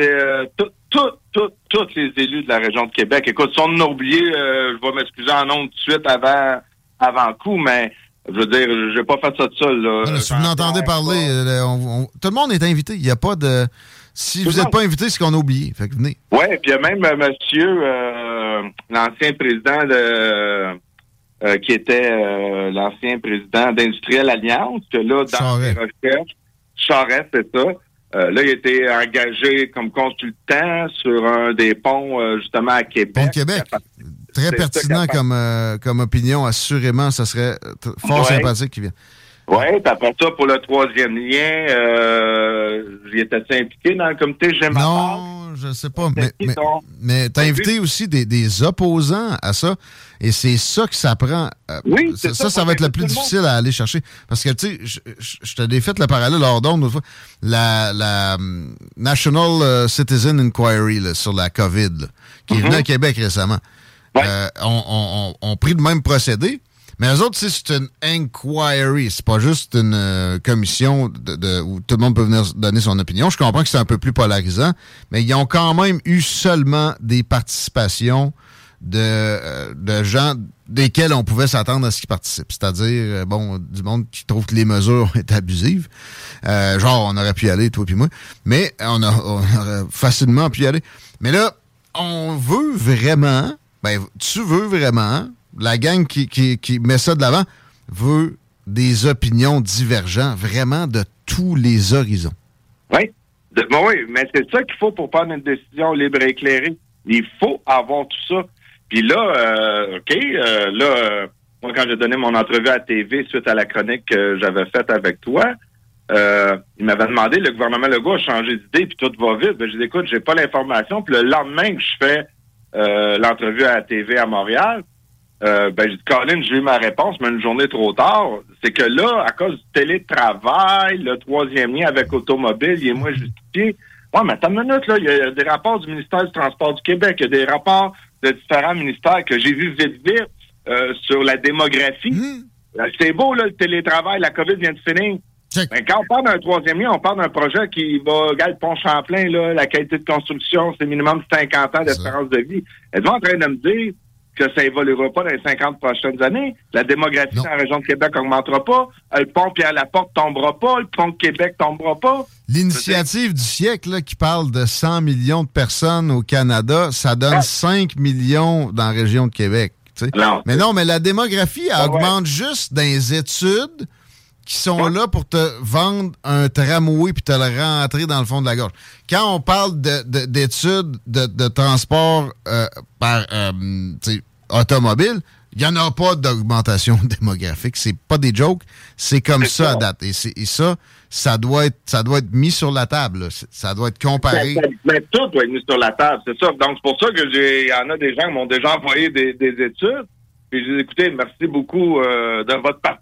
tous les élus de la région de Québec. Écoute, si on a oublié, je vais m'excuser en nom tout de suite avant coup, mais je veux dire, j'ai pas fait ça tout seul. Là. Si vous entendez parler, tout le monde est invité. Il n'y a pas de... Si vous n'êtes pas invité, c'est qu'on a oublié. Fait que venez. Oui, puis il y a même monsieur, l'ancien président qui était l'ancien président d'Industriel Alliance, que là, dans les recherches, Charest, c'est ça. Là, il a été engagé comme consultant sur un des ponts, justement, à Québec. Pont de Québec. Très pertinent comme opinion, assurément. Ça serait fort sympathique qu'il vienne. Oui, puis après ça, pour le troisième lien, j'y étais impliqué dans le comité GEMAPAC. Non, je sais pas, mais t'as invité aussi des opposants à ça, et c'est ça que ça prend. Oui, ça va être le plus difficile à aller chercher. Parce que, tu sais, je t'ai fait le parallèle hors d'onde l'autre fois. La National Citizen Inquiry là, sur la COVID, là, qui est venue à Québec récemment, ont pris le même procédé. Mais eux autres, c'est une inquiry. C'est pas juste une commission où tout le monde peut venir donner son opinion. Je comprends que c'est un peu plus polarisant, mais ils ont quand même eu seulement des participations de gens desquels on pouvait s'attendre à ce qu'ils participent. C'est-à-dire, du monde qui trouve que les mesures sont abusives. Genre, on aurait pu y aller, toi puis moi. Mais on aurait facilement pu y aller. Mais là, on veut vraiment... tu veux vraiment... La gang qui met ça de l'avant veut des opinions divergentes, vraiment de tous les horizons. Oui, mais c'est ça qu'il faut pour prendre une décision libre et éclairée. Il faut avoir tout ça. Puis là, moi, quand j'ai donné mon entrevue à la TV suite à la chronique que j'avais faite avec toi, il m'avait demandé, le gouvernement Legault a changé d'idée, puis tout va vite. Je dis, écoute, j'ai pas l'information. Puis le lendemain que je fais l'entrevue à la TV à Montréal, j'ai dit, Colin, j'ai eu ma réponse, mais une journée trop tard. C'est que là, à cause du télétravail, le troisième lien avec automobile, il est moins justifié. Ouais, mais attends une minute, là, il y a des rapports du ministère du Transport du Québec, il y a des rapports de différents ministères que j'ai vus vite sur la démographie. C'est beau, là, le télétravail, la COVID vient de finir. Mais quand on parle d'un troisième lien, on parle d'un projet qui va, regarde, le pont Champlain, là, la qualité de construction, c'est minimum 50 ans d'espérance de vie. Êtes-vous en train de me dire que ça évoluera pas dans les 50 prochaines années? La démographie dans la région de Québec augmentera pas. Le pont Pierre-Laporte tombera pas. Le pont de Québec tombera pas. L'initiative du siècle là, qui parle de 100 millions de personnes au Canada, ça donne 5 millions dans la région de Québec. Mais la démographie, elle augmente juste dans les études qui sont là pour te vendre un tramway puis te le rentrer dans le fond de la gorge. Quand on parle d'études de transport par automobile, il n'y en a pas d'augmentation démographique. C'est pas des jokes. C'est comme ça à date. Et ça doit être mis sur la table. Là. Ça doit être comparé. Mais tout doit être mis sur la table, c'est ça. Donc, c'est pour ça que il y en a des gens qui m'ont déjà envoyé des études. Puis j'ai dit, écoutez, merci beaucoup de votre participation,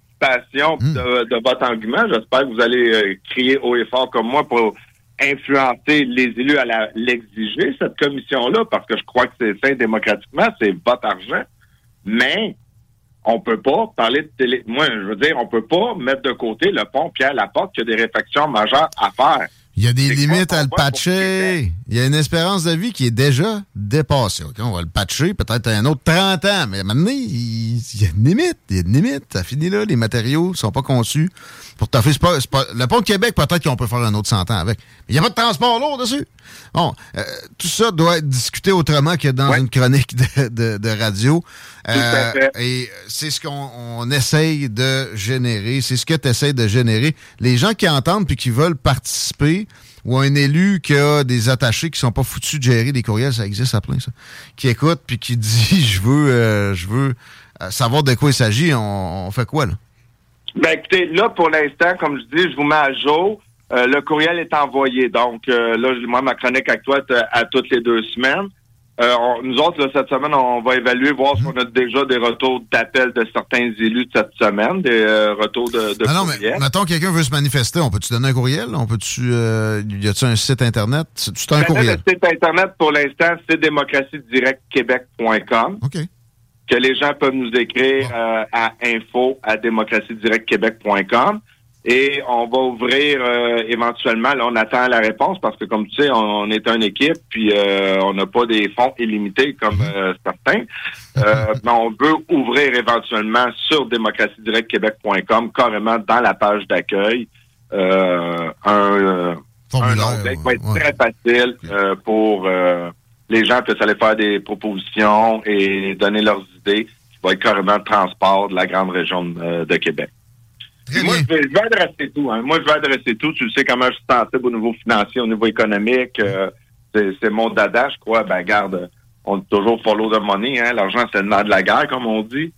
de votre argument. J'espère que vous allez crier haut et fort comme moi pour influencer les élus à l'exiger, cette commission-là, parce que je crois que c'est sain démocratiquement, c'est votre argent. Mais on peut pas parler de télé... Moi, je veux dire, on peut pas mettre de côté le pont Pierre-Laporte qui a des réflexions majeures à faire. Il y a des limites à le patcher. Il y a une espérance de vie qui est déjà dépassée. Okay, on va le patcher peut-être un autre 30 ans. Mais maintenant, il y a une limite. Il y a une limite. Ça finit là. Les matériaux sont pas conçus pour t'offrir. C'est pas, le pont de Québec, peut-être qu'on peut faire un autre 100 ans avec. Mais il n'y a pas de transport lourd dessus. Bon, tout ça doit être discuté autrement que dans une chronique de radio. Et c'est ce qu'on essaye de générer. C'est ce que tu essayes de générer. Les gens qui entendent puis qui veulent participer, ou un élu qui a des attachés qui sont pas foutus de gérer des courriels, ça existe à plein, ça, qui écoute puis qui dit je veux savoir de quoi il s'agit, on fait quoi, là? Ben écoutez, là, pour l'instant, comme je dis, je vous mets à jour. Le courriel est envoyé. Donc, là, moi, ma chronique actuelle à toutes les 2 semaines. Nous autres, là, cette semaine, on va évaluer, voir si on a déjà des retours d'appel de certains élus de cette semaine, des retours de courriel. Non, mais mettons, quelqu'un veut se manifester, on peut-tu donner un courriel? On peut-tu... y a-tu un site Internet? C'est un courriel? Le site Internet, pour l'instant, c'est démocratiedirectquebec.com. OK. Que les gens peuvent nous écrire à info@démocratiedirectquebec.com. Et on va ouvrir éventuellement, là on attend la réponse parce que comme tu sais, on est une équipe puis on n'a pas des fonds illimités comme certains. Mais on veut ouvrir éventuellement sur démocratiedirectquebec.com, carrément dans la page d'accueil, un onglet qui va être très facile pour les gens puissent aller faire des propositions et donner leurs idées. va être carrément le transport de la grande région de Québec. Moi, je vais adresser tout. Hein. Moi, je vais adresser tout. Tu sais comment je suis sensible au niveau financier, au niveau économique. C'est mon dada, je crois. Ben, garde, on dit toujours follow the money. Hein. L'argent, c'est le nerf de la guerre, comme on dit.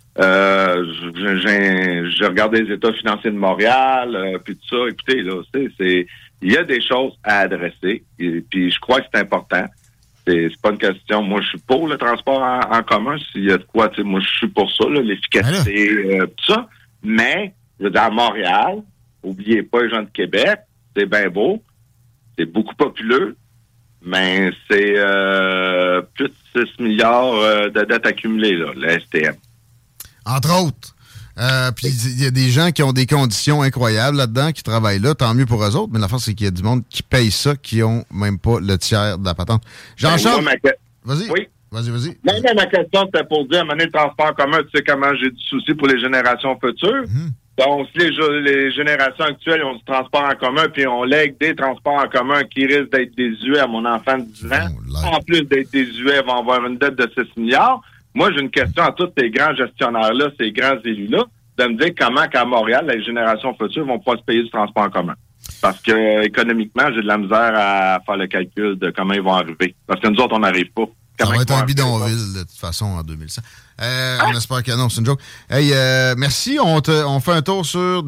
Je regarde les états financiers de Montréal, puis tout ça. Écoutez, là, il y a des choses à adresser. Et puis, je crois que c'est important. C'est pas une question. Moi, je suis pour le transport en commun. S'il y a de quoi, tu sais, moi, je suis pour ça, là, l'efficacité, tout ça. Mais, je veux dire, à Montréal, oubliez pas les gens de Québec, c'est bien beau, c'est beaucoup populeux, mais c'est plus de 6 milliards de dettes accumulées, là, le STM. Entre autres. Puis il y a des gens qui ont des conditions incroyables là-dedans, qui travaillent là, tant mieux pour eux autres, mais la force, c'est qu'il y a du monde qui paye ça, qui ont même pas le tiers de la patente. Jean-Charles, vas-y. Oui. Vas-y. Non, mais ma question, c'était pour dire, à un moment donné, le transport en commun, tu sais comment j'ai du souci pour les générations futures. Donc, si les générations actuelles ont du transport en commun, puis on lègue des transports en commun qui risquent d'être désuets à mon enfant de 10 ans, en plus d'être désuets, vont avoir une dette de 6 milliards. Moi, j'ai une question à tous ces grands gestionnaires-là, ces grands élus-là, de me dire comment qu'à Montréal, les générations futures vont pouvoir se payer du transport en commun. Parce que économiquement, j'ai de la misère à faire le calcul de comment ils vont arriver. Parce que nous autres, on n'arrive pas. Ça va être un bidonville, de toute façon, en 2100. On espère que non, c'est une joke. Hey, merci. On fait un tour sur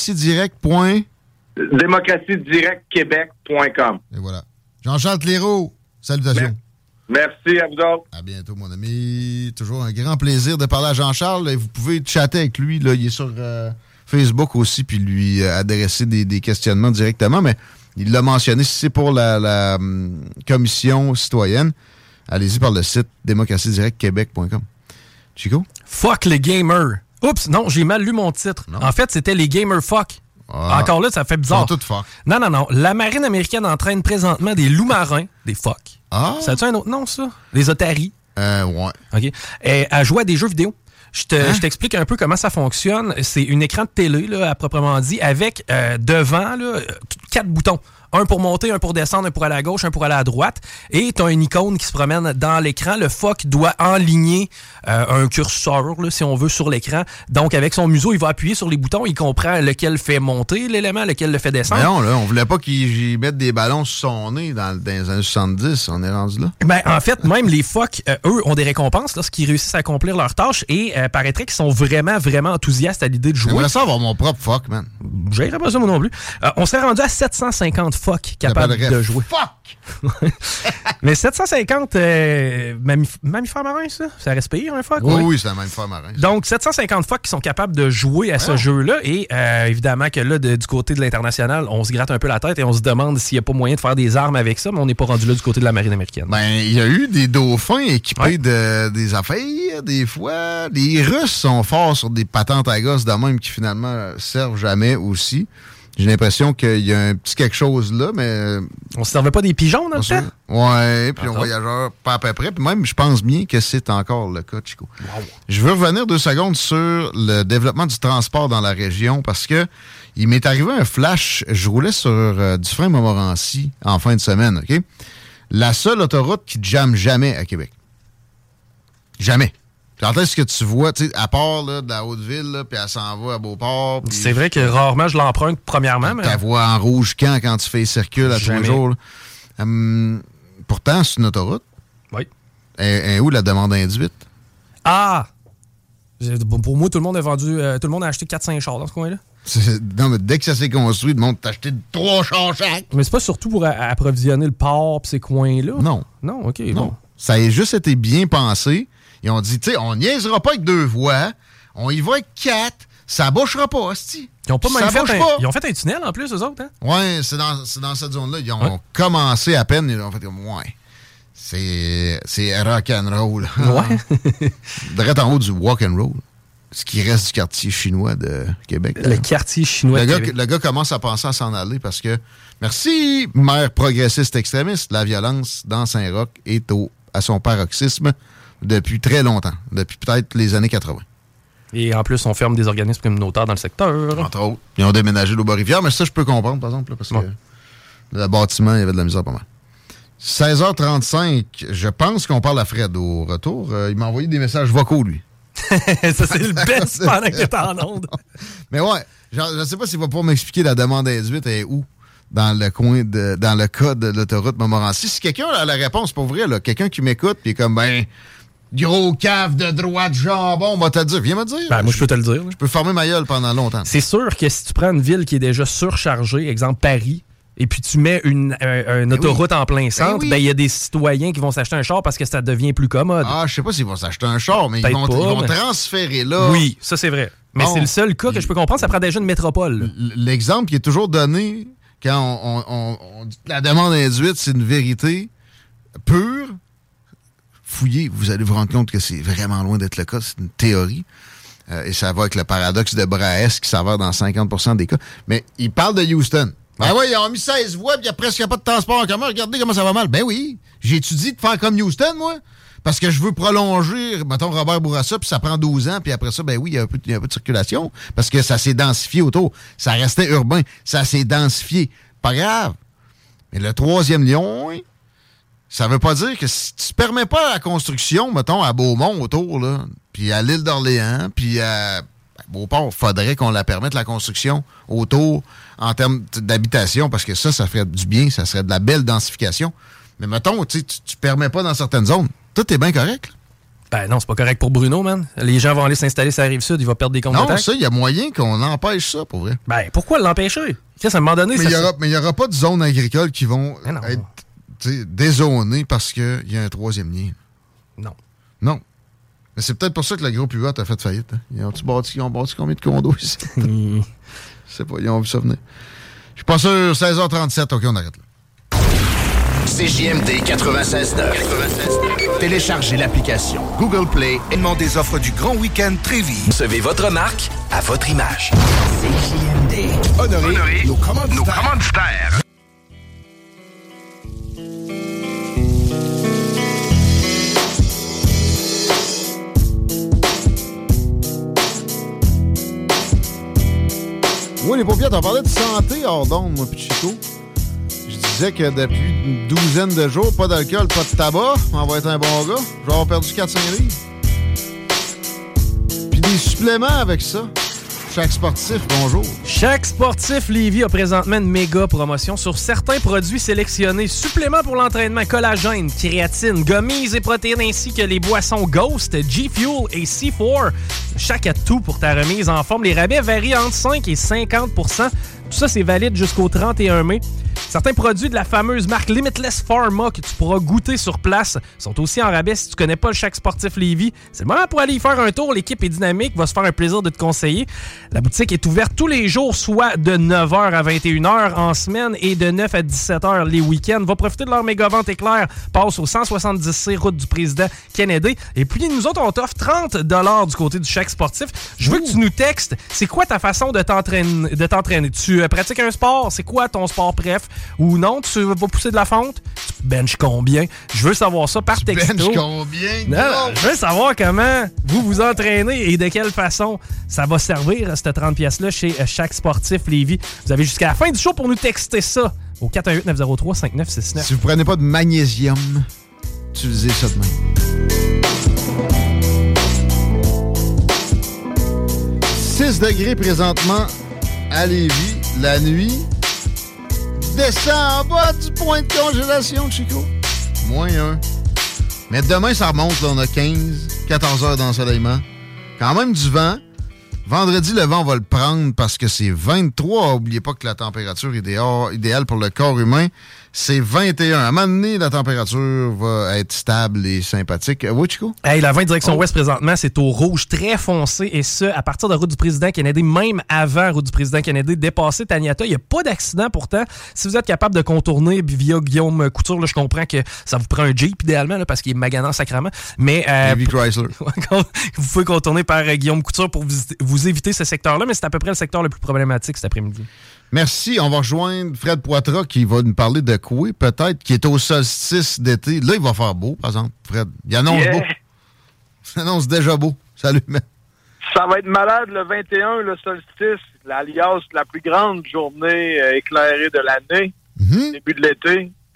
démocratiedirect.québec.com. Et voilà. Jean-Charles Cléraud, salutations. Merci à vous autres. À bientôt, mon ami. Toujours un grand plaisir de parler à Jean-Charles. Et vous pouvez chatter avec lui. Là, il est sur Facebook aussi, puis lui adresser des questionnements directement. Mais il l'a mentionné, si c'est pour la commission citoyenne, allez-y par le site démocratiedirect.québec.com. Chico? Fuck les gamers. Oups, non, j'ai mal lu mon titre. Non. En fait, c'était les gamers fuck. Encore là, ça fait bizarre. Ils sont tous fuck. Non. La marine américaine entraîne présentement des loups-marins, des fuck. Ça a-tu un autre nom, ça? Les otaries. Ouais. OK. À jouer à des jeux vidéo. Je t'explique un peu comment ça fonctionne. C'est un écran de télé, là, à proprement dit, avec devant là, 4 boutons. Un pour monter, un pour descendre, un pour aller à gauche, un pour aller à droite. Et tu as une icône qui se promène dans l'écran. Le fuck doit enligner un curseur, là, si on veut, sur l'écran. Donc, avec son museau, il va appuyer sur les boutons. Il comprend lequel fait monter l'élément, lequel le fait descendre. Mais non, là, on voulait pas qu'il mette des ballons sur son nez dans les années 70. On est rendu là. Ben, en fait, même les fuck, eux, ont des récompenses lorsqu'ils réussissent à accomplir leurs tâches. Et paraîtrait qu'ils sont vraiment, vraiment enthousiastes à l'idée de jouer. J'aimerais ça avoir mon propre fuck, man. J'irais pas ça, moi non plus. On serait rendu à 750 fuck capable de jouer. Fuck! Mais 750 mammifères marins, ça? Ça respire, un fuck? Oui, c'est un mammifère marin. Donc, 750 fuck qui sont capables de jouer à ce jeu-là. Et évidemment que là, du côté de l'international, on se gratte un peu la tête et on se demande s'il n'y a pas moyen de faire des armes avec ça, mais on n'est pas rendu là du côté de la marine américaine. Ben, il y a eu des dauphins équipés des affaires, des fois. Les Russes sont forts sur des patentes à gosses de même qui finalement servent jamais aussi. J'ai l'impression qu'il y a un petit quelque chose là, mais... On se servait pas des pigeons dans le temps? Ouais, puis on voyageur pas à peu près. Puis même, je pense bien que c'est encore le cas, Chico. Wow. Je veux revenir 2 secondes sur le développement du transport dans la région parce que il m'est arrivé un flash. Je roulais sur Dufresne-Montmorency en fin de semaine, OK? La seule autoroute qui ne jamme jamais à Québec. Jamais. Quand est-ce que tu vois, tu sais, à part là, de la Haute-Ville, puis elle s'en va à Beauport. C'est vrai que rarement je l'emprunte, premièrement. Mais... Ta voix en rouge quand tu fais circule à tous les jours. Pourtant, c'est une autoroute. Oui. Et où la demande induite? Ah! Pour moi, tout le monde a vendu, tout le monde a acheté 4-5 chars dans ce coin-là. Non, mais dès que ça s'est construit, le monde t'a acheté 3 chars chaque. Mais c'est pas surtout pour approvisionner le port pis ces coins-là? Non. Non, OK. Non. Bon. Ça a juste été bien pensé. Ils ont dit, tu sais, on niaisera pas avec 2 voies, on y va avec 4, ça bouchera pas, hostie. Ils ont pas même ils ont fait un tunnel en plus, eux autres, hein? Ouais, c'est dans cette zone-là. Ils ont commencé à peine, ils ont fait comme, c'est rock'n'roll. Ouais. Direct en haut du walk-and-roll. Ce qui reste du quartier chinois de Québec. Le quartier chinois de Québec. Le gars commence à penser à s'en aller parce que, merci, maire progressiste extrémiste, la violence dans Saint-Roch est à son paroxysme depuis très longtemps, depuis peut-être les années 80. Et en plus, on ferme des organismes communautaires dans le secteur. Entre autres. Ils ont déménagé l'Aubarivière, mais ça, je peux comprendre, par exemple, là, parce que le bâtiment, il y avait de la misère pas mal. 16h35, je pense qu'on parle à Fred au retour. Il m'a envoyé des messages vocaux, lui. Ça, c'est le best pendant que t'es en onde. Mais ouais, genre, je sais pas s'il va pouvoir m'expliquer la demande induite est où dans le cas de l'autoroute Montmorency. Si quelqu'un a la réponse, pour vrai, là, quelqu'un qui m'écoute puis est comme, ben, gros cave de droite jambon, on va te le dire. Viens me dire. Ben, moi, je peux te le dire. Je peux fermer ma gueule pendant longtemps. C'est sûr que si tu prends une ville qui est déjà surchargée, exemple Paris, et puis tu mets une autoroute en plein centre, ben il y a des citoyens qui vont s'acheter un char parce que ça devient plus commode. Ah, je sais pas s'ils vont s'acheter un char, mais ils vont transférer là. Oui, ça c'est vrai. Mais c'est le seul cas que je peux comprendre, ça prend déjà une métropole. L'exemple qui est toujours donné quand on dit que la demande induite, c'est une vérité pure. Fouillez, vous allez vous rendre compte que c'est vraiment loin d'être le cas. C'est une théorie. Et ça va avec le paradoxe de Brahes qui s'avère dans 50% des cas. Mais il parle de Houston. Ben oui, ils ont mis 16 voies, puis il n'y a presque pas de transport en commun. Regardez comment ça va mal. Ben oui, j'ai étudié de faire comme Houston, moi, parce que je veux prolonger, mettons, Robert Bourassa, puis ça prend 12 ans, puis après ça, ben oui, il y a un peu de circulation, parce que ça s'est densifié autour. Ça restait urbain, ça s'est densifié. Pas grave. Mais le 3e lien, ça veut pas dire que si tu permets pas la construction, mettons, à Beaumont autour, là, puis à l'île d'Orléans, puis à Beauport, il faudrait qu'on la permette, la construction autour en termes d'habitation, parce que ça ferait du bien, ça serait de la belle densification. Mais mettons, tu permets pas dans certaines zones. Tout est bien correct. Là. Ben non, c'est pas correct pour Bruno, man. Les gens vont aller s'installer sur la Rive-Sud, il va perdre des comptes de taxes. Non, ça, il y a moyen qu'on empêche ça, pour vrai. Ben, pourquoi l'empêcher? À un moment donné, mais il n'y aura pas de zones agricoles qui vont être dézonées parce qu'il y a un 3e lien. Non. Non. Mais c'est peut-être pour ça que le groupe UA a fait faillite. Hein? Ils ont bâti combien de condos ici? Je sais pas, ils ont vu ça venir. Je suis pas sûr, 16h37, OK, on arrête là. CJMD 96.9. Téléchargez l'application Google Play et demandez des offres du Grand Week-end Trévis. Recevez votre marque à votre image. CJMD. Honorez nos commanditaires. Oui, les paupières, t'en parlais de santé hors d'onde, moi, puis Chico. Je disais que depuis une douzaine de jours, pas d'alcool, pas de tabac, on va être un bon gars. Je vais avoir perdu 4-5 livres. Puis des suppléments avec ça. Chaque Sportif, bonjour. Chaque Sportif Lévis a présentement une méga promotion sur certains produits sélectionnés. Suppléments pour l'entraînement, collagène, créatine, gummies et protéines ainsi que les boissons Ghost, G-Fuel et C4. Chaque atout pour ta remise en forme. Les rabais varient entre 5 et 50 %. Tout ça, c'est valide jusqu'au 31 mai. Certains produits de la fameuse marque Limitless Pharma que tu pourras goûter sur place sont aussi en rabais si tu connais pas le Chaque Sportif Lévis. C'est le moment pour aller y faire un tour. L'équipe est dynamique, va se faire un plaisir de te conseiller. La boutique est ouverte tous les jours, soit de 9h à 21h en semaine et de 9 à 17h les week-ends. Va profiter de leur méga vente éclair. Passe au 170C route du président Kennedy. Et puis nous autres, on t'offre 30 $ du côté du Chaque Sportif. Je veux que tu nous textes. C'est quoi ta façon de t'entraîner? Tu pratiques un sport? C'est quoi ton sport préf? Ou non, tu vas pousser de la fonte? Tu benches combien? Je veux savoir ça par texto. Tu benches combien? Non, je veux savoir comment vous vous entraînez et de quelle façon ça va servir, cette 30 $-là, chez Chaque Sportif Lévis. Vous avez jusqu'à la fin du show pour nous texter ça au 418-903-5969. Si vous prenez pas de magnésium, utilisez ça de même. 6 degrés présentement à Lévis. La nuit descend en bas du point de congélation, Chico. -1. Mais demain, ça remonte. Là, on a 14 heures d'ensoleillement. Quand même du vent. Vendredi, le vent, on va le prendre parce que c'est 23. N'oubliez pas que la température idéale pour le corps humain, c'est 21. À un moment donné, la température va être stable et sympathique. Oui, Chico? Hey, la 20 direction ouest présentement, c'est au rouge très foncé. Et ce, à partir de la route du président Kennedy, même avant la route du président Kennedy, dépassé Taniata. Il n'y a pas d'accident pourtant. Si vous êtes capable de contourner via Guillaume Couture, là, je comprends que ça vous prend un Jeep idéalement là, parce qu'il est maganant sacrément. Mais Chrysler. Vous pouvez contourner par Guillaume Couture pour vous éviter ce secteur-là, mais c'est à peu près le secteur le plus problématique cet après-midi. Merci. On va rejoindre Fred Poitras qui va nous parler de Coué, peut-être, qui est au solstice d'été. Là, il va faire beau, par exemple, Fred. Il annonce beau. Il annonce déjà beau. Salut, man. Ça va être malade le 21, le solstice, l'alias la plus grande journée éclairée de l'année, début de l'été.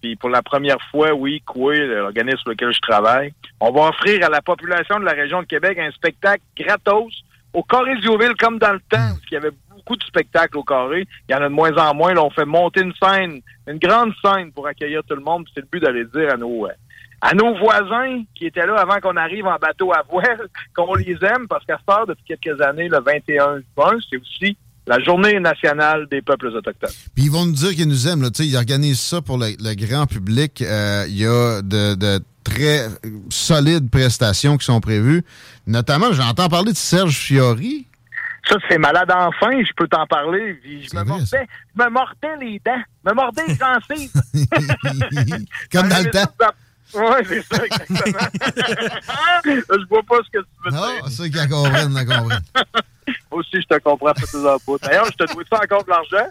puis pour la première fois, oui, Coué, l'organisme sur lequel je travaille, on va offrir à la population de la région de Québec un spectacle gratos au Carré Zioville, comme dans le temps, parce qu'il y avait beaucoup de spectacles au Carré. Il y en a de moins en moins. Là, on fait monter une scène, une grande scène pour accueillir tout le monde. C'est le but d'aller dire à nos voisins qui étaient là avant qu'on arrive en bateau à voile qu'on les aime, parce qu'à ce heure, depuis quelques années, le 21 juin, c'est aussi la Journée nationale des peuples autochtones. Puis ils vont nous dire qu'ils nous aiment. Là. Ils organisent ça pour le grand public. Il y a de très solides prestations qui sont prévues. Notamment, j'entends parler de Serge Fiori. Ça, c'est malade enfin, je peux t'en parler. Puis je me mordais les dents, me mordais les gencives. Comme dans le temps. Oui, c'est ça, exactement. Je vois pas ce que tu veux dire. Non, ceux qui la comprennent. Moi aussi, je te comprends pas tes impôts. D'ailleurs, je te dois ça encore de l'argent.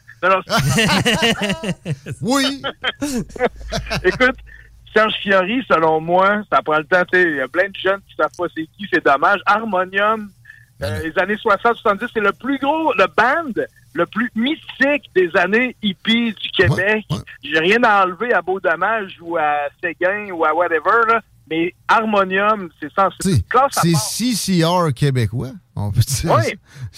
Non. Oui. Écoute, Serge Fiori, selon moi, ça prend le temps. Il y a plein de jeunes qui savent pas c'est qui, c'est dommage. Harmonium, les années 60-70, c'est le plus gros, le band le plus mystique des années hippies du Québec. Ouais. J'ai rien à enlever à Beau Dommage ou à Séguin ou à whatever, là. Mais Harmonium, c'est classe à part. C'est CCR québécois, on peut dire. Oui.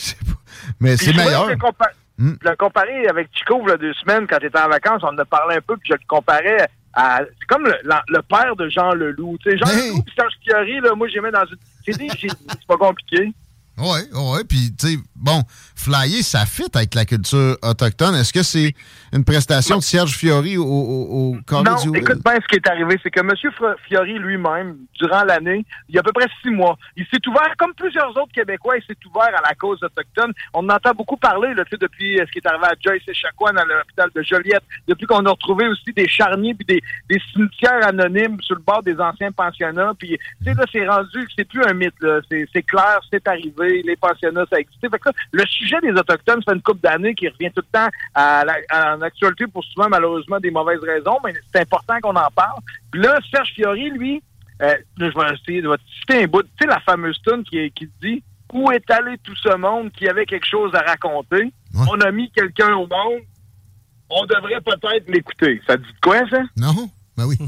Mais c'est meilleur. Je l'ai comparé avec Chico il y a 2 semaines, quand il était en vacances, on en a parlé un peu, puis je le comparais à... C'est comme le père de Jean Leloup. Tu sais, Jean Leloup et Serge Fiori, là, moi, j'ai mis dans une... C'est pas compliqué. Oui, puis tu sais, bon, flyer, ça fit avec la culture autochtone. Est-ce que c'est une prestation de Serge Fiori au Carré du... Non, écoute bien, ce qui est arrivé, c'est que M. Fiori lui-même, durant l'année, il y a à peu près 6 mois, il s'est ouvert, comme plusieurs autres Québécois, il s'est ouvert à la cause autochtone. On entend beaucoup parler, là, tu sais, depuis ce qui est arrivé à Joyce Echaquan à l'hôpital de Joliette, depuis qu'on a retrouvé aussi des charniers puis des cimetières anonymes sur le bord des anciens pensionnats, puis tu sais, là, c'est rendu, c'est plus un mythe, là, c'est clair, c'est arrivé. Les pensionnats, ça existait. Fait que là, le sujet des Autochtones, ça fait une couple d'années qui revient tout le temps à l'actualité pour souvent, malheureusement, des mauvaises raisons, mais c'est important qu'on en parle. Puis là, Serge Fiori, lui, je vais essayer de citer un bout. Tu sais, la fameuse tune qui dit « Où est allé tout ce monde qui avait quelque chose à raconter? Ouais. On a mis quelqu'un au monde. On devrait peut-être l'écouter. » Ça dit quoi, ça? Non? Ben oui.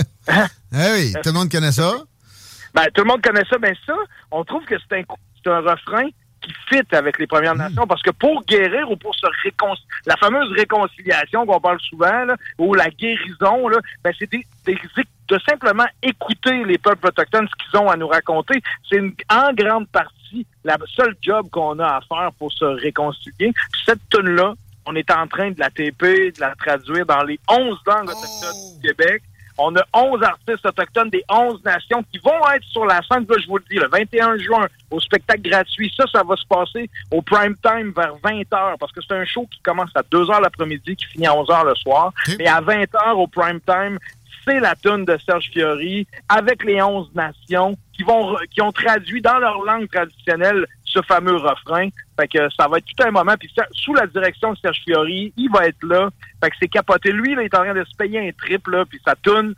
Oui, tout le monde connaît ça? Ben, tout le monde connaît ça. Ben ça, on trouve que c'est un refrain qui fit avec les Premières Nations, parce que pour guérir ou pour se la fameuse réconciliation qu'on parle souvent, là, ou la guérison, là, ben c'est de simplement écouter les peuples autochtones, ce qu'ils ont à nous raconter. C'est en grande partie la seule job qu'on a à faire pour se réconcilier. Puis cette tune-là, on est en train de la taper, de la traduire dans les 11 langues autochtones du Québec. On a 11 artistes autochtones des 11 nations qui vont être sur la scène, là, je vous le dis, le 21 juin, au spectacle gratuit. Ça va se passer au prime time vers 20h, parce que c'est un show qui commence à 2h l'après-midi, qui finit à 11h le soir. Mais à 20h au prime time, c'est la tune de Serge Fiori avec les 11 nations qui ont traduit dans leur langue traditionnelle ce fameux refrain. Fait que ça va être tout un moment. Puis sous la direction de Serge Fiori, il va être là. Fait que c'est capoté. Lui, là, il est en train de se payer un trip, là. Puis sa tune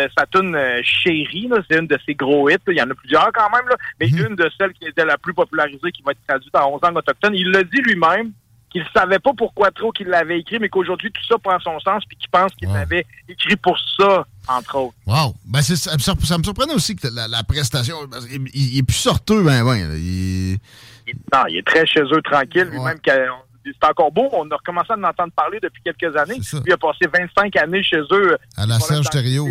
Chérie, là, c'est une de ses gros hits. Il y en a plusieurs quand même, là. Mais une de celles qui était la plus popularisée, qui va être traduite en 11 langues autochtones. Il l'a dit lui-même, qu'il savait pas pourquoi trop qu'il l'avait écrit, mais qu'aujourd'hui, tout ça prend son sens, puis qu'il pense qu'il l'avait écrit pour ça, entre autres. Wow! Ben, ça me surprenait aussi que la prestation, il est plus sorteux, il est très chez eux, tranquille, lui-même, c'est encore beau, on a recommencé à en entendre parler depuis quelques années. Lui, il a passé 25 années chez eux. À la Serge Thériault.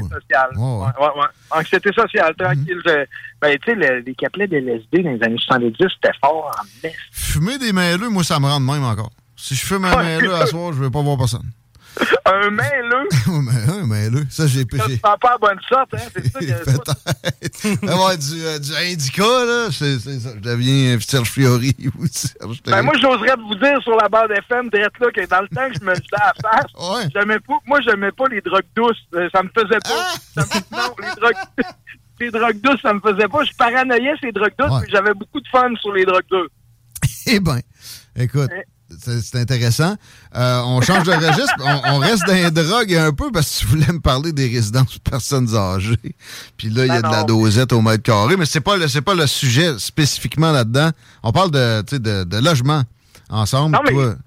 Anxiété sociale, tranquille. Ben, tu sais, les capelets des LSD dans les années 70, c'était fort en messe. Fumer des mailleux, moi, ça me rend de même encore. Si je fume un mailleux à soir, je vais pas voir personne. Un mailleux? Un mailleux. Ça, j'ai péché. Ça, tu sens pas à bonne sorte, hein? C'est ça peut-être. Avoir du indica, là, c'est ça. Je deviens Serge Fiori ou Serge Thériault. Ben, moi, j'oserais vous dire sur la barre FM, direct là, que dans le temps que je me jetais à la face, j'aimais pas les drogues douces. Ça me faisait pas. Non, les drogues douces, ça me faisait pas. Je paranoïais ces drogues douces, mais j'avais beaucoup de fun sur les drogues douces. Eh ben, écoute. C'est intéressant. On change de registre. On reste dans les drogues un peu parce que tu voulais me parler des résidences pour personnes âgées. Puis là, il y a de la dosette au mètre carré, mais c'est pas le sujet spécifiquement là-dedans. On parle de logement ensemble. Non, mais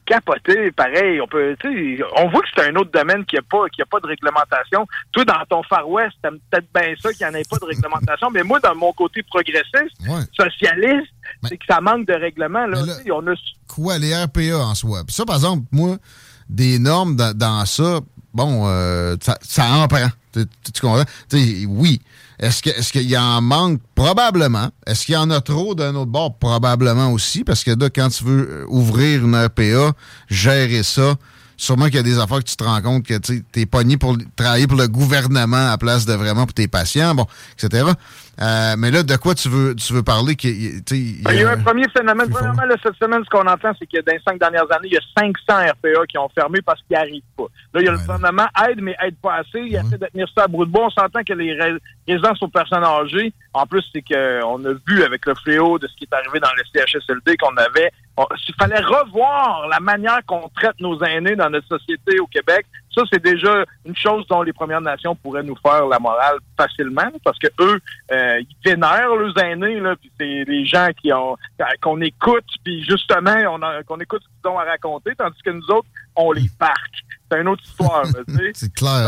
capoté, pareil. On voit que c'est un autre domaine qui a pas de réglementation. Toi, dans ton Far West, t'aimes peut-être bien ça qu'il n'y en ait pas de réglementation, mais moi, dans mon côté progressiste, socialiste, c'est que ça manque de règlement. Là, on a... Quoi, les RPA en soi? Puis ça, par exemple, moi, des normes dans ça, bon, ça en prend. Tu comprends? Oui. Est-ce qu'il y en manque? Probablement. Est-ce qu'il y en a trop d'un autre bord? Probablement aussi, parce que là, quand tu veux ouvrir une RPA, gérer ça, sûrement qu'il y a des affaires que tu te rends compte que tu es pogné pour travailler pour le gouvernement à la place de vraiment pour tes patients, bon, etc. Mais là, de quoi tu veux parler? Il y a eu un premier phénomène. Premièrement, là, cette semaine, ce qu'on entend, c'est que dans les 5 dernières années, il y a 500 RPA qui ont fermé parce qu'ils n'y arrivent pas. Là, il y a le gouvernement aide, mais aide pas assez. Il essaie de tenir ça à bout de bois. On s'entend que les résidences aux personnes âgées, en plus, c'est qu'on a vu avec le fléau de ce qui est arrivé dans le CHSLD qu'on avait. Il fallait revoir la manière qu'on traite nos aînés dans notre société au Québec. Ça, c'est déjà une chose dont les Premières Nations pourraient nous faire la morale facilement, parce que eux, ils vénèrent leurs aînés, là, puis c'est les gens qu'on écoute, puis justement, qu'on écoute ce qu'ils ont à raconter, tandis que nous autres, on les parque. C'est une autre histoire. C'est clair.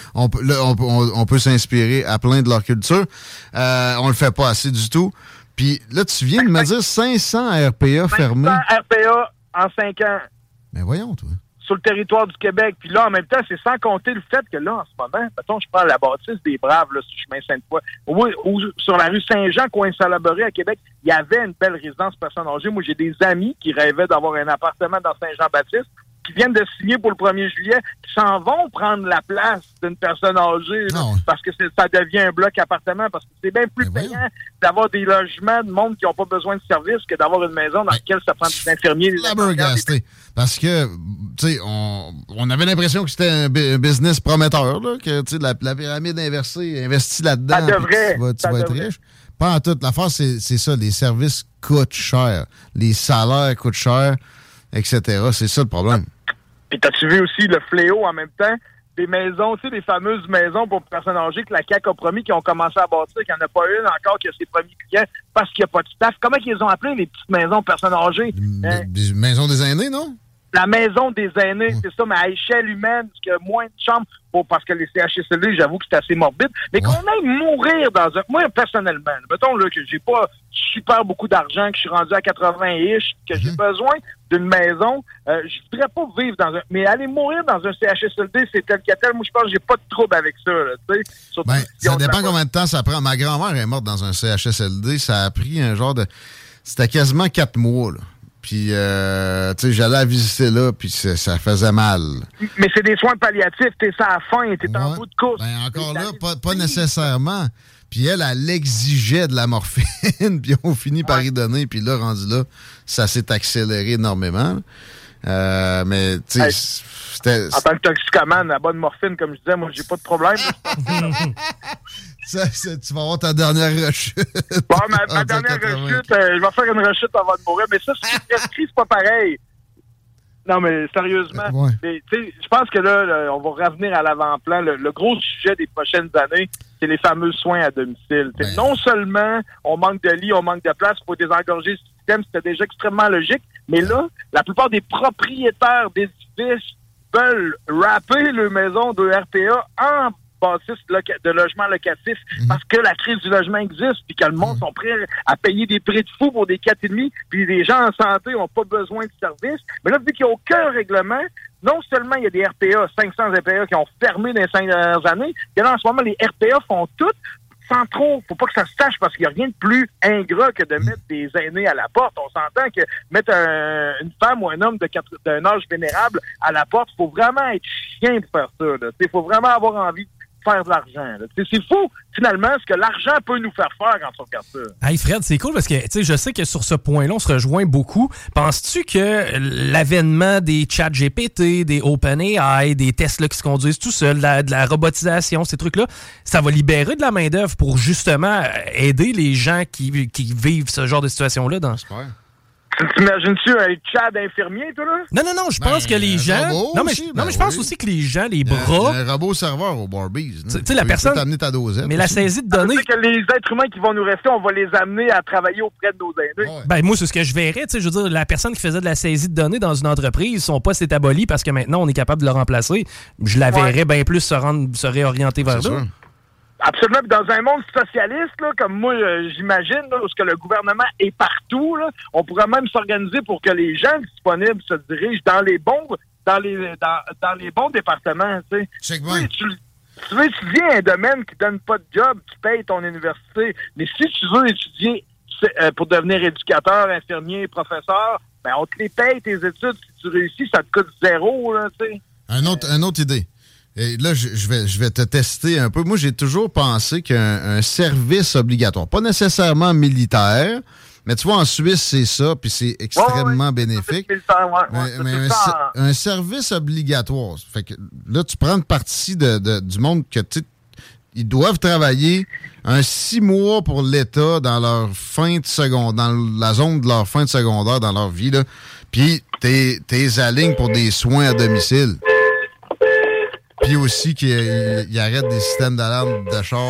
On peut s'inspirer à plein de leur culture. On le fait pas assez du tout. Puis là, tu viens de me dire 500 RPA fermés. 500 RPA en 5 ans. Mais voyons, toi. Sur le territoire du Québec. Puis là, en même temps, c'est sans compter le fait que là, en ce moment, mettons, je prends la bâtisse des Braves, là, sur le chemin Sainte-Foy, ou sur la rue Saint-Jean, coin Salaberry à Québec, il y avait une belle résidence personnes âgées. Moi, j'ai des amis qui rêvaient d'avoir un appartement dans Saint-Jean-Baptiste, qui viennent de signer pour le 1er juillet, qui s'en vont prendre la place d'une personne âgée, là, parce que ça devient un bloc appartement, parce que c'est bien plus payant d'avoir des logements de monde qui n'ont pas besoin de services que d'avoir une maison dans laquelle ça prend des infirmiers. Parce que, tu sais, on avait l'impression que c'était un business prometteur, là, que, tu sais, la pyramide inversée, investis là-dedans, tu vas être riche. Pas en tout. L'affaire, c'est ça, les services coûtent cher, les salaires coûtent cher, etc. C'est ça le problème. Puis t'as-tu vu aussi le fléau en même temps? Des maisons, tu sais, des fameuses maisons pour personnes âgées que la CAQ a promis, qui ont commencé à bâtir, qu'il n'y en a pas une encore, qui a ses premiers clients, parce qu'il n'y a pas de staff. Comment ils ont appelé les petites maisons personnes âgées? Des maisons des aînés, non? La maison des aînés, c'est ça, mais à échelle humaine, parce qu'il y a moins de chambres, parce que les CHSLD, j'avoue que c'est assez morbide, mais qu'on aille mourir dans un... Moi, personnellement, mettons là, que j'ai pas super beaucoup d'argent, que je suis rendu à 80-ish, que j'ai besoin d'une maison, je voudrais pas vivre dans un... Mais aller mourir dans un CHSLD, c'est tel que tel. Moi, je pense que j'ai pas de trouble avec ça, tu sais. Ça dépend combien de temps ça prend. Ma grand-mère est morte dans un CHSLD, ça a pris un genre de... C'était quasiment 4 mois, là. Puis, tu sais, j'allais la visiter là, puis ça faisait mal. Mais c'est des soins palliatifs. T'es sur la faim, t'es en bout de course. Ben, encore là, pas nécessairement. Puis elle exigeait de la morphine, puis on finit par y donner. Puis là, rendu là, ça s'est accéléré énormément. Mais, tu sais, c'était... En tant que toxicomane, la bonne morphine, comme je disais, moi, j'ai pas de problème. Tu vas avoir ta dernière rechute. Bon, ma dernière rechute, je vais faire une rechute avant de mourir. Mais ça, c'est pas pareil. Non, mais sérieusement, je pense que là, on va revenir à l'avant-plan. Le gros sujet des prochaines années, c'est les fameux soins à domicile. Non seulement on manque de lits, on manque de place pour désengorger le système, c'était déjà extrêmement logique, mais là, la plupart des propriétaires d'édifices veulent wrapper leur maison de RPA en bâtisse de logement locatif parce que la crise du logement existe puis que le monde sont prêts à payer des prix de fou pour des 4,5 puis les gens en santé n'ont pas besoin de services. Mais là, vu qu'il n'y a aucun règlement, non seulement il y a des RPA, 500 RPA qui ont fermé dans les 5 dernières années, mais là, en ce moment, les RPA font tout sans trop. Faut pas que ça se sache parce qu'il n'y a rien de plus ingrat que de mettre des aînés à la porte. On s'entend que mettre une femme ou un homme d'un âge vénérable à la porte, faut vraiment être chien pour faire ça. Il faut vraiment avoir envie de faire de l'argent. C'est fou, finalement, ce que l'argent peut nous faire quand on regarde ça. Hey Fred, c'est cool parce que je sais que sur ce point-là, on se rejoint beaucoup. Penses-tu que l'avènement des chats GPT, des OpenAI, des Tesla qui se conduisent tout seuls, de la robotisation, ces trucs-là, ça va libérer de la main-d'œuvre pour justement aider les gens qui vivent ce genre de situation-là dans... Tu t'imagines-tu un chat d'infirmier, toi, là? Non, je pense que les gens... Non, mais je pense aussi que les gens, les bras... Il y a un robot serveur au Barbies. Tu sais, la personne... t'amener ta dosette. Mais la saisie de données... C'est que les êtres humains qui vont nous rester, on va les amener à travailler auprès de nos aînés. Ouais. Ben, moi, c'est ce que je verrais. Tu sais, je veux dire, la personne qui faisait de la saisie de données dans une entreprise, son poste est aboli parce que maintenant, on est capable de le remplacer. Je la verrais bien plus se réorienter vers là. Absolument. Puis dans un monde socialiste, là, comme moi, j'imagine, là, où le gouvernement est partout, là, on pourrait même s'organiser pour que les gens disponibles se dirigent dans les bons départements. Tu sais. Tu veux étudier un domaine qui donne pas de job, qui paye ton université, mais si tu veux étudier pour devenir éducateur, infirmier, professeur, ben on te les paye tes études. Si tu réussis, ça te coûte 0, là, tu sais. Une autre idée. Et là, je vais te tester un peu. Moi, j'ai toujours pensé qu'un service obligatoire, pas nécessairement militaire, mais tu vois, en Suisse, c'est ça, puis c'est extrêmement bénéfique. Mais un service obligatoire, fait que là, tu prends une partie du monde que ils doivent travailler 6 mois pour l'État dans leur fin de secondaire, dans la zone de leur fin de secondaire dans leur vie, là. Puis t'es alignes pour des soins à domicile. Puis aussi qu'il arrête des systèmes d'alarme de char.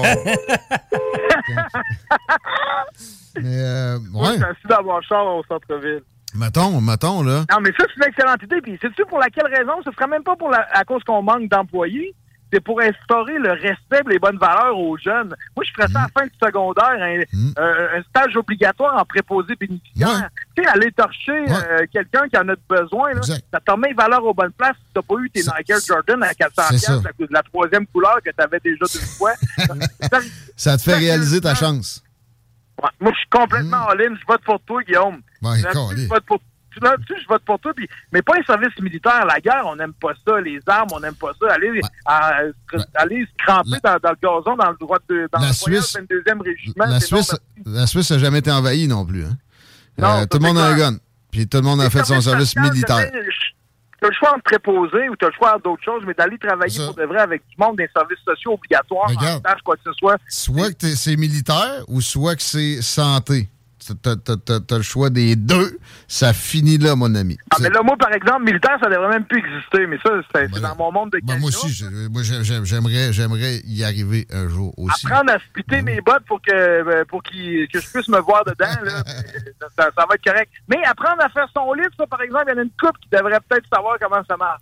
Mais, Moi, je suis assis dans mon char au centre-ville. Mettons, là. Non, mais ça, c'est une excellente idée. Puis, sais-tu pour laquelle raison? Ce serait même pas à cause qu'on manque d'employés. C'est pour instaurer le respect et les bonnes valeurs aux jeunes. Moi, je ferais ça à la fin du secondaire, un stage obligatoire en préposé bénéficiaire. Tu sais, aller torcher quelqu'un qui en a besoin, là, ça te remet les valeurs aux bonnes places si tu n'as pas eu tes Nike Jordan à 400$ de la troisième couleur que tu avais déjà d'une fois. Ça te fait réaliser ta chance. Ouais, moi, je suis complètement all-in. Je vote pour toi, Guillaume. Je vote pour là-dessus, je vote pour toi, mais pas un service militaire. La guerre, on n'aime pas ça. Les armes, on n'aime pas ça. Aller se cramper dans le gazon, dans le droit dans le 22e régiment. La Suisse n'a jamais été envahie non plus. Hein? Non, tout le monde a un gun. Puis tout le monde a fait son service militaire. Tu as le choix entre préposer ou tu as le choix d'autres choses, mais d'aller travailler pour de vrai avec du monde des services sociaux obligatoires, en stage, quoi que ce soit. Soit que c'est militaire ou soit que c'est santé. T'as le choix des deux. Ça finit là, mon ami. Mais là, moi, par exemple, militaire, ça devrait même plus exister. Mais ça, c'est dans mon monde de moi aussi, j'aimerais y arriver un jour aussi. Apprendre à splitter mes bottes pour que je puisse me voir dedans, là, ça va être correct. Mais apprendre à faire son lit, ça, par exemple, il y en a une couple qui devrait peut-être savoir comment ça marche.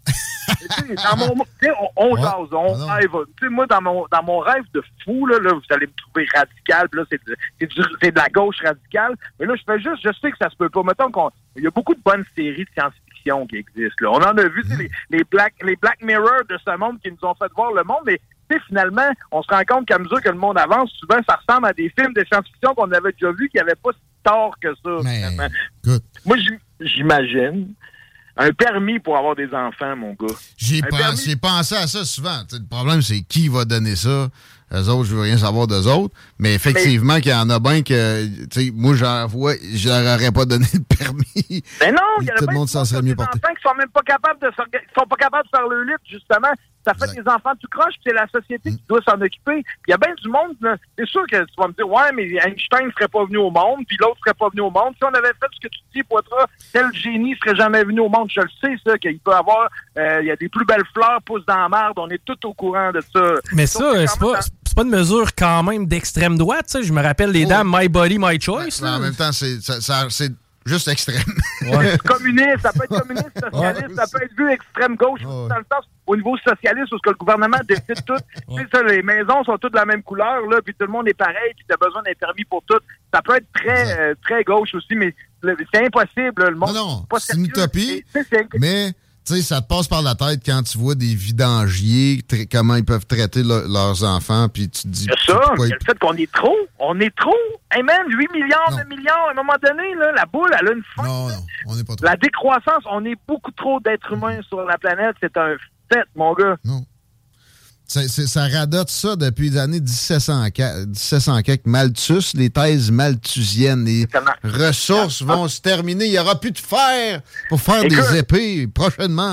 On jase, on rêve. Moi, dans mon rêve de fou, là, vous allez me trouver radical. Là, c'est de la gauche radicale. Mais là, je sais que ça se peut pas. Mettons il y a beaucoup de bonnes séries de science-fiction qui existent. Là. On en a vu les Black Mirror de ce monde qui nous ont fait voir le monde, mais finalement, on se rend compte qu'à mesure que le monde avance, souvent, ça ressemble à des films de science-fiction qu'on avait déjà vus qui n'avaient pas si tort que ça. Moi, j'imagine un permis pour avoir des enfants, mon gars. J'ai pensé à ça souvent. T'sais, le problème, c'est qui va donner ça. Eux autres, je veux rien savoir d'eux autres. Mais effectivement, qu'il y en a bien que... Moi, je leur aurais pas donné le permis. Mais non, il y a tout le monde s'en serait mieux porté. Des enfants qui sont même pas capables de faire le lit, justement. Ça fait des enfants tout croche, puis c'est la société qui doit s'en occuper. Il y a bien du monde, là. C'est sûr que tu vas me dire, ouais, mais Einstein ne serait pas venu au monde, puis l'autre serait pas venu au monde. Si on avait fait ce que tu dis, Poitras, tel génie serait jamais venu au monde. Je le sais, ça, qu'il peut avoir, il y a des plus belles fleurs poussent dans la marde. On est tout au courant de ça. Mais ça, c'est pas une mesure quand même d'extrême droite, ça. Je me rappelle les dames My Body, My Choice. En même temps, c'est juste extrême. Communiste, ça peut être communiste, socialiste, ça peut être vu extrême gauche, dans le sens au niveau socialiste, où le gouvernement décide tout. Tu sais, ça, les maisons sont toutes de la même couleur, là, puis tout le monde est pareil, puis tu as besoin d'un permis pour tout. Ça peut être très, très gauche aussi, mais c'est impossible. Le monde, non, c'est une utopie, mais... Tu sais, ça te passe par la tête quand tu vois des vidangiers, comment ils peuvent traiter leurs enfants, puis tu te dis... C'est ça, il y a le fait qu'on est trop. On est trop. Hey man, 8 milliards, 9 milliards, à un moment donné, là, la boule, elle a une fin. Non, on n'est pas trop. La décroissance, on est beaucoup trop d'êtres humains sur la planète. C'est un fait, mon gars. Non. Ça radote ça depuis les années 1700 quelques. Malthus, les thèses malthusiennes, les ressources vont se terminer. Il n'y aura plus de fer pour faire des épées prochainement.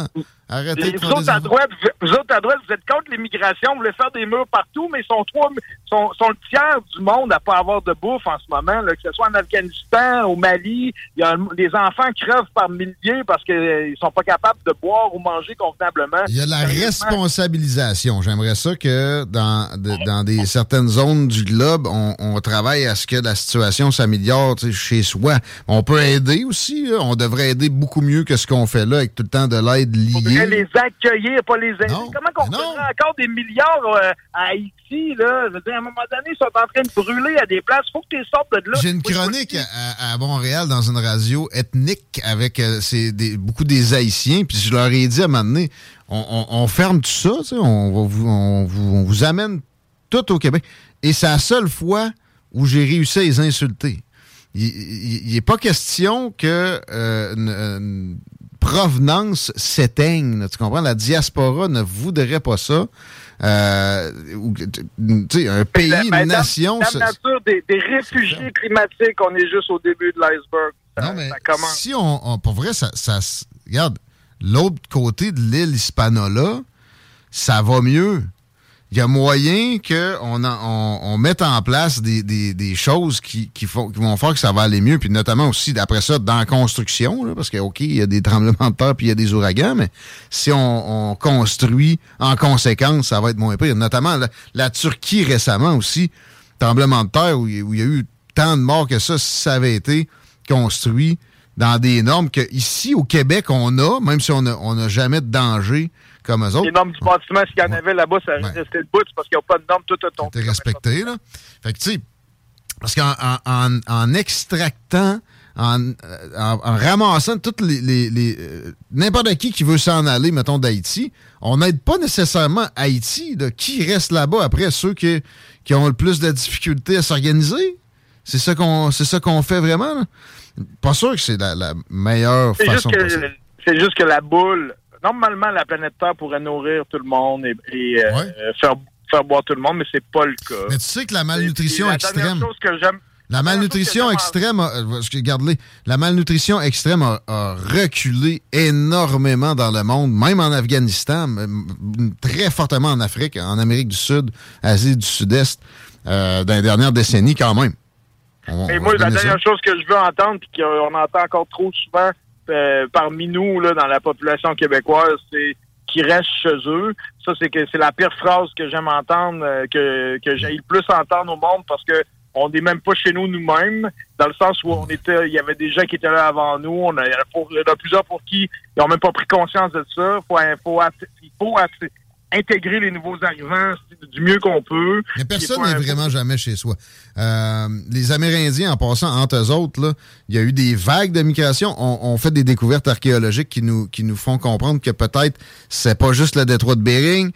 Arrêtez de vous autres, à droite, vous êtes contre l'immigration, vous voulez faire des murs partout, mais ils sont le tiers du monde à pas avoir de bouffe en ce moment, là, que ce soit en Afghanistan, au Mali. Il y a les enfants crevent par milliers parce qu'ils sont pas capables de boire ou manger convenablement. Il y a la responsabilisation. J'aimerais ça que dans certaines zones du globe, on travaille à ce que la situation s'améliore chez soi. On peut aider aussi. Là. On devrait aider beaucoup mieux que ce qu'on fait là avec tout le temps de l'aide liée. Les accueillir, pas les aider. Comment qu'on ferait encore des milliards à Haïti, là? Je veux dire, à un moment donné, ils sont en train de brûler à des places. Faut que tu sortes de là. J'ai une chronique à Montréal dans une radio ethnique avec beaucoup des Haïtiens, puis je leur ai dit à un moment donné, on ferme tout ça, on vous amène tout au Québec. Et c'est la seule fois où j'ai réussi à les insulter. Il n'est pas question que provenance s'éteigne. Tu comprends? La diaspora ne voudrait pas ça. Un pays, une nation... La nature des réfugiés climatiques, on est juste au début de l'iceberg. Non, mais si pour vrai, ça regarde, l'autre côté de l'île Hispaniola, ça va mieux. Il y a moyen qu'on mette en place des choses qui vont faire que ça va aller mieux, puis notamment aussi, d'après ça, dans la construction, là, parce que, OK, il y a des tremblements de terre puis il y a des ouragans, mais si on construit en conséquence, ça va être moins pire. Notamment, la Turquie, récemment aussi, tremblement de terre où il y a eu tant de morts que ça, si ça avait été construit dans des normes qu'ici, au Québec, on a, même si on n'a jamais de danger comme eux autres. Les normes du bâtiment, s'il y en avait là-bas, ça restait le bout, parce qu'il n'y a pas de normes, tout a tombé. C'était respecté, là. Fait que, tu sais, parce qu'en extractant, en ramassant toutes n'importe qui veut s'en aller, mettons, d'Haïti, on n'aide pas nécessairement Haïti, là. Qui reste là-bas après ceux qui ont le plus de difficultés à s'organiser? C'est ça qu'on fait vraiment, là. Pas sûr que c'est la meilleure façon possible. C'est juste que la boule... Normalement, la planète Terre pourrait nourrir tout le monde et faire boire tout le monde, mais c'est pas le cas. Mais tu sais que la malnutrition extrême... La malnutrition extrême, la malnutrition extrême a reculé énormément dans le monde, même en Afghanistan, très fortement en Afrique, en Amérique du Sud, Asie du Sud-Est, dans les dernières décennies quand même. Et moi, la dernière chose que je veux entendre, puis qu'on entend encore trop souvent parmi nous, là, dans la population québécoise, c'est qu'ils restent chez eux. Ça, c'est la pire phrase que j'aime entendre, que j'ai le plus entendre au monde, parce que on n'est même pas chez nous-mêmes, dans le sens où il y avait des gens qui étaient là avant nous. Il y en a plusieurs pour qui ils n'ont même pas pris conscience de ça. Il faut intégrer les nouveaux arrivants du mieux qu'on peut. Mais personne n'est vraiment jamais chez soi. Les Amérindiens, en passant entre eux autres, là, il y a eu des vagues de migration. On fait des découvertes archéologiques qui nous font comprendre que peut-être c'est pas juste le détroit de Bering.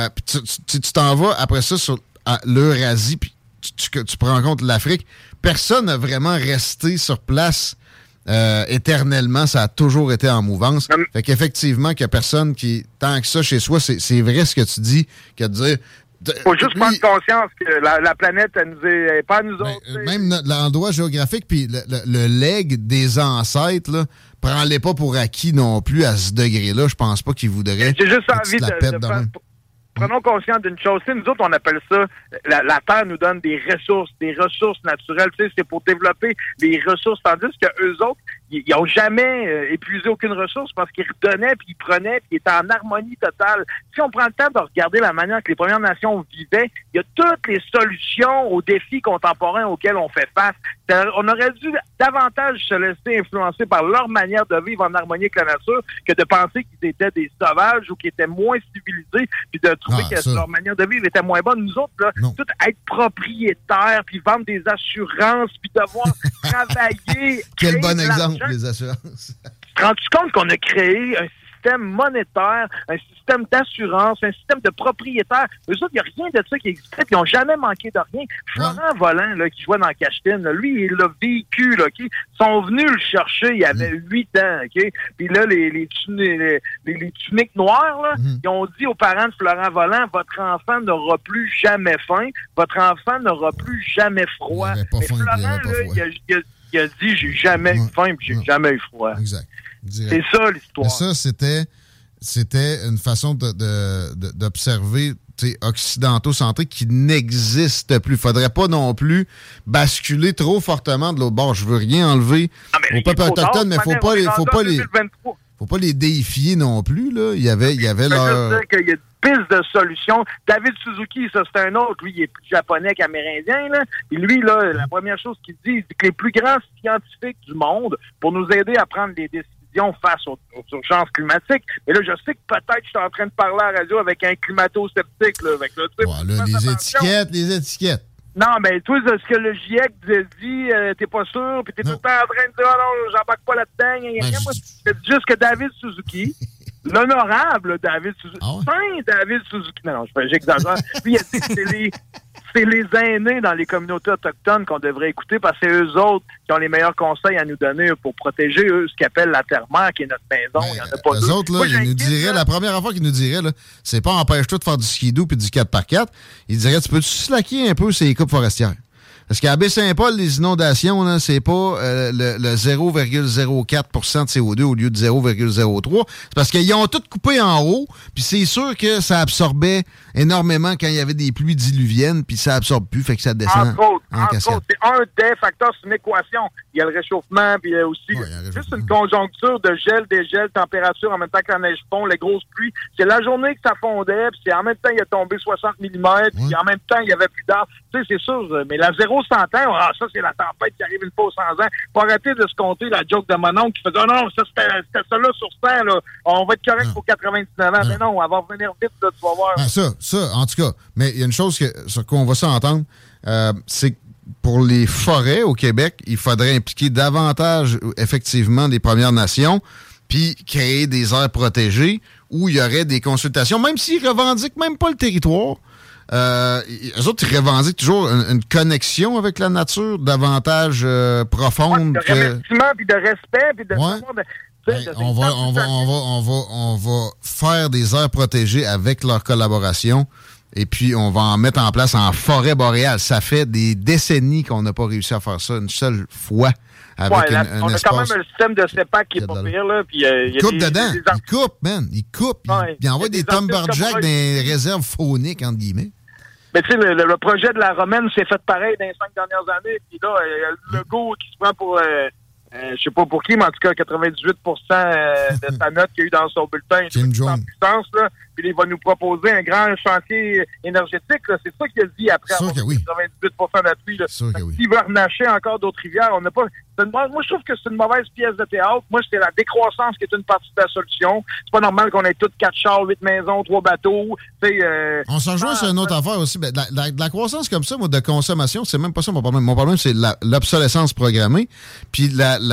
Tu t'en vas après ça sur l'Eurasie, puis tu prends en compte l'Afrique. Personne n'a vraiment resté sur place éternellement. Ça a toujours été en mouvance. Fait qu'effectivement, qu'il y a personne qui, tant que ça chez soi, c'est vrai ce que tu dis, que de dire... Faut juste prendre conscience que la planète, elle est pas à nous autres. Même l'endroit géographique, puis le legs des ancêtres, là, prends-les pas pour acquis non plus à ce degré-là. Je pense pas qu'ils voudraient... J'ai juste envie de faire... Prenons conscience d'une chose. Nous autres, on appelle ça, la Terre nous donne des ressources naturelles. Tu sais, c'est pour développer des ressources, tandis qu'eux autres, ils n'ont jamais épuisé aucune ressource parce qu'ils redonnaient, puis ils prenaient, puis ils étaient en harmonie totale. Si on prend le temps de regarder la manière que les Premières Nations vivaient, il y a toutes les solutions aux défis contemporains auxquels on fait face. On aurait dû davantage se laisser influencer par leur manière de vivre en harmonie avec la nature que de penser qu'ils étaient des sauvages ou qu'ils étaient moins civilisés, puis de trouver que leur manière de vivre était moins bonne. Nous autres, là, tout être propriétaires, puis vendre des assurances, puis devoir travailler. Quel bon exemple, les assurances. Tu te rends-tu compte qu'on a créé un système monétaire, un système d'assurance, un système de propriétaires? Eux autres, il n'y a rien de ça qui existait, puis ils n'ont jamais manqué de rien. Florent Volant, là, qui jouait dans Cachetine, là, lui, il l'a vécu, là, ils sont venus le chercher, il avait 8 ans, OK? Puis là, les tuniques noires, là, ils ont dit aux parents de Florent Volant, votre enfant n'aura plus jamais faim, votre enfant n'aura plus jamais froid. Mais Florent, là, il a dit, j'ai jamais eu faim, puis j'ai jamais eu froid. Exact. C'est ça, l'histoire. Mais ça, c'était c'était une façon d'observer occidentaux-centrés qui n'existe plus. Faudrait pas non plus basculer trop fortement de l'autre bord. Je veux rien enlever au peuple autochtone, mais faut pas les déifier non plus. Là. Il y avait leur... Je veux dire qu'il y a une piste de solution. David Suzuki, ça c'est un autre. Lui, il est plus japonais qu'amérindien. Là. Et lui, là, la première chose qu'il dit, il dit que les plus grands scientifiques du monde, pour nous aider à prendre des décisions face aux urgences climatiques. Mais là, je sais que peut-être je suis en train de parler à la radio avec un climato-sceptique. Là, les étiquettes. Non, mais toi, ce que le GIEC dit, t'es pas sûr, puis t'es tout le temps en train de dire, oh non, j'embarque pas là-dedans. C'est juste que David Suzuki, l'honorable David Suzuki, David Suzuki, non, j'exagère. Lui, il a dit que c'est les aînés dans les communautés autochtones qu'on devrait écouter parce que c'est eux autres qui ont les meilleurs conseils à nous donner pour protéger, eux, ce qu'ils appellent la terre-mère, qui est notre maison. Il y en a pas eux autres, là, ils nous diraient, la première affaire qu'ils nous diraient, là, c'est pas empêche-toi de faire du skidoo puis du 4x4. Ils diraient, tu peux-tu slacker un peu ces coupes forestières? Parce qu'à Baie-Saint-Paul, les inondations, là, c'est pas le 0,04% de CO2 au lieu de 0,03. C'est parce qu'ils ont tout coupé en haut, puis c'est sûr que ça absorbait énormément quand il y avait des pluies diluviennes, puis ça absorbe plus, fait que ça descend en cascade. C'est un des facteurs, c'est une équation. Il y a le réchauffement, puis il y a aussi juste une conjoncture de gel, dégel, température, en même temps que la neige fond, les grosses pluies. C'est la journée que ça fondait, puis c'est en même temps il a tombé 60 mm, puis en même temps il y avait plus d'arbres. Tu sais, c'est sûr, mais la 0-100 ans, ça c'est la tempête qui arrive une fois aux 100 ans. Faut arrêter de se compter la joke de mon oncle qui faisait non, ça c'était ça là sur 100, là. On va être correct pour 99 ans. Mais non, on va revenir vite, là, tu vas voir. Ça, en tout cas. Mais il y a une chose sur qu'on va s'entendre, c'est que pour les forêts au Québec, il faudrait impliquer davantage, effectivement, des Premières Nations, puis créer des aires protégées où il y aurait des consultations, même s'ils revendiquent même pas le territoire. Eux autres, ils revendiquent toujours une connexion avec la nature davantage profonde. De remerciement, puis de respect, puis de... On va faire des aires protégées avec leur collaboration et puis on va en mettre en place en forêt boréale. Ça fait des décennies qu'on n'a pas réussi à faire ça une seule fois. Avec on a quand même un système de CEPAC qui est pas pire. Là, puis, il coupe dedans. Il coupe, man. Il coupe. Il envoie des lumberjacks dans les réserves fauniques, entre guillemets. Mais tu sais, le projet de la Romaine s'est fait pareil dans les 5 dernières années. Puis là, le go qui se prend pour... je sais pas pour qui, mais en tout cas, 98% de sa note qu'il y a eu dans son bulletin. Kim Jong. Puissance, là. Puis il va nous proposer un grand chantier énergétique. Là. C'est ça qu'il a dit après avoir 98% d'appui. S'il veut renacher encore d'autres rivières, on n'a pas... Moi, je trouve que c'est une mauvaise pièce de théâtre. Moi, c'est la décroissance qui est une partie de la solution. C'est pas normal qu'on ait toutes 4 chars, 8 maisons, 3 bateaux. On s'en rejoint sur une autre affaire aussi. Ben, la croissance comme ça, moi, de consommation, c'est même pas ça mon problème. Mon problème, c'est l'obsolescence programmée. Puis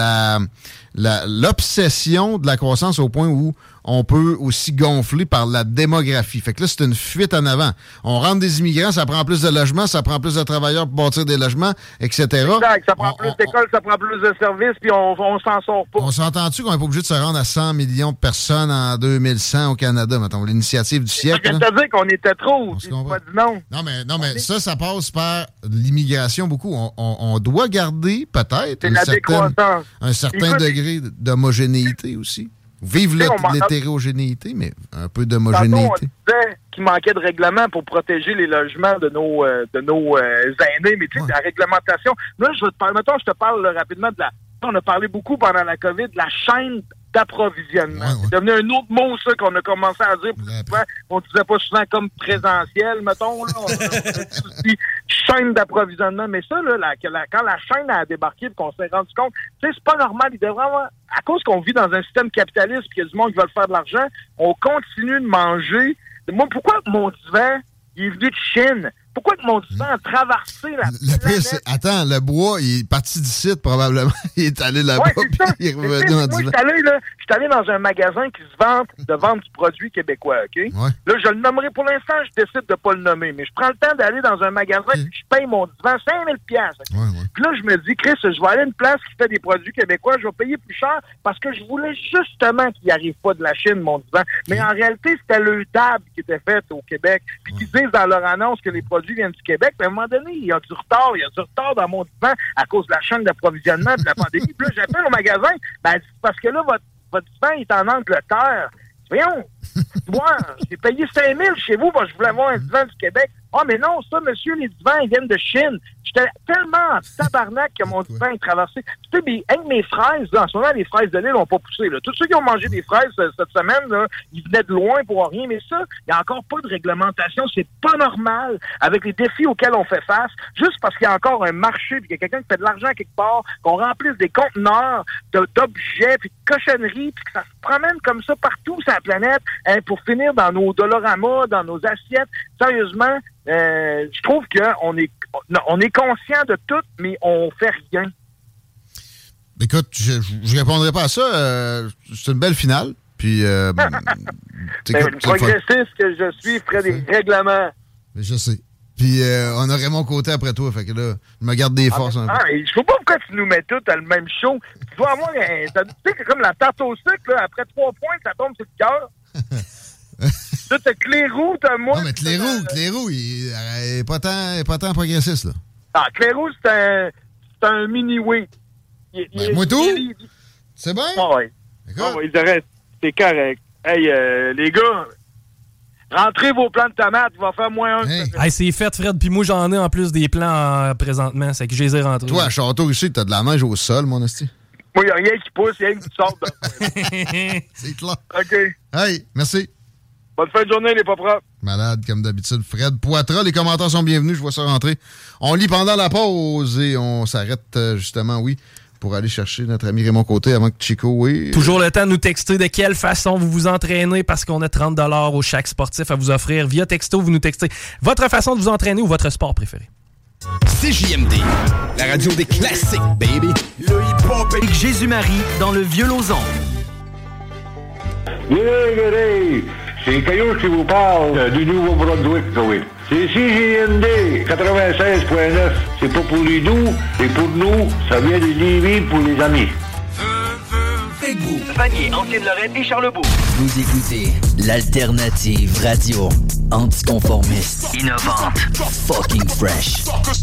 l'obsession de la croissance au point où on peut aussi gonfler par la démographie. Fait que là, c'est une fuite en avant. On rentre des immigrants, ça prend plus de logements, ça prend plus de travailleurs pour bâtir des logements, etc. Exact, ça prend plus d'écoles, ça prend plus de services, puis on s'en sort pas. On s'entend-tu qu'on n'est pas obligé de se rendre à 100 millions de personnes en 2100 au Canada, mettons, l'initiative du siècle? Je viens de te dire qu'on était trop, tu pas dit non. Non, mais ça passe par l'immigration beaucoup. On doit garder peut-être un certain degré d'homogénéité aussi. Vive l'hétérogénéité, mais un peu d'homogénéité. On disait qu'il manquait de règlements pour protéger les logements de nos aînés, mais tu sais, la réglementation. Là, je te parle rapidement de la... On a parlé beaucoup pendant la COVID de la chaîne d'approvisionnement. C'est devenu un autre mot, ça, qu'on a commencé à dire. On disait pas souvent comme présentiel, mettons. Là. On dit chaîne d'approvisionnement. Mais ça, là, quand la chaîne a débarqué et qu'on s'est rendu compte, tu sais, c'est pas normal. Il devrait avoir... À cause qu'on vit dans un système capitaliste et qu'il y a du monde qui veut faire de l'argent, on continue de manger. Moi, pourquoi mon divan, il est venu de Chine? Pourquoi que mon divan a traversé la planète? Attends, le bois, il est parti d'ici, probablement. Il est allé là-bas, puis il est revenu en divan. Je suis allé dans un magasin qui se vante de vendre du produit québécois, OK? Ouais. Là, je le nommerai pour l'instant, je décide de pas le nommer, mais je prends le temps d'aller dans un magasin et je paye mon divan 5 000 $. Puis là, je me dis, Chris, je vais aller à une place qui fait des produits québécois, je vais payer plus cher parce que je voulais justement qu'il n'y arrive pas de la Chine, mon divan. Mais en réalité, c'était le table qui était faite au Québec, puis qui disent dans leur annonce que les produits viennent du Québec. Puis à un moment donné, il y a du retard dans mon divan à cause de la chaîne d'approvisionnement et de la pandémie. Puis là, j'appelle au magasin, c'est parce que là, votre divan est en Angleterre. Voyons, moi, j'ai payé 5 000 chez vous parce que je voulais avoir un divan du Québec. Ah, mais non, ça, monsieur, les divans, ils viennent de Chine. J'étais tellement en tabarnak que mon divan est traversé. Tu sais, avec mes fraises, là, en ce moment, les fraises de l'île n'ont pas poussé. Là. Tous ceux qui ont mangé des fraises cette semaine, là, ils venaient de loin pour rien. Mais ça, il n'y a encore pas de réglementation. C'est pas normal avec les défis auxquels on fait face. Juste parce qu'il y a encore un marché, puis qu'il y a quelqu'un qui fait de l'argent quelque part, qu'on remplisse des conteneurs d'objets, puis de cochonneries, puis que ça se promène comme ça partout sur la planète, hein, pour finir dans nos doloramas, dans nos assiettes. Sérieusement, je trouve qu'on est conscient de tout, mais on fait rien. Écoute, je répondrai pas à ça. C'est une belle finale. Puis, le progressiste que je suis ferait des règlements. Je sais. Puis, on a Raymond Côté après toi. Fait que là, je me garde des forces un peu. Je sais pas pourquoi tu nous mets tous à le même show. Tu dois avoir tu sais, c'est comme la tarte au sucre, là, après 3 points, ça tombe sur le cœur. Là, t'as Clérou, t'as moi. Non, mais Clérou, il est pas tant progressiste, là. Ah, Clérou, c'est un mini-oui. Moi tout? C'est bon? Ah, oui. Il dirait, c'est correct. Hey, les gars, rentrez vos plants de tomates, il va faire moins 1. Hey, c'est fait, Fred, puis moi, j'en ai en plus des plans présentement, c'est que je les ai rentrés. Toi, à Château, ici, t'as de la neige au sol, mon esti. Moi, il n'y a rien qui pousse, il y a rien qui sort. C'est clair. OK. Hey, merci. Bonne fin de journée, les papas. Malade, comme d'habitude. Fred Poitras, les commentaires sont bienvenus, je vois ça rentrer. On lit pendant la pause et on s'arrête justement, oui, pour aller chercher notre ami Raymond Côté avant que Chico, oui. Toujours le temps de nous texter de quelle façon vous vous entraînez parce qu'on a 30$ au chaque sportif à vous offrir. Via texto, vous nous textez votre façon de vous entraîner ou votre sport préféré. CJMD, la radio des classiques, baby. Le hip-hop avec Jésus-Marie dans le Vieux-Lauzon. C'est Caillou qui vous parle du Nouveau-Brunswick, oui. C'est CJMD 96.9. C'est pas pour les doux, c'est pour nous. Ça vient de Lévis pour les amis. Vanier, Ancienne-Lorraine et Charlebourg. Vous écoutez l'alternative radio anticonformiste, innovante, fucking fresh.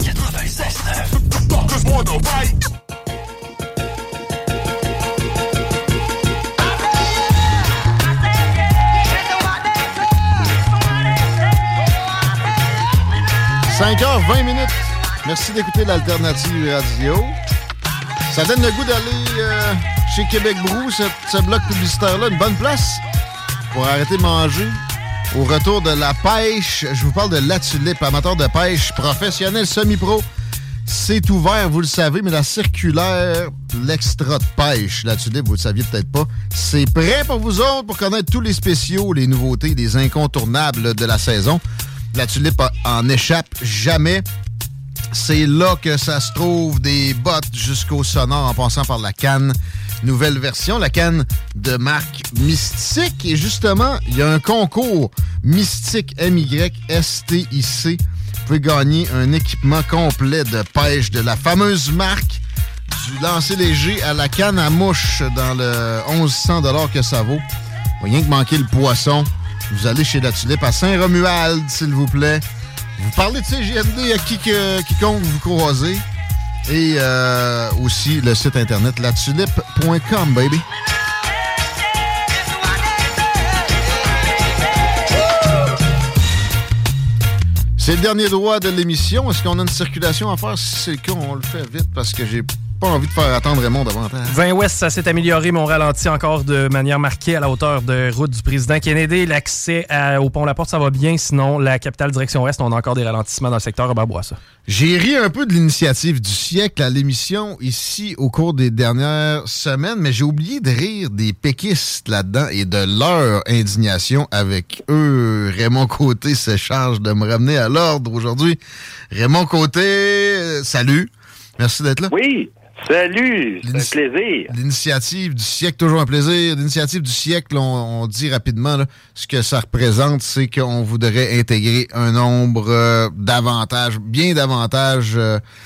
96.9. « 5h20. Merci d'écouter l'Alternative Radio. Ça donne le goût d'aller chez Québec Brou, ce bloc publicitaire-là. Une bonne place pour arrêter de manger. Au retour de la pêche, je vous parle de La Tulipe, amateur de pêche professionnel, semi-pro. C'est ouvert, vous le savez, mais la circulaire, l'extra de pêche, La Tulipe, vous le saviez peut-être pas, c'est prêt pour vous autres pour connaître tous les spéciaux, les nouveautés, les incontournables de la saison. La Tulipe en échappe jamais. C'est là que ça se trouve, des bottes jusqu'au sonore en passant par la canne. Nouvelle version, la canne de marque Mystique. Et justement, il y a un concours Mystique MYSTIC. Vous pouvez gagner un équipement complet de pêche de la fameuse marque, du lancer léger à la canne à mouche dans le 1100$ que ça vaut. Rien que manquer le poisson. Vous allez chez La Tulipe à Saint-Romuald, s'il vous plaît. Vous parlez de CJMD à quiconque vous croisez. Et aussi le site internet latulipe.com, baby. C'est le dernier droit de l'émission. Est-ce qu'on a une circulation à faire? Si c'est le cas, on le fait vite parce que j'ai pas envie de faire attendre Raymond davantage. 20 Ouest, ça s'est amélioré, mais on ralentit encore de manière marquée à la hauteur de route du président Kennedy. L'accès au pont La Porte, ça va bien. Sinon, la capitale direction Ouest, on a encore des ralentissements dans le secteur Robert-Bourassa. J'ai ri un peu de l'initiative du siècle à l'émission ici au cours des dernières semaines, mais j'ai oublié de rire des péquistes là-dedans et de leur indignation avec eux. Raymond Côté se charge de me ramener à l'ordre aujourd'hui. Raymond Côté, salut. Merci d'être là. Oui. Salut, c'est un plaisir. L'initiative du siècle, toujours un plaisir. L'initiative du siècle, on dit rapidement, là, ce que ça représente, c'est qu'on voudrait intégrer un nombre bien davantage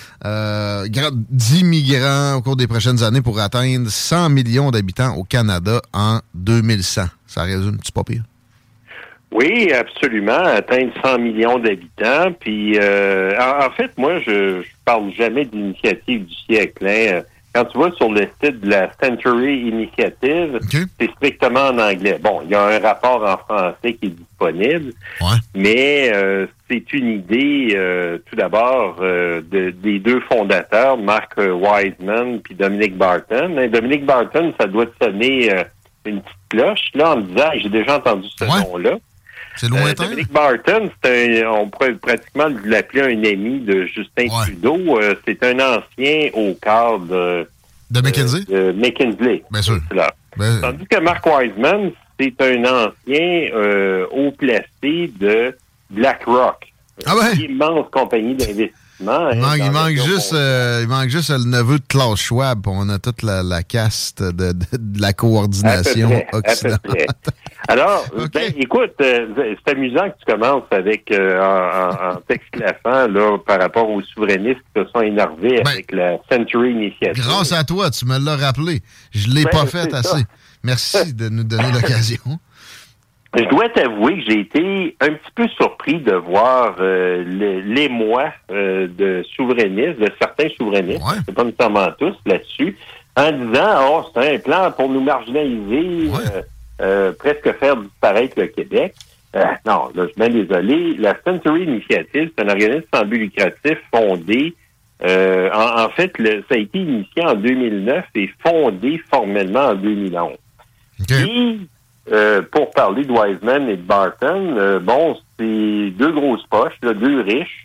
10 migrants au cours des prochaines années pour atteindre 100 millions d'habitants au Canada en 2100. Ça résume-tu pas pire? Oui, absolument. Atteindre 100 millions d'habitants. Puis, en fait, moi, je parle jamais d'initiative du siècle. Hein. quand tu vas sur le site de la Century Initiative, c'est strictement en anglais. Bon, il y a un rapport en français qui est disponible, mais c'est une idée, tout d'abord, des deux fondateurs, Mark Wiseman puis Dominic Barton. Dominic Barton, ça doit te sonner une petite cloche, là, en me disant, j'ai déjà entendu ce nom-là. C'est lointain. Dominic Barton, on pourrait pratiquement l'appeler un ami de Justin Trudeau. C'est un ancien au cadre de McKinsey. McKinsey. Bien sûr. Tandis que Mark Wiseman, c'est un ancien haut placé de BlackRock. Une immense compagnie d'investissement. Il manque juste le neveu de Klaus Schwab. On a toute la caste de la coordination occidentale. Alors, écoute, c'est amusant que tu commences avec en t'exclassant là par rapport aux souverainistes qui se sont énervés avec la Century Initiative. Grâce à toi, tu me l'as rappelé. Je l'ai pas fait assez. Merci de nous donner l'occasion. Je dois t'avouer que j'ai été un petit peu surpris de voir l'émoi de souverainistes, de certains souverainistes, c'est pas nécessairement tous là-dessus, en disant « c'est un plan pour nous marginaliser, presque faire disparaître le Québec ». Non, là, je suis bien désolé. La Century Initiative, c'est un organisme sans but lucratif fondé, en fait, ça a été initié en 2009 et fondé formellement en 2011. Et, pour parler de Wiseman et de Barton, c'est deux grosses poches, là, deux riches,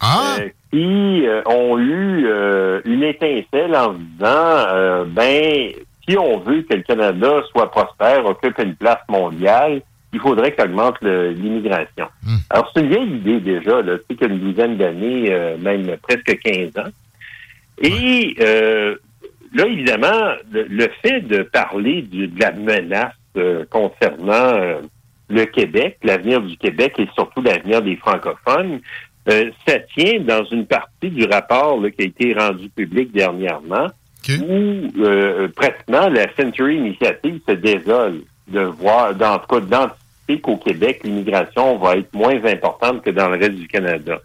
qui ont eu une étincelle en se disant, si on veut que le Canada soit prospère, occupe une place mondiale, il faudrait qu'augmente l'immigration. Alors, c'est une vieille idée déjà, là, tu sais, qu'il y a une douzaine d'années, même presque 15 ans. Et là, évidemment, le fait de parler de la menace concernant le Québec, l'avenir du Québec et surtout l'avenir des francophones, ça tient dans une partie du rapport là, qui a été rendu public dernièrement, où pratiquement la Century Initiative se désole de voir, en tout cas d'anticiper qu'au Québec, l'immigration va être moins importante que dans le reste du Canada.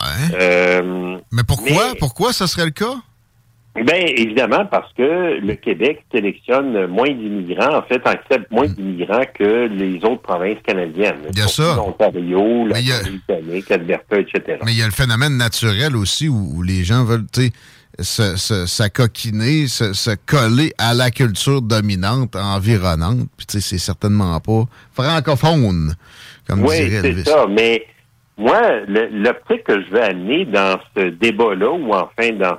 Mais pourquoi ça serait le cas? Bien, évidemment, parce que le Québec sélectionne moins d'immigrants, en fait, accepte moins d'immigrants que les autres provinces canadiennes. Il y a ça. L'Ontario, la Colombie-Britannique, l'Alberta, etc. Mais il y a le phénomène naturel aussi où les gens veulent, tu sais, s'acoquiner, se coller à la culture dominante, environnante. Puis, tu sais, c'est certainement pas francophone, comme dirait Elvis. Oui, c'est ça, mais... Moi, l'optique que je veux amener dans ce débat-là, ou enfin dans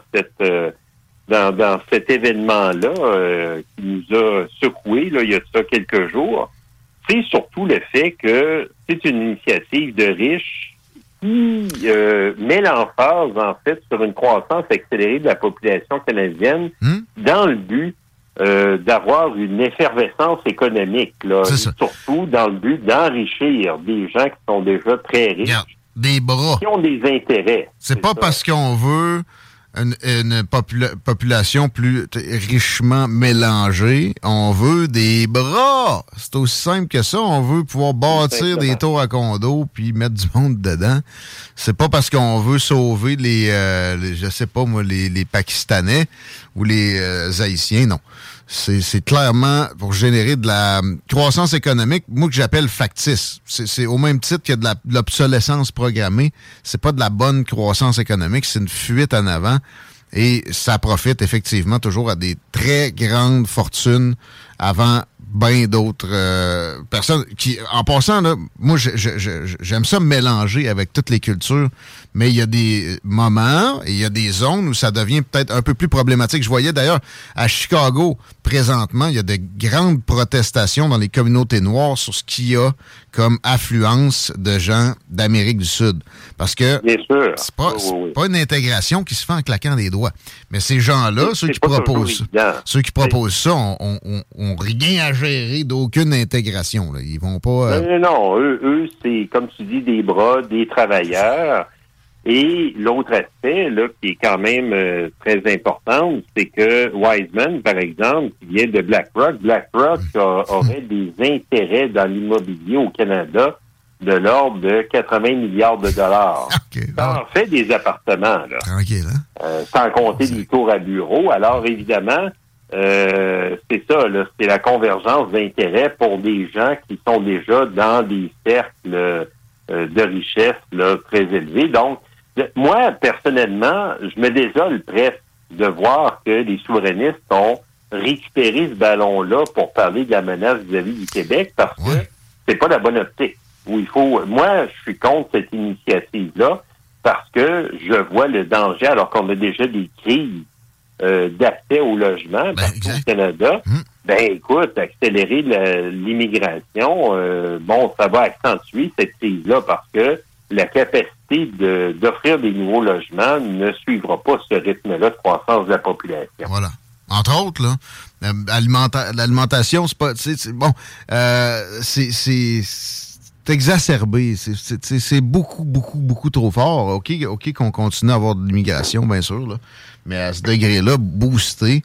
dans cet événement-là qui nous a secoué là, il y a de ça quelques jours, c'est surtout le fait que c'est une initiative de riches qui met l'emphase, en fait, sur une croissance accélérée de la population canadienne dans le but d'avoir une effervescence économique, là, surtout dans le but d'enrichir des gens qui sont déjà très riches, des bras, qui ont des intérêts. C'est pas parce qu'on veut une population plus richement mélangée, on veut des bras. C'est aussi simple que ça. On veut pouvoir bâtir des tours à condos puis mettre du monde dedans. C'est pas parce qu'on veut sauver les je sais pas moi, les Pakistanais ou les Haïtiens, non. C'est clairement pour générer de la croissance économique, moi que j'appelle factice. C'est au même titre que de l'obsolescence programmée. C'est pas de la bonne croissance économique, c'est une fuite en avant. Et ça profite effectivement toujours à des très grandes fortunes avant bien d'autres personnes qui, en passant, là, moi, j'aime ça mélanger avec toutes les cultures, mais il y a des moments et il y a des zones où ça devient peut-être un peu plus problématique. Je voyais d'ailleurs à Chicago, présentement, il y a de grandes protestations dans les communautés noires sur ce qu'il y a comme affluence de gens d'Amérique du Sud. Parce que c'est pas une intégration qui se fait en claquant des doigts. Mais ces gens-là, ceux qui proposent ça, ont rien à gérer d'aucune intégration. Là. Ils vont pas... Non, eux, c'est, comme tu dis, des bras, des travailleurs. Et l'autre aspect, là, qui est quand même très important, c'est que Wiseman, par exemple, qui vient de BlackRock, aurait des intérêts dans l'immobilier au Canada de l'ordre de 80 milliards de dollars. Ça en fait des appartements, là. Tranquille, hein? Sans compter des tours à bureau. Alors, évidemment, c'est ça, là, c'est la convergence d'intérêts pour des gens qui sont déjà dans des cercles de richesse là, très élevés. Donc, moi, personnellement, je me désole presque de voir que les souverainistes ont récupéré ce ballon-là pour parler de la menace vis-à-vis du Québec parce que c'est pas la bonne optique. Où il faut. Moi, je suis contre cette initiative-là parce que je vois le danger, alors qu'on a déjà des crises d'accès au logement partout au Canada. Ben, écoute, accélérer l'immigration, ça va accentuer cette crise-là parce que la capacité d'offrir des nouveaux logements ne suivra pas ce rythme-là de croissance de la population. Voilà. Entre autres, là, l'alimentation, c'est pas, c'est bon, c'est exacerbé, c'est beaucoup trop fort. OK, qu'on continue à avoir de l'immigration, bien sûr, là, mais à ce degré-là, booster,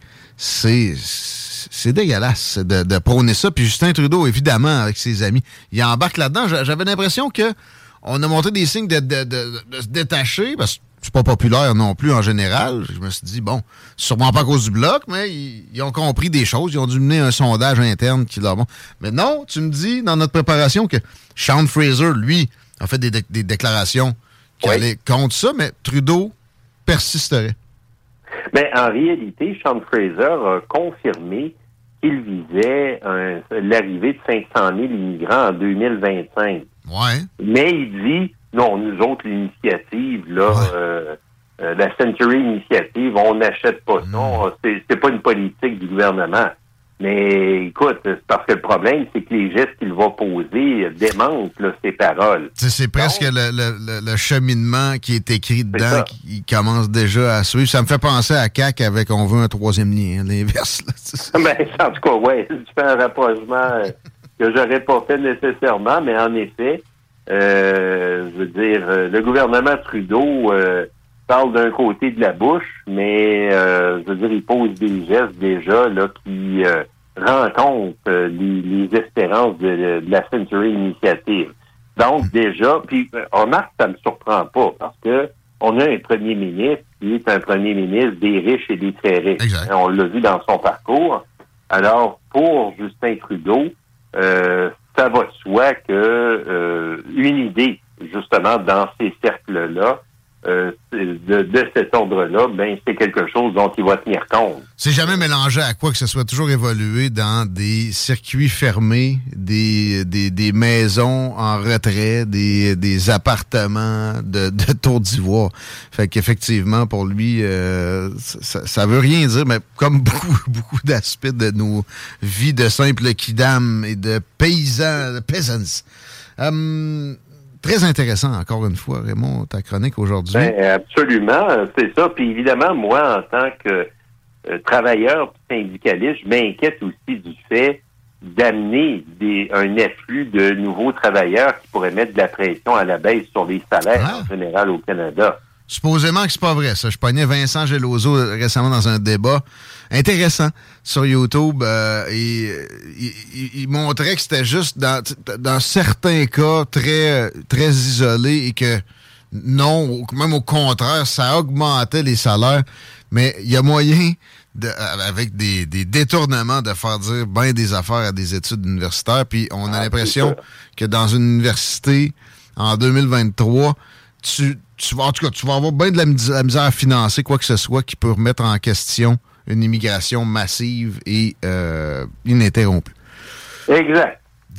c'est dégueulasse de prôner ça. Puis Justin Trudeau, évidemment, avec ses amis, il embarque là-dedans. J'avais l'impression que on a montré des signes de se détacher, parce que c'est pas populaire non plus en général. Je me suis dit, bon, sûrement pas à cause du Bloc, mais ils ont compris des choses. Ils ont dû mener un sondage interne qui leur montre. Mais non, tu me dis dans notre préparation que Sean Fraser, lui, a fait des déclarations qui allaient contre ça, mais Trudeau persisterait. Mais en réalité, Sean Fraser a confirmé qu'il visait l'arrivée de 500 000 immigrants en 2025. Ouais. Mais il dit, non, nous autres, l'initiative, là, la Century Initiative, on n'achète pas ça. C'est pas une politique du gouvernement. Mais écoute, c'est parce que le problème, c'est que les gestes qu'il va poser démentent là, ses paroles. C'est presque le cheminement qui est écrit dedans qui commence déjà à suivre. Ça me fait penser à CAQ avec on veut un troisième lien, l'inverse. Ben, en tout cas, ouais, tu fais un rapprochement que j'aurais pas fait nécessairement, mais en effet, je veux dire, le gouvernement Trudeau parle d'un côté de la bouche, mais je veux dire, il pose des gestes déjà là qui rencontrent les espérances de la Century Initiative. Donc déjà, puis remarque, ça me surprend pas parce que on a un premier ministre qui est un premier ministre des riches et des très riches. Exact. On l'a vu dans son parcours. Alors pour Justin Trudeau, ça va de soi que une idée justement dans ces cercles-là de cet ordre-là, ben c'est quelque chose dont il va tenir compte. C'est jamais mélangé à quoi que ce soit, toujours évolué dans des circuits fermés, des maisons en retrait, des appartements de Tour d'Ivoire. Fait qu'effectivement, pour lui, ça veut rien dire, mais comme beaucoup d'aspects de nos vies de simples kidam et de paysans, de peasants. Très intéressant, encore une fois, Raymond, ta chronique aujourd'hui. Ben, absolument, c'est ça. Puis évidemment, moi, en tant que travailleur syndicaliste, je m'inquiète aussi du fait d'amener un afflux de nouveaux travailleurs qui pourraient mettre de la pression à la baisse sur les salaires en général au Canada. Supposément que c'est pas vrai, ça. Je pognais Vincent Geloso récemment dans un débat intéressant sur YouTube et il montrait que c'était juste dans certains cas très isolés et que non, même au contraire, ça augmentait les salaires. Mais il y a moyen, avec des détournements, de faire dire bien des affaires à des études universitaires. Puis on a l'impression que dans une université, en 2023, tu vas avoir bien de la misère à financer quoi que ce soit qui peut remettre en question une immigration massive et ininterrompue. Exact.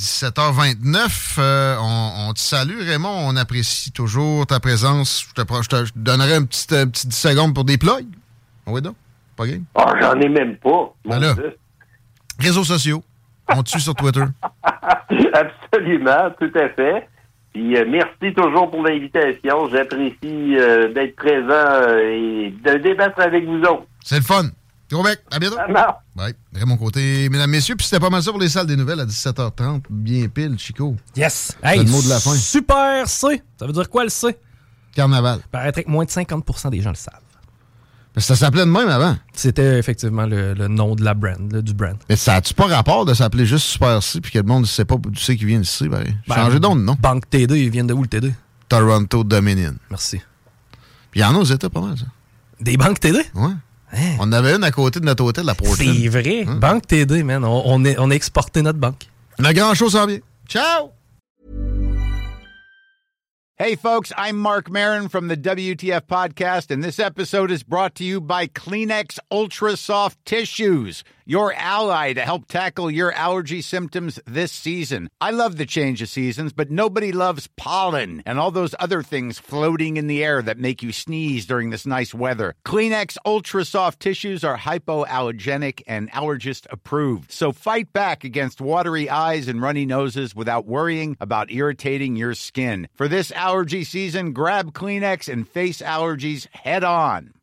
17h29, on te salue, Raymond. On apprécie toujours ta présence. Je te donnerai un petit 10 secondes pour des plugs. Oui, donc. Pas game? Oh, j'en ai même pas. Ben là, réseaux sociaux. On te suit sur Twitter. Absolument, tout à fait. Puis merci toujours pour l'invitation. J'apprécie d'être présent et de débattre avec vous autres. C'est le fun. Gros bec, à bientôt. Bye. Raymond Côté, mesdames, messieurs. Puis c'était pas mal ça pour les salles des nouvelles à 17h30. Bien pile, Chico. Yes. C'est le mot de la fin. Super C. Ça veut dire quoi le C? Carnaval. Paraîtrait que moins de 50% des gens le savent. Ça s'appelait de même avant. C'était effectivement le nom de la brand, du brand. Mais ça a-tu pas rapport de s'appeler juste Super C puis que le monde ne sait pas d'où c'est qui vient d'ici? Changez donc de nom. Banque TD, ils viennent de où le TD? Toronto Dominion. Merci. Puis il y en a aux États pas mal, ça. Des banques TD? Ouais. Hein? On en avait une à côté de notre hôtel, la Portland. C'est vrai. Hein? Banque TD, man. On a exporté notre banque. La grande chose en vient. Ciao! Hey, folks, I'm Mark Maron from the WTF Podcast, and this episode is brought to you by Kleenex Ultra Soft Tissues, your ally to help tackle your allergy symptoms this season. I love the change of seasons, but nobody loves pollen and all those other things floating in the air that make you sneeze during this nice weather. Kleenex Ultra Soft Tissues are hypoallergenic and allergist approved, so fight back against watery eyes and runny noses without worrying about irritating your skin. For this allergy season, grab Kleenex and face allergies head on.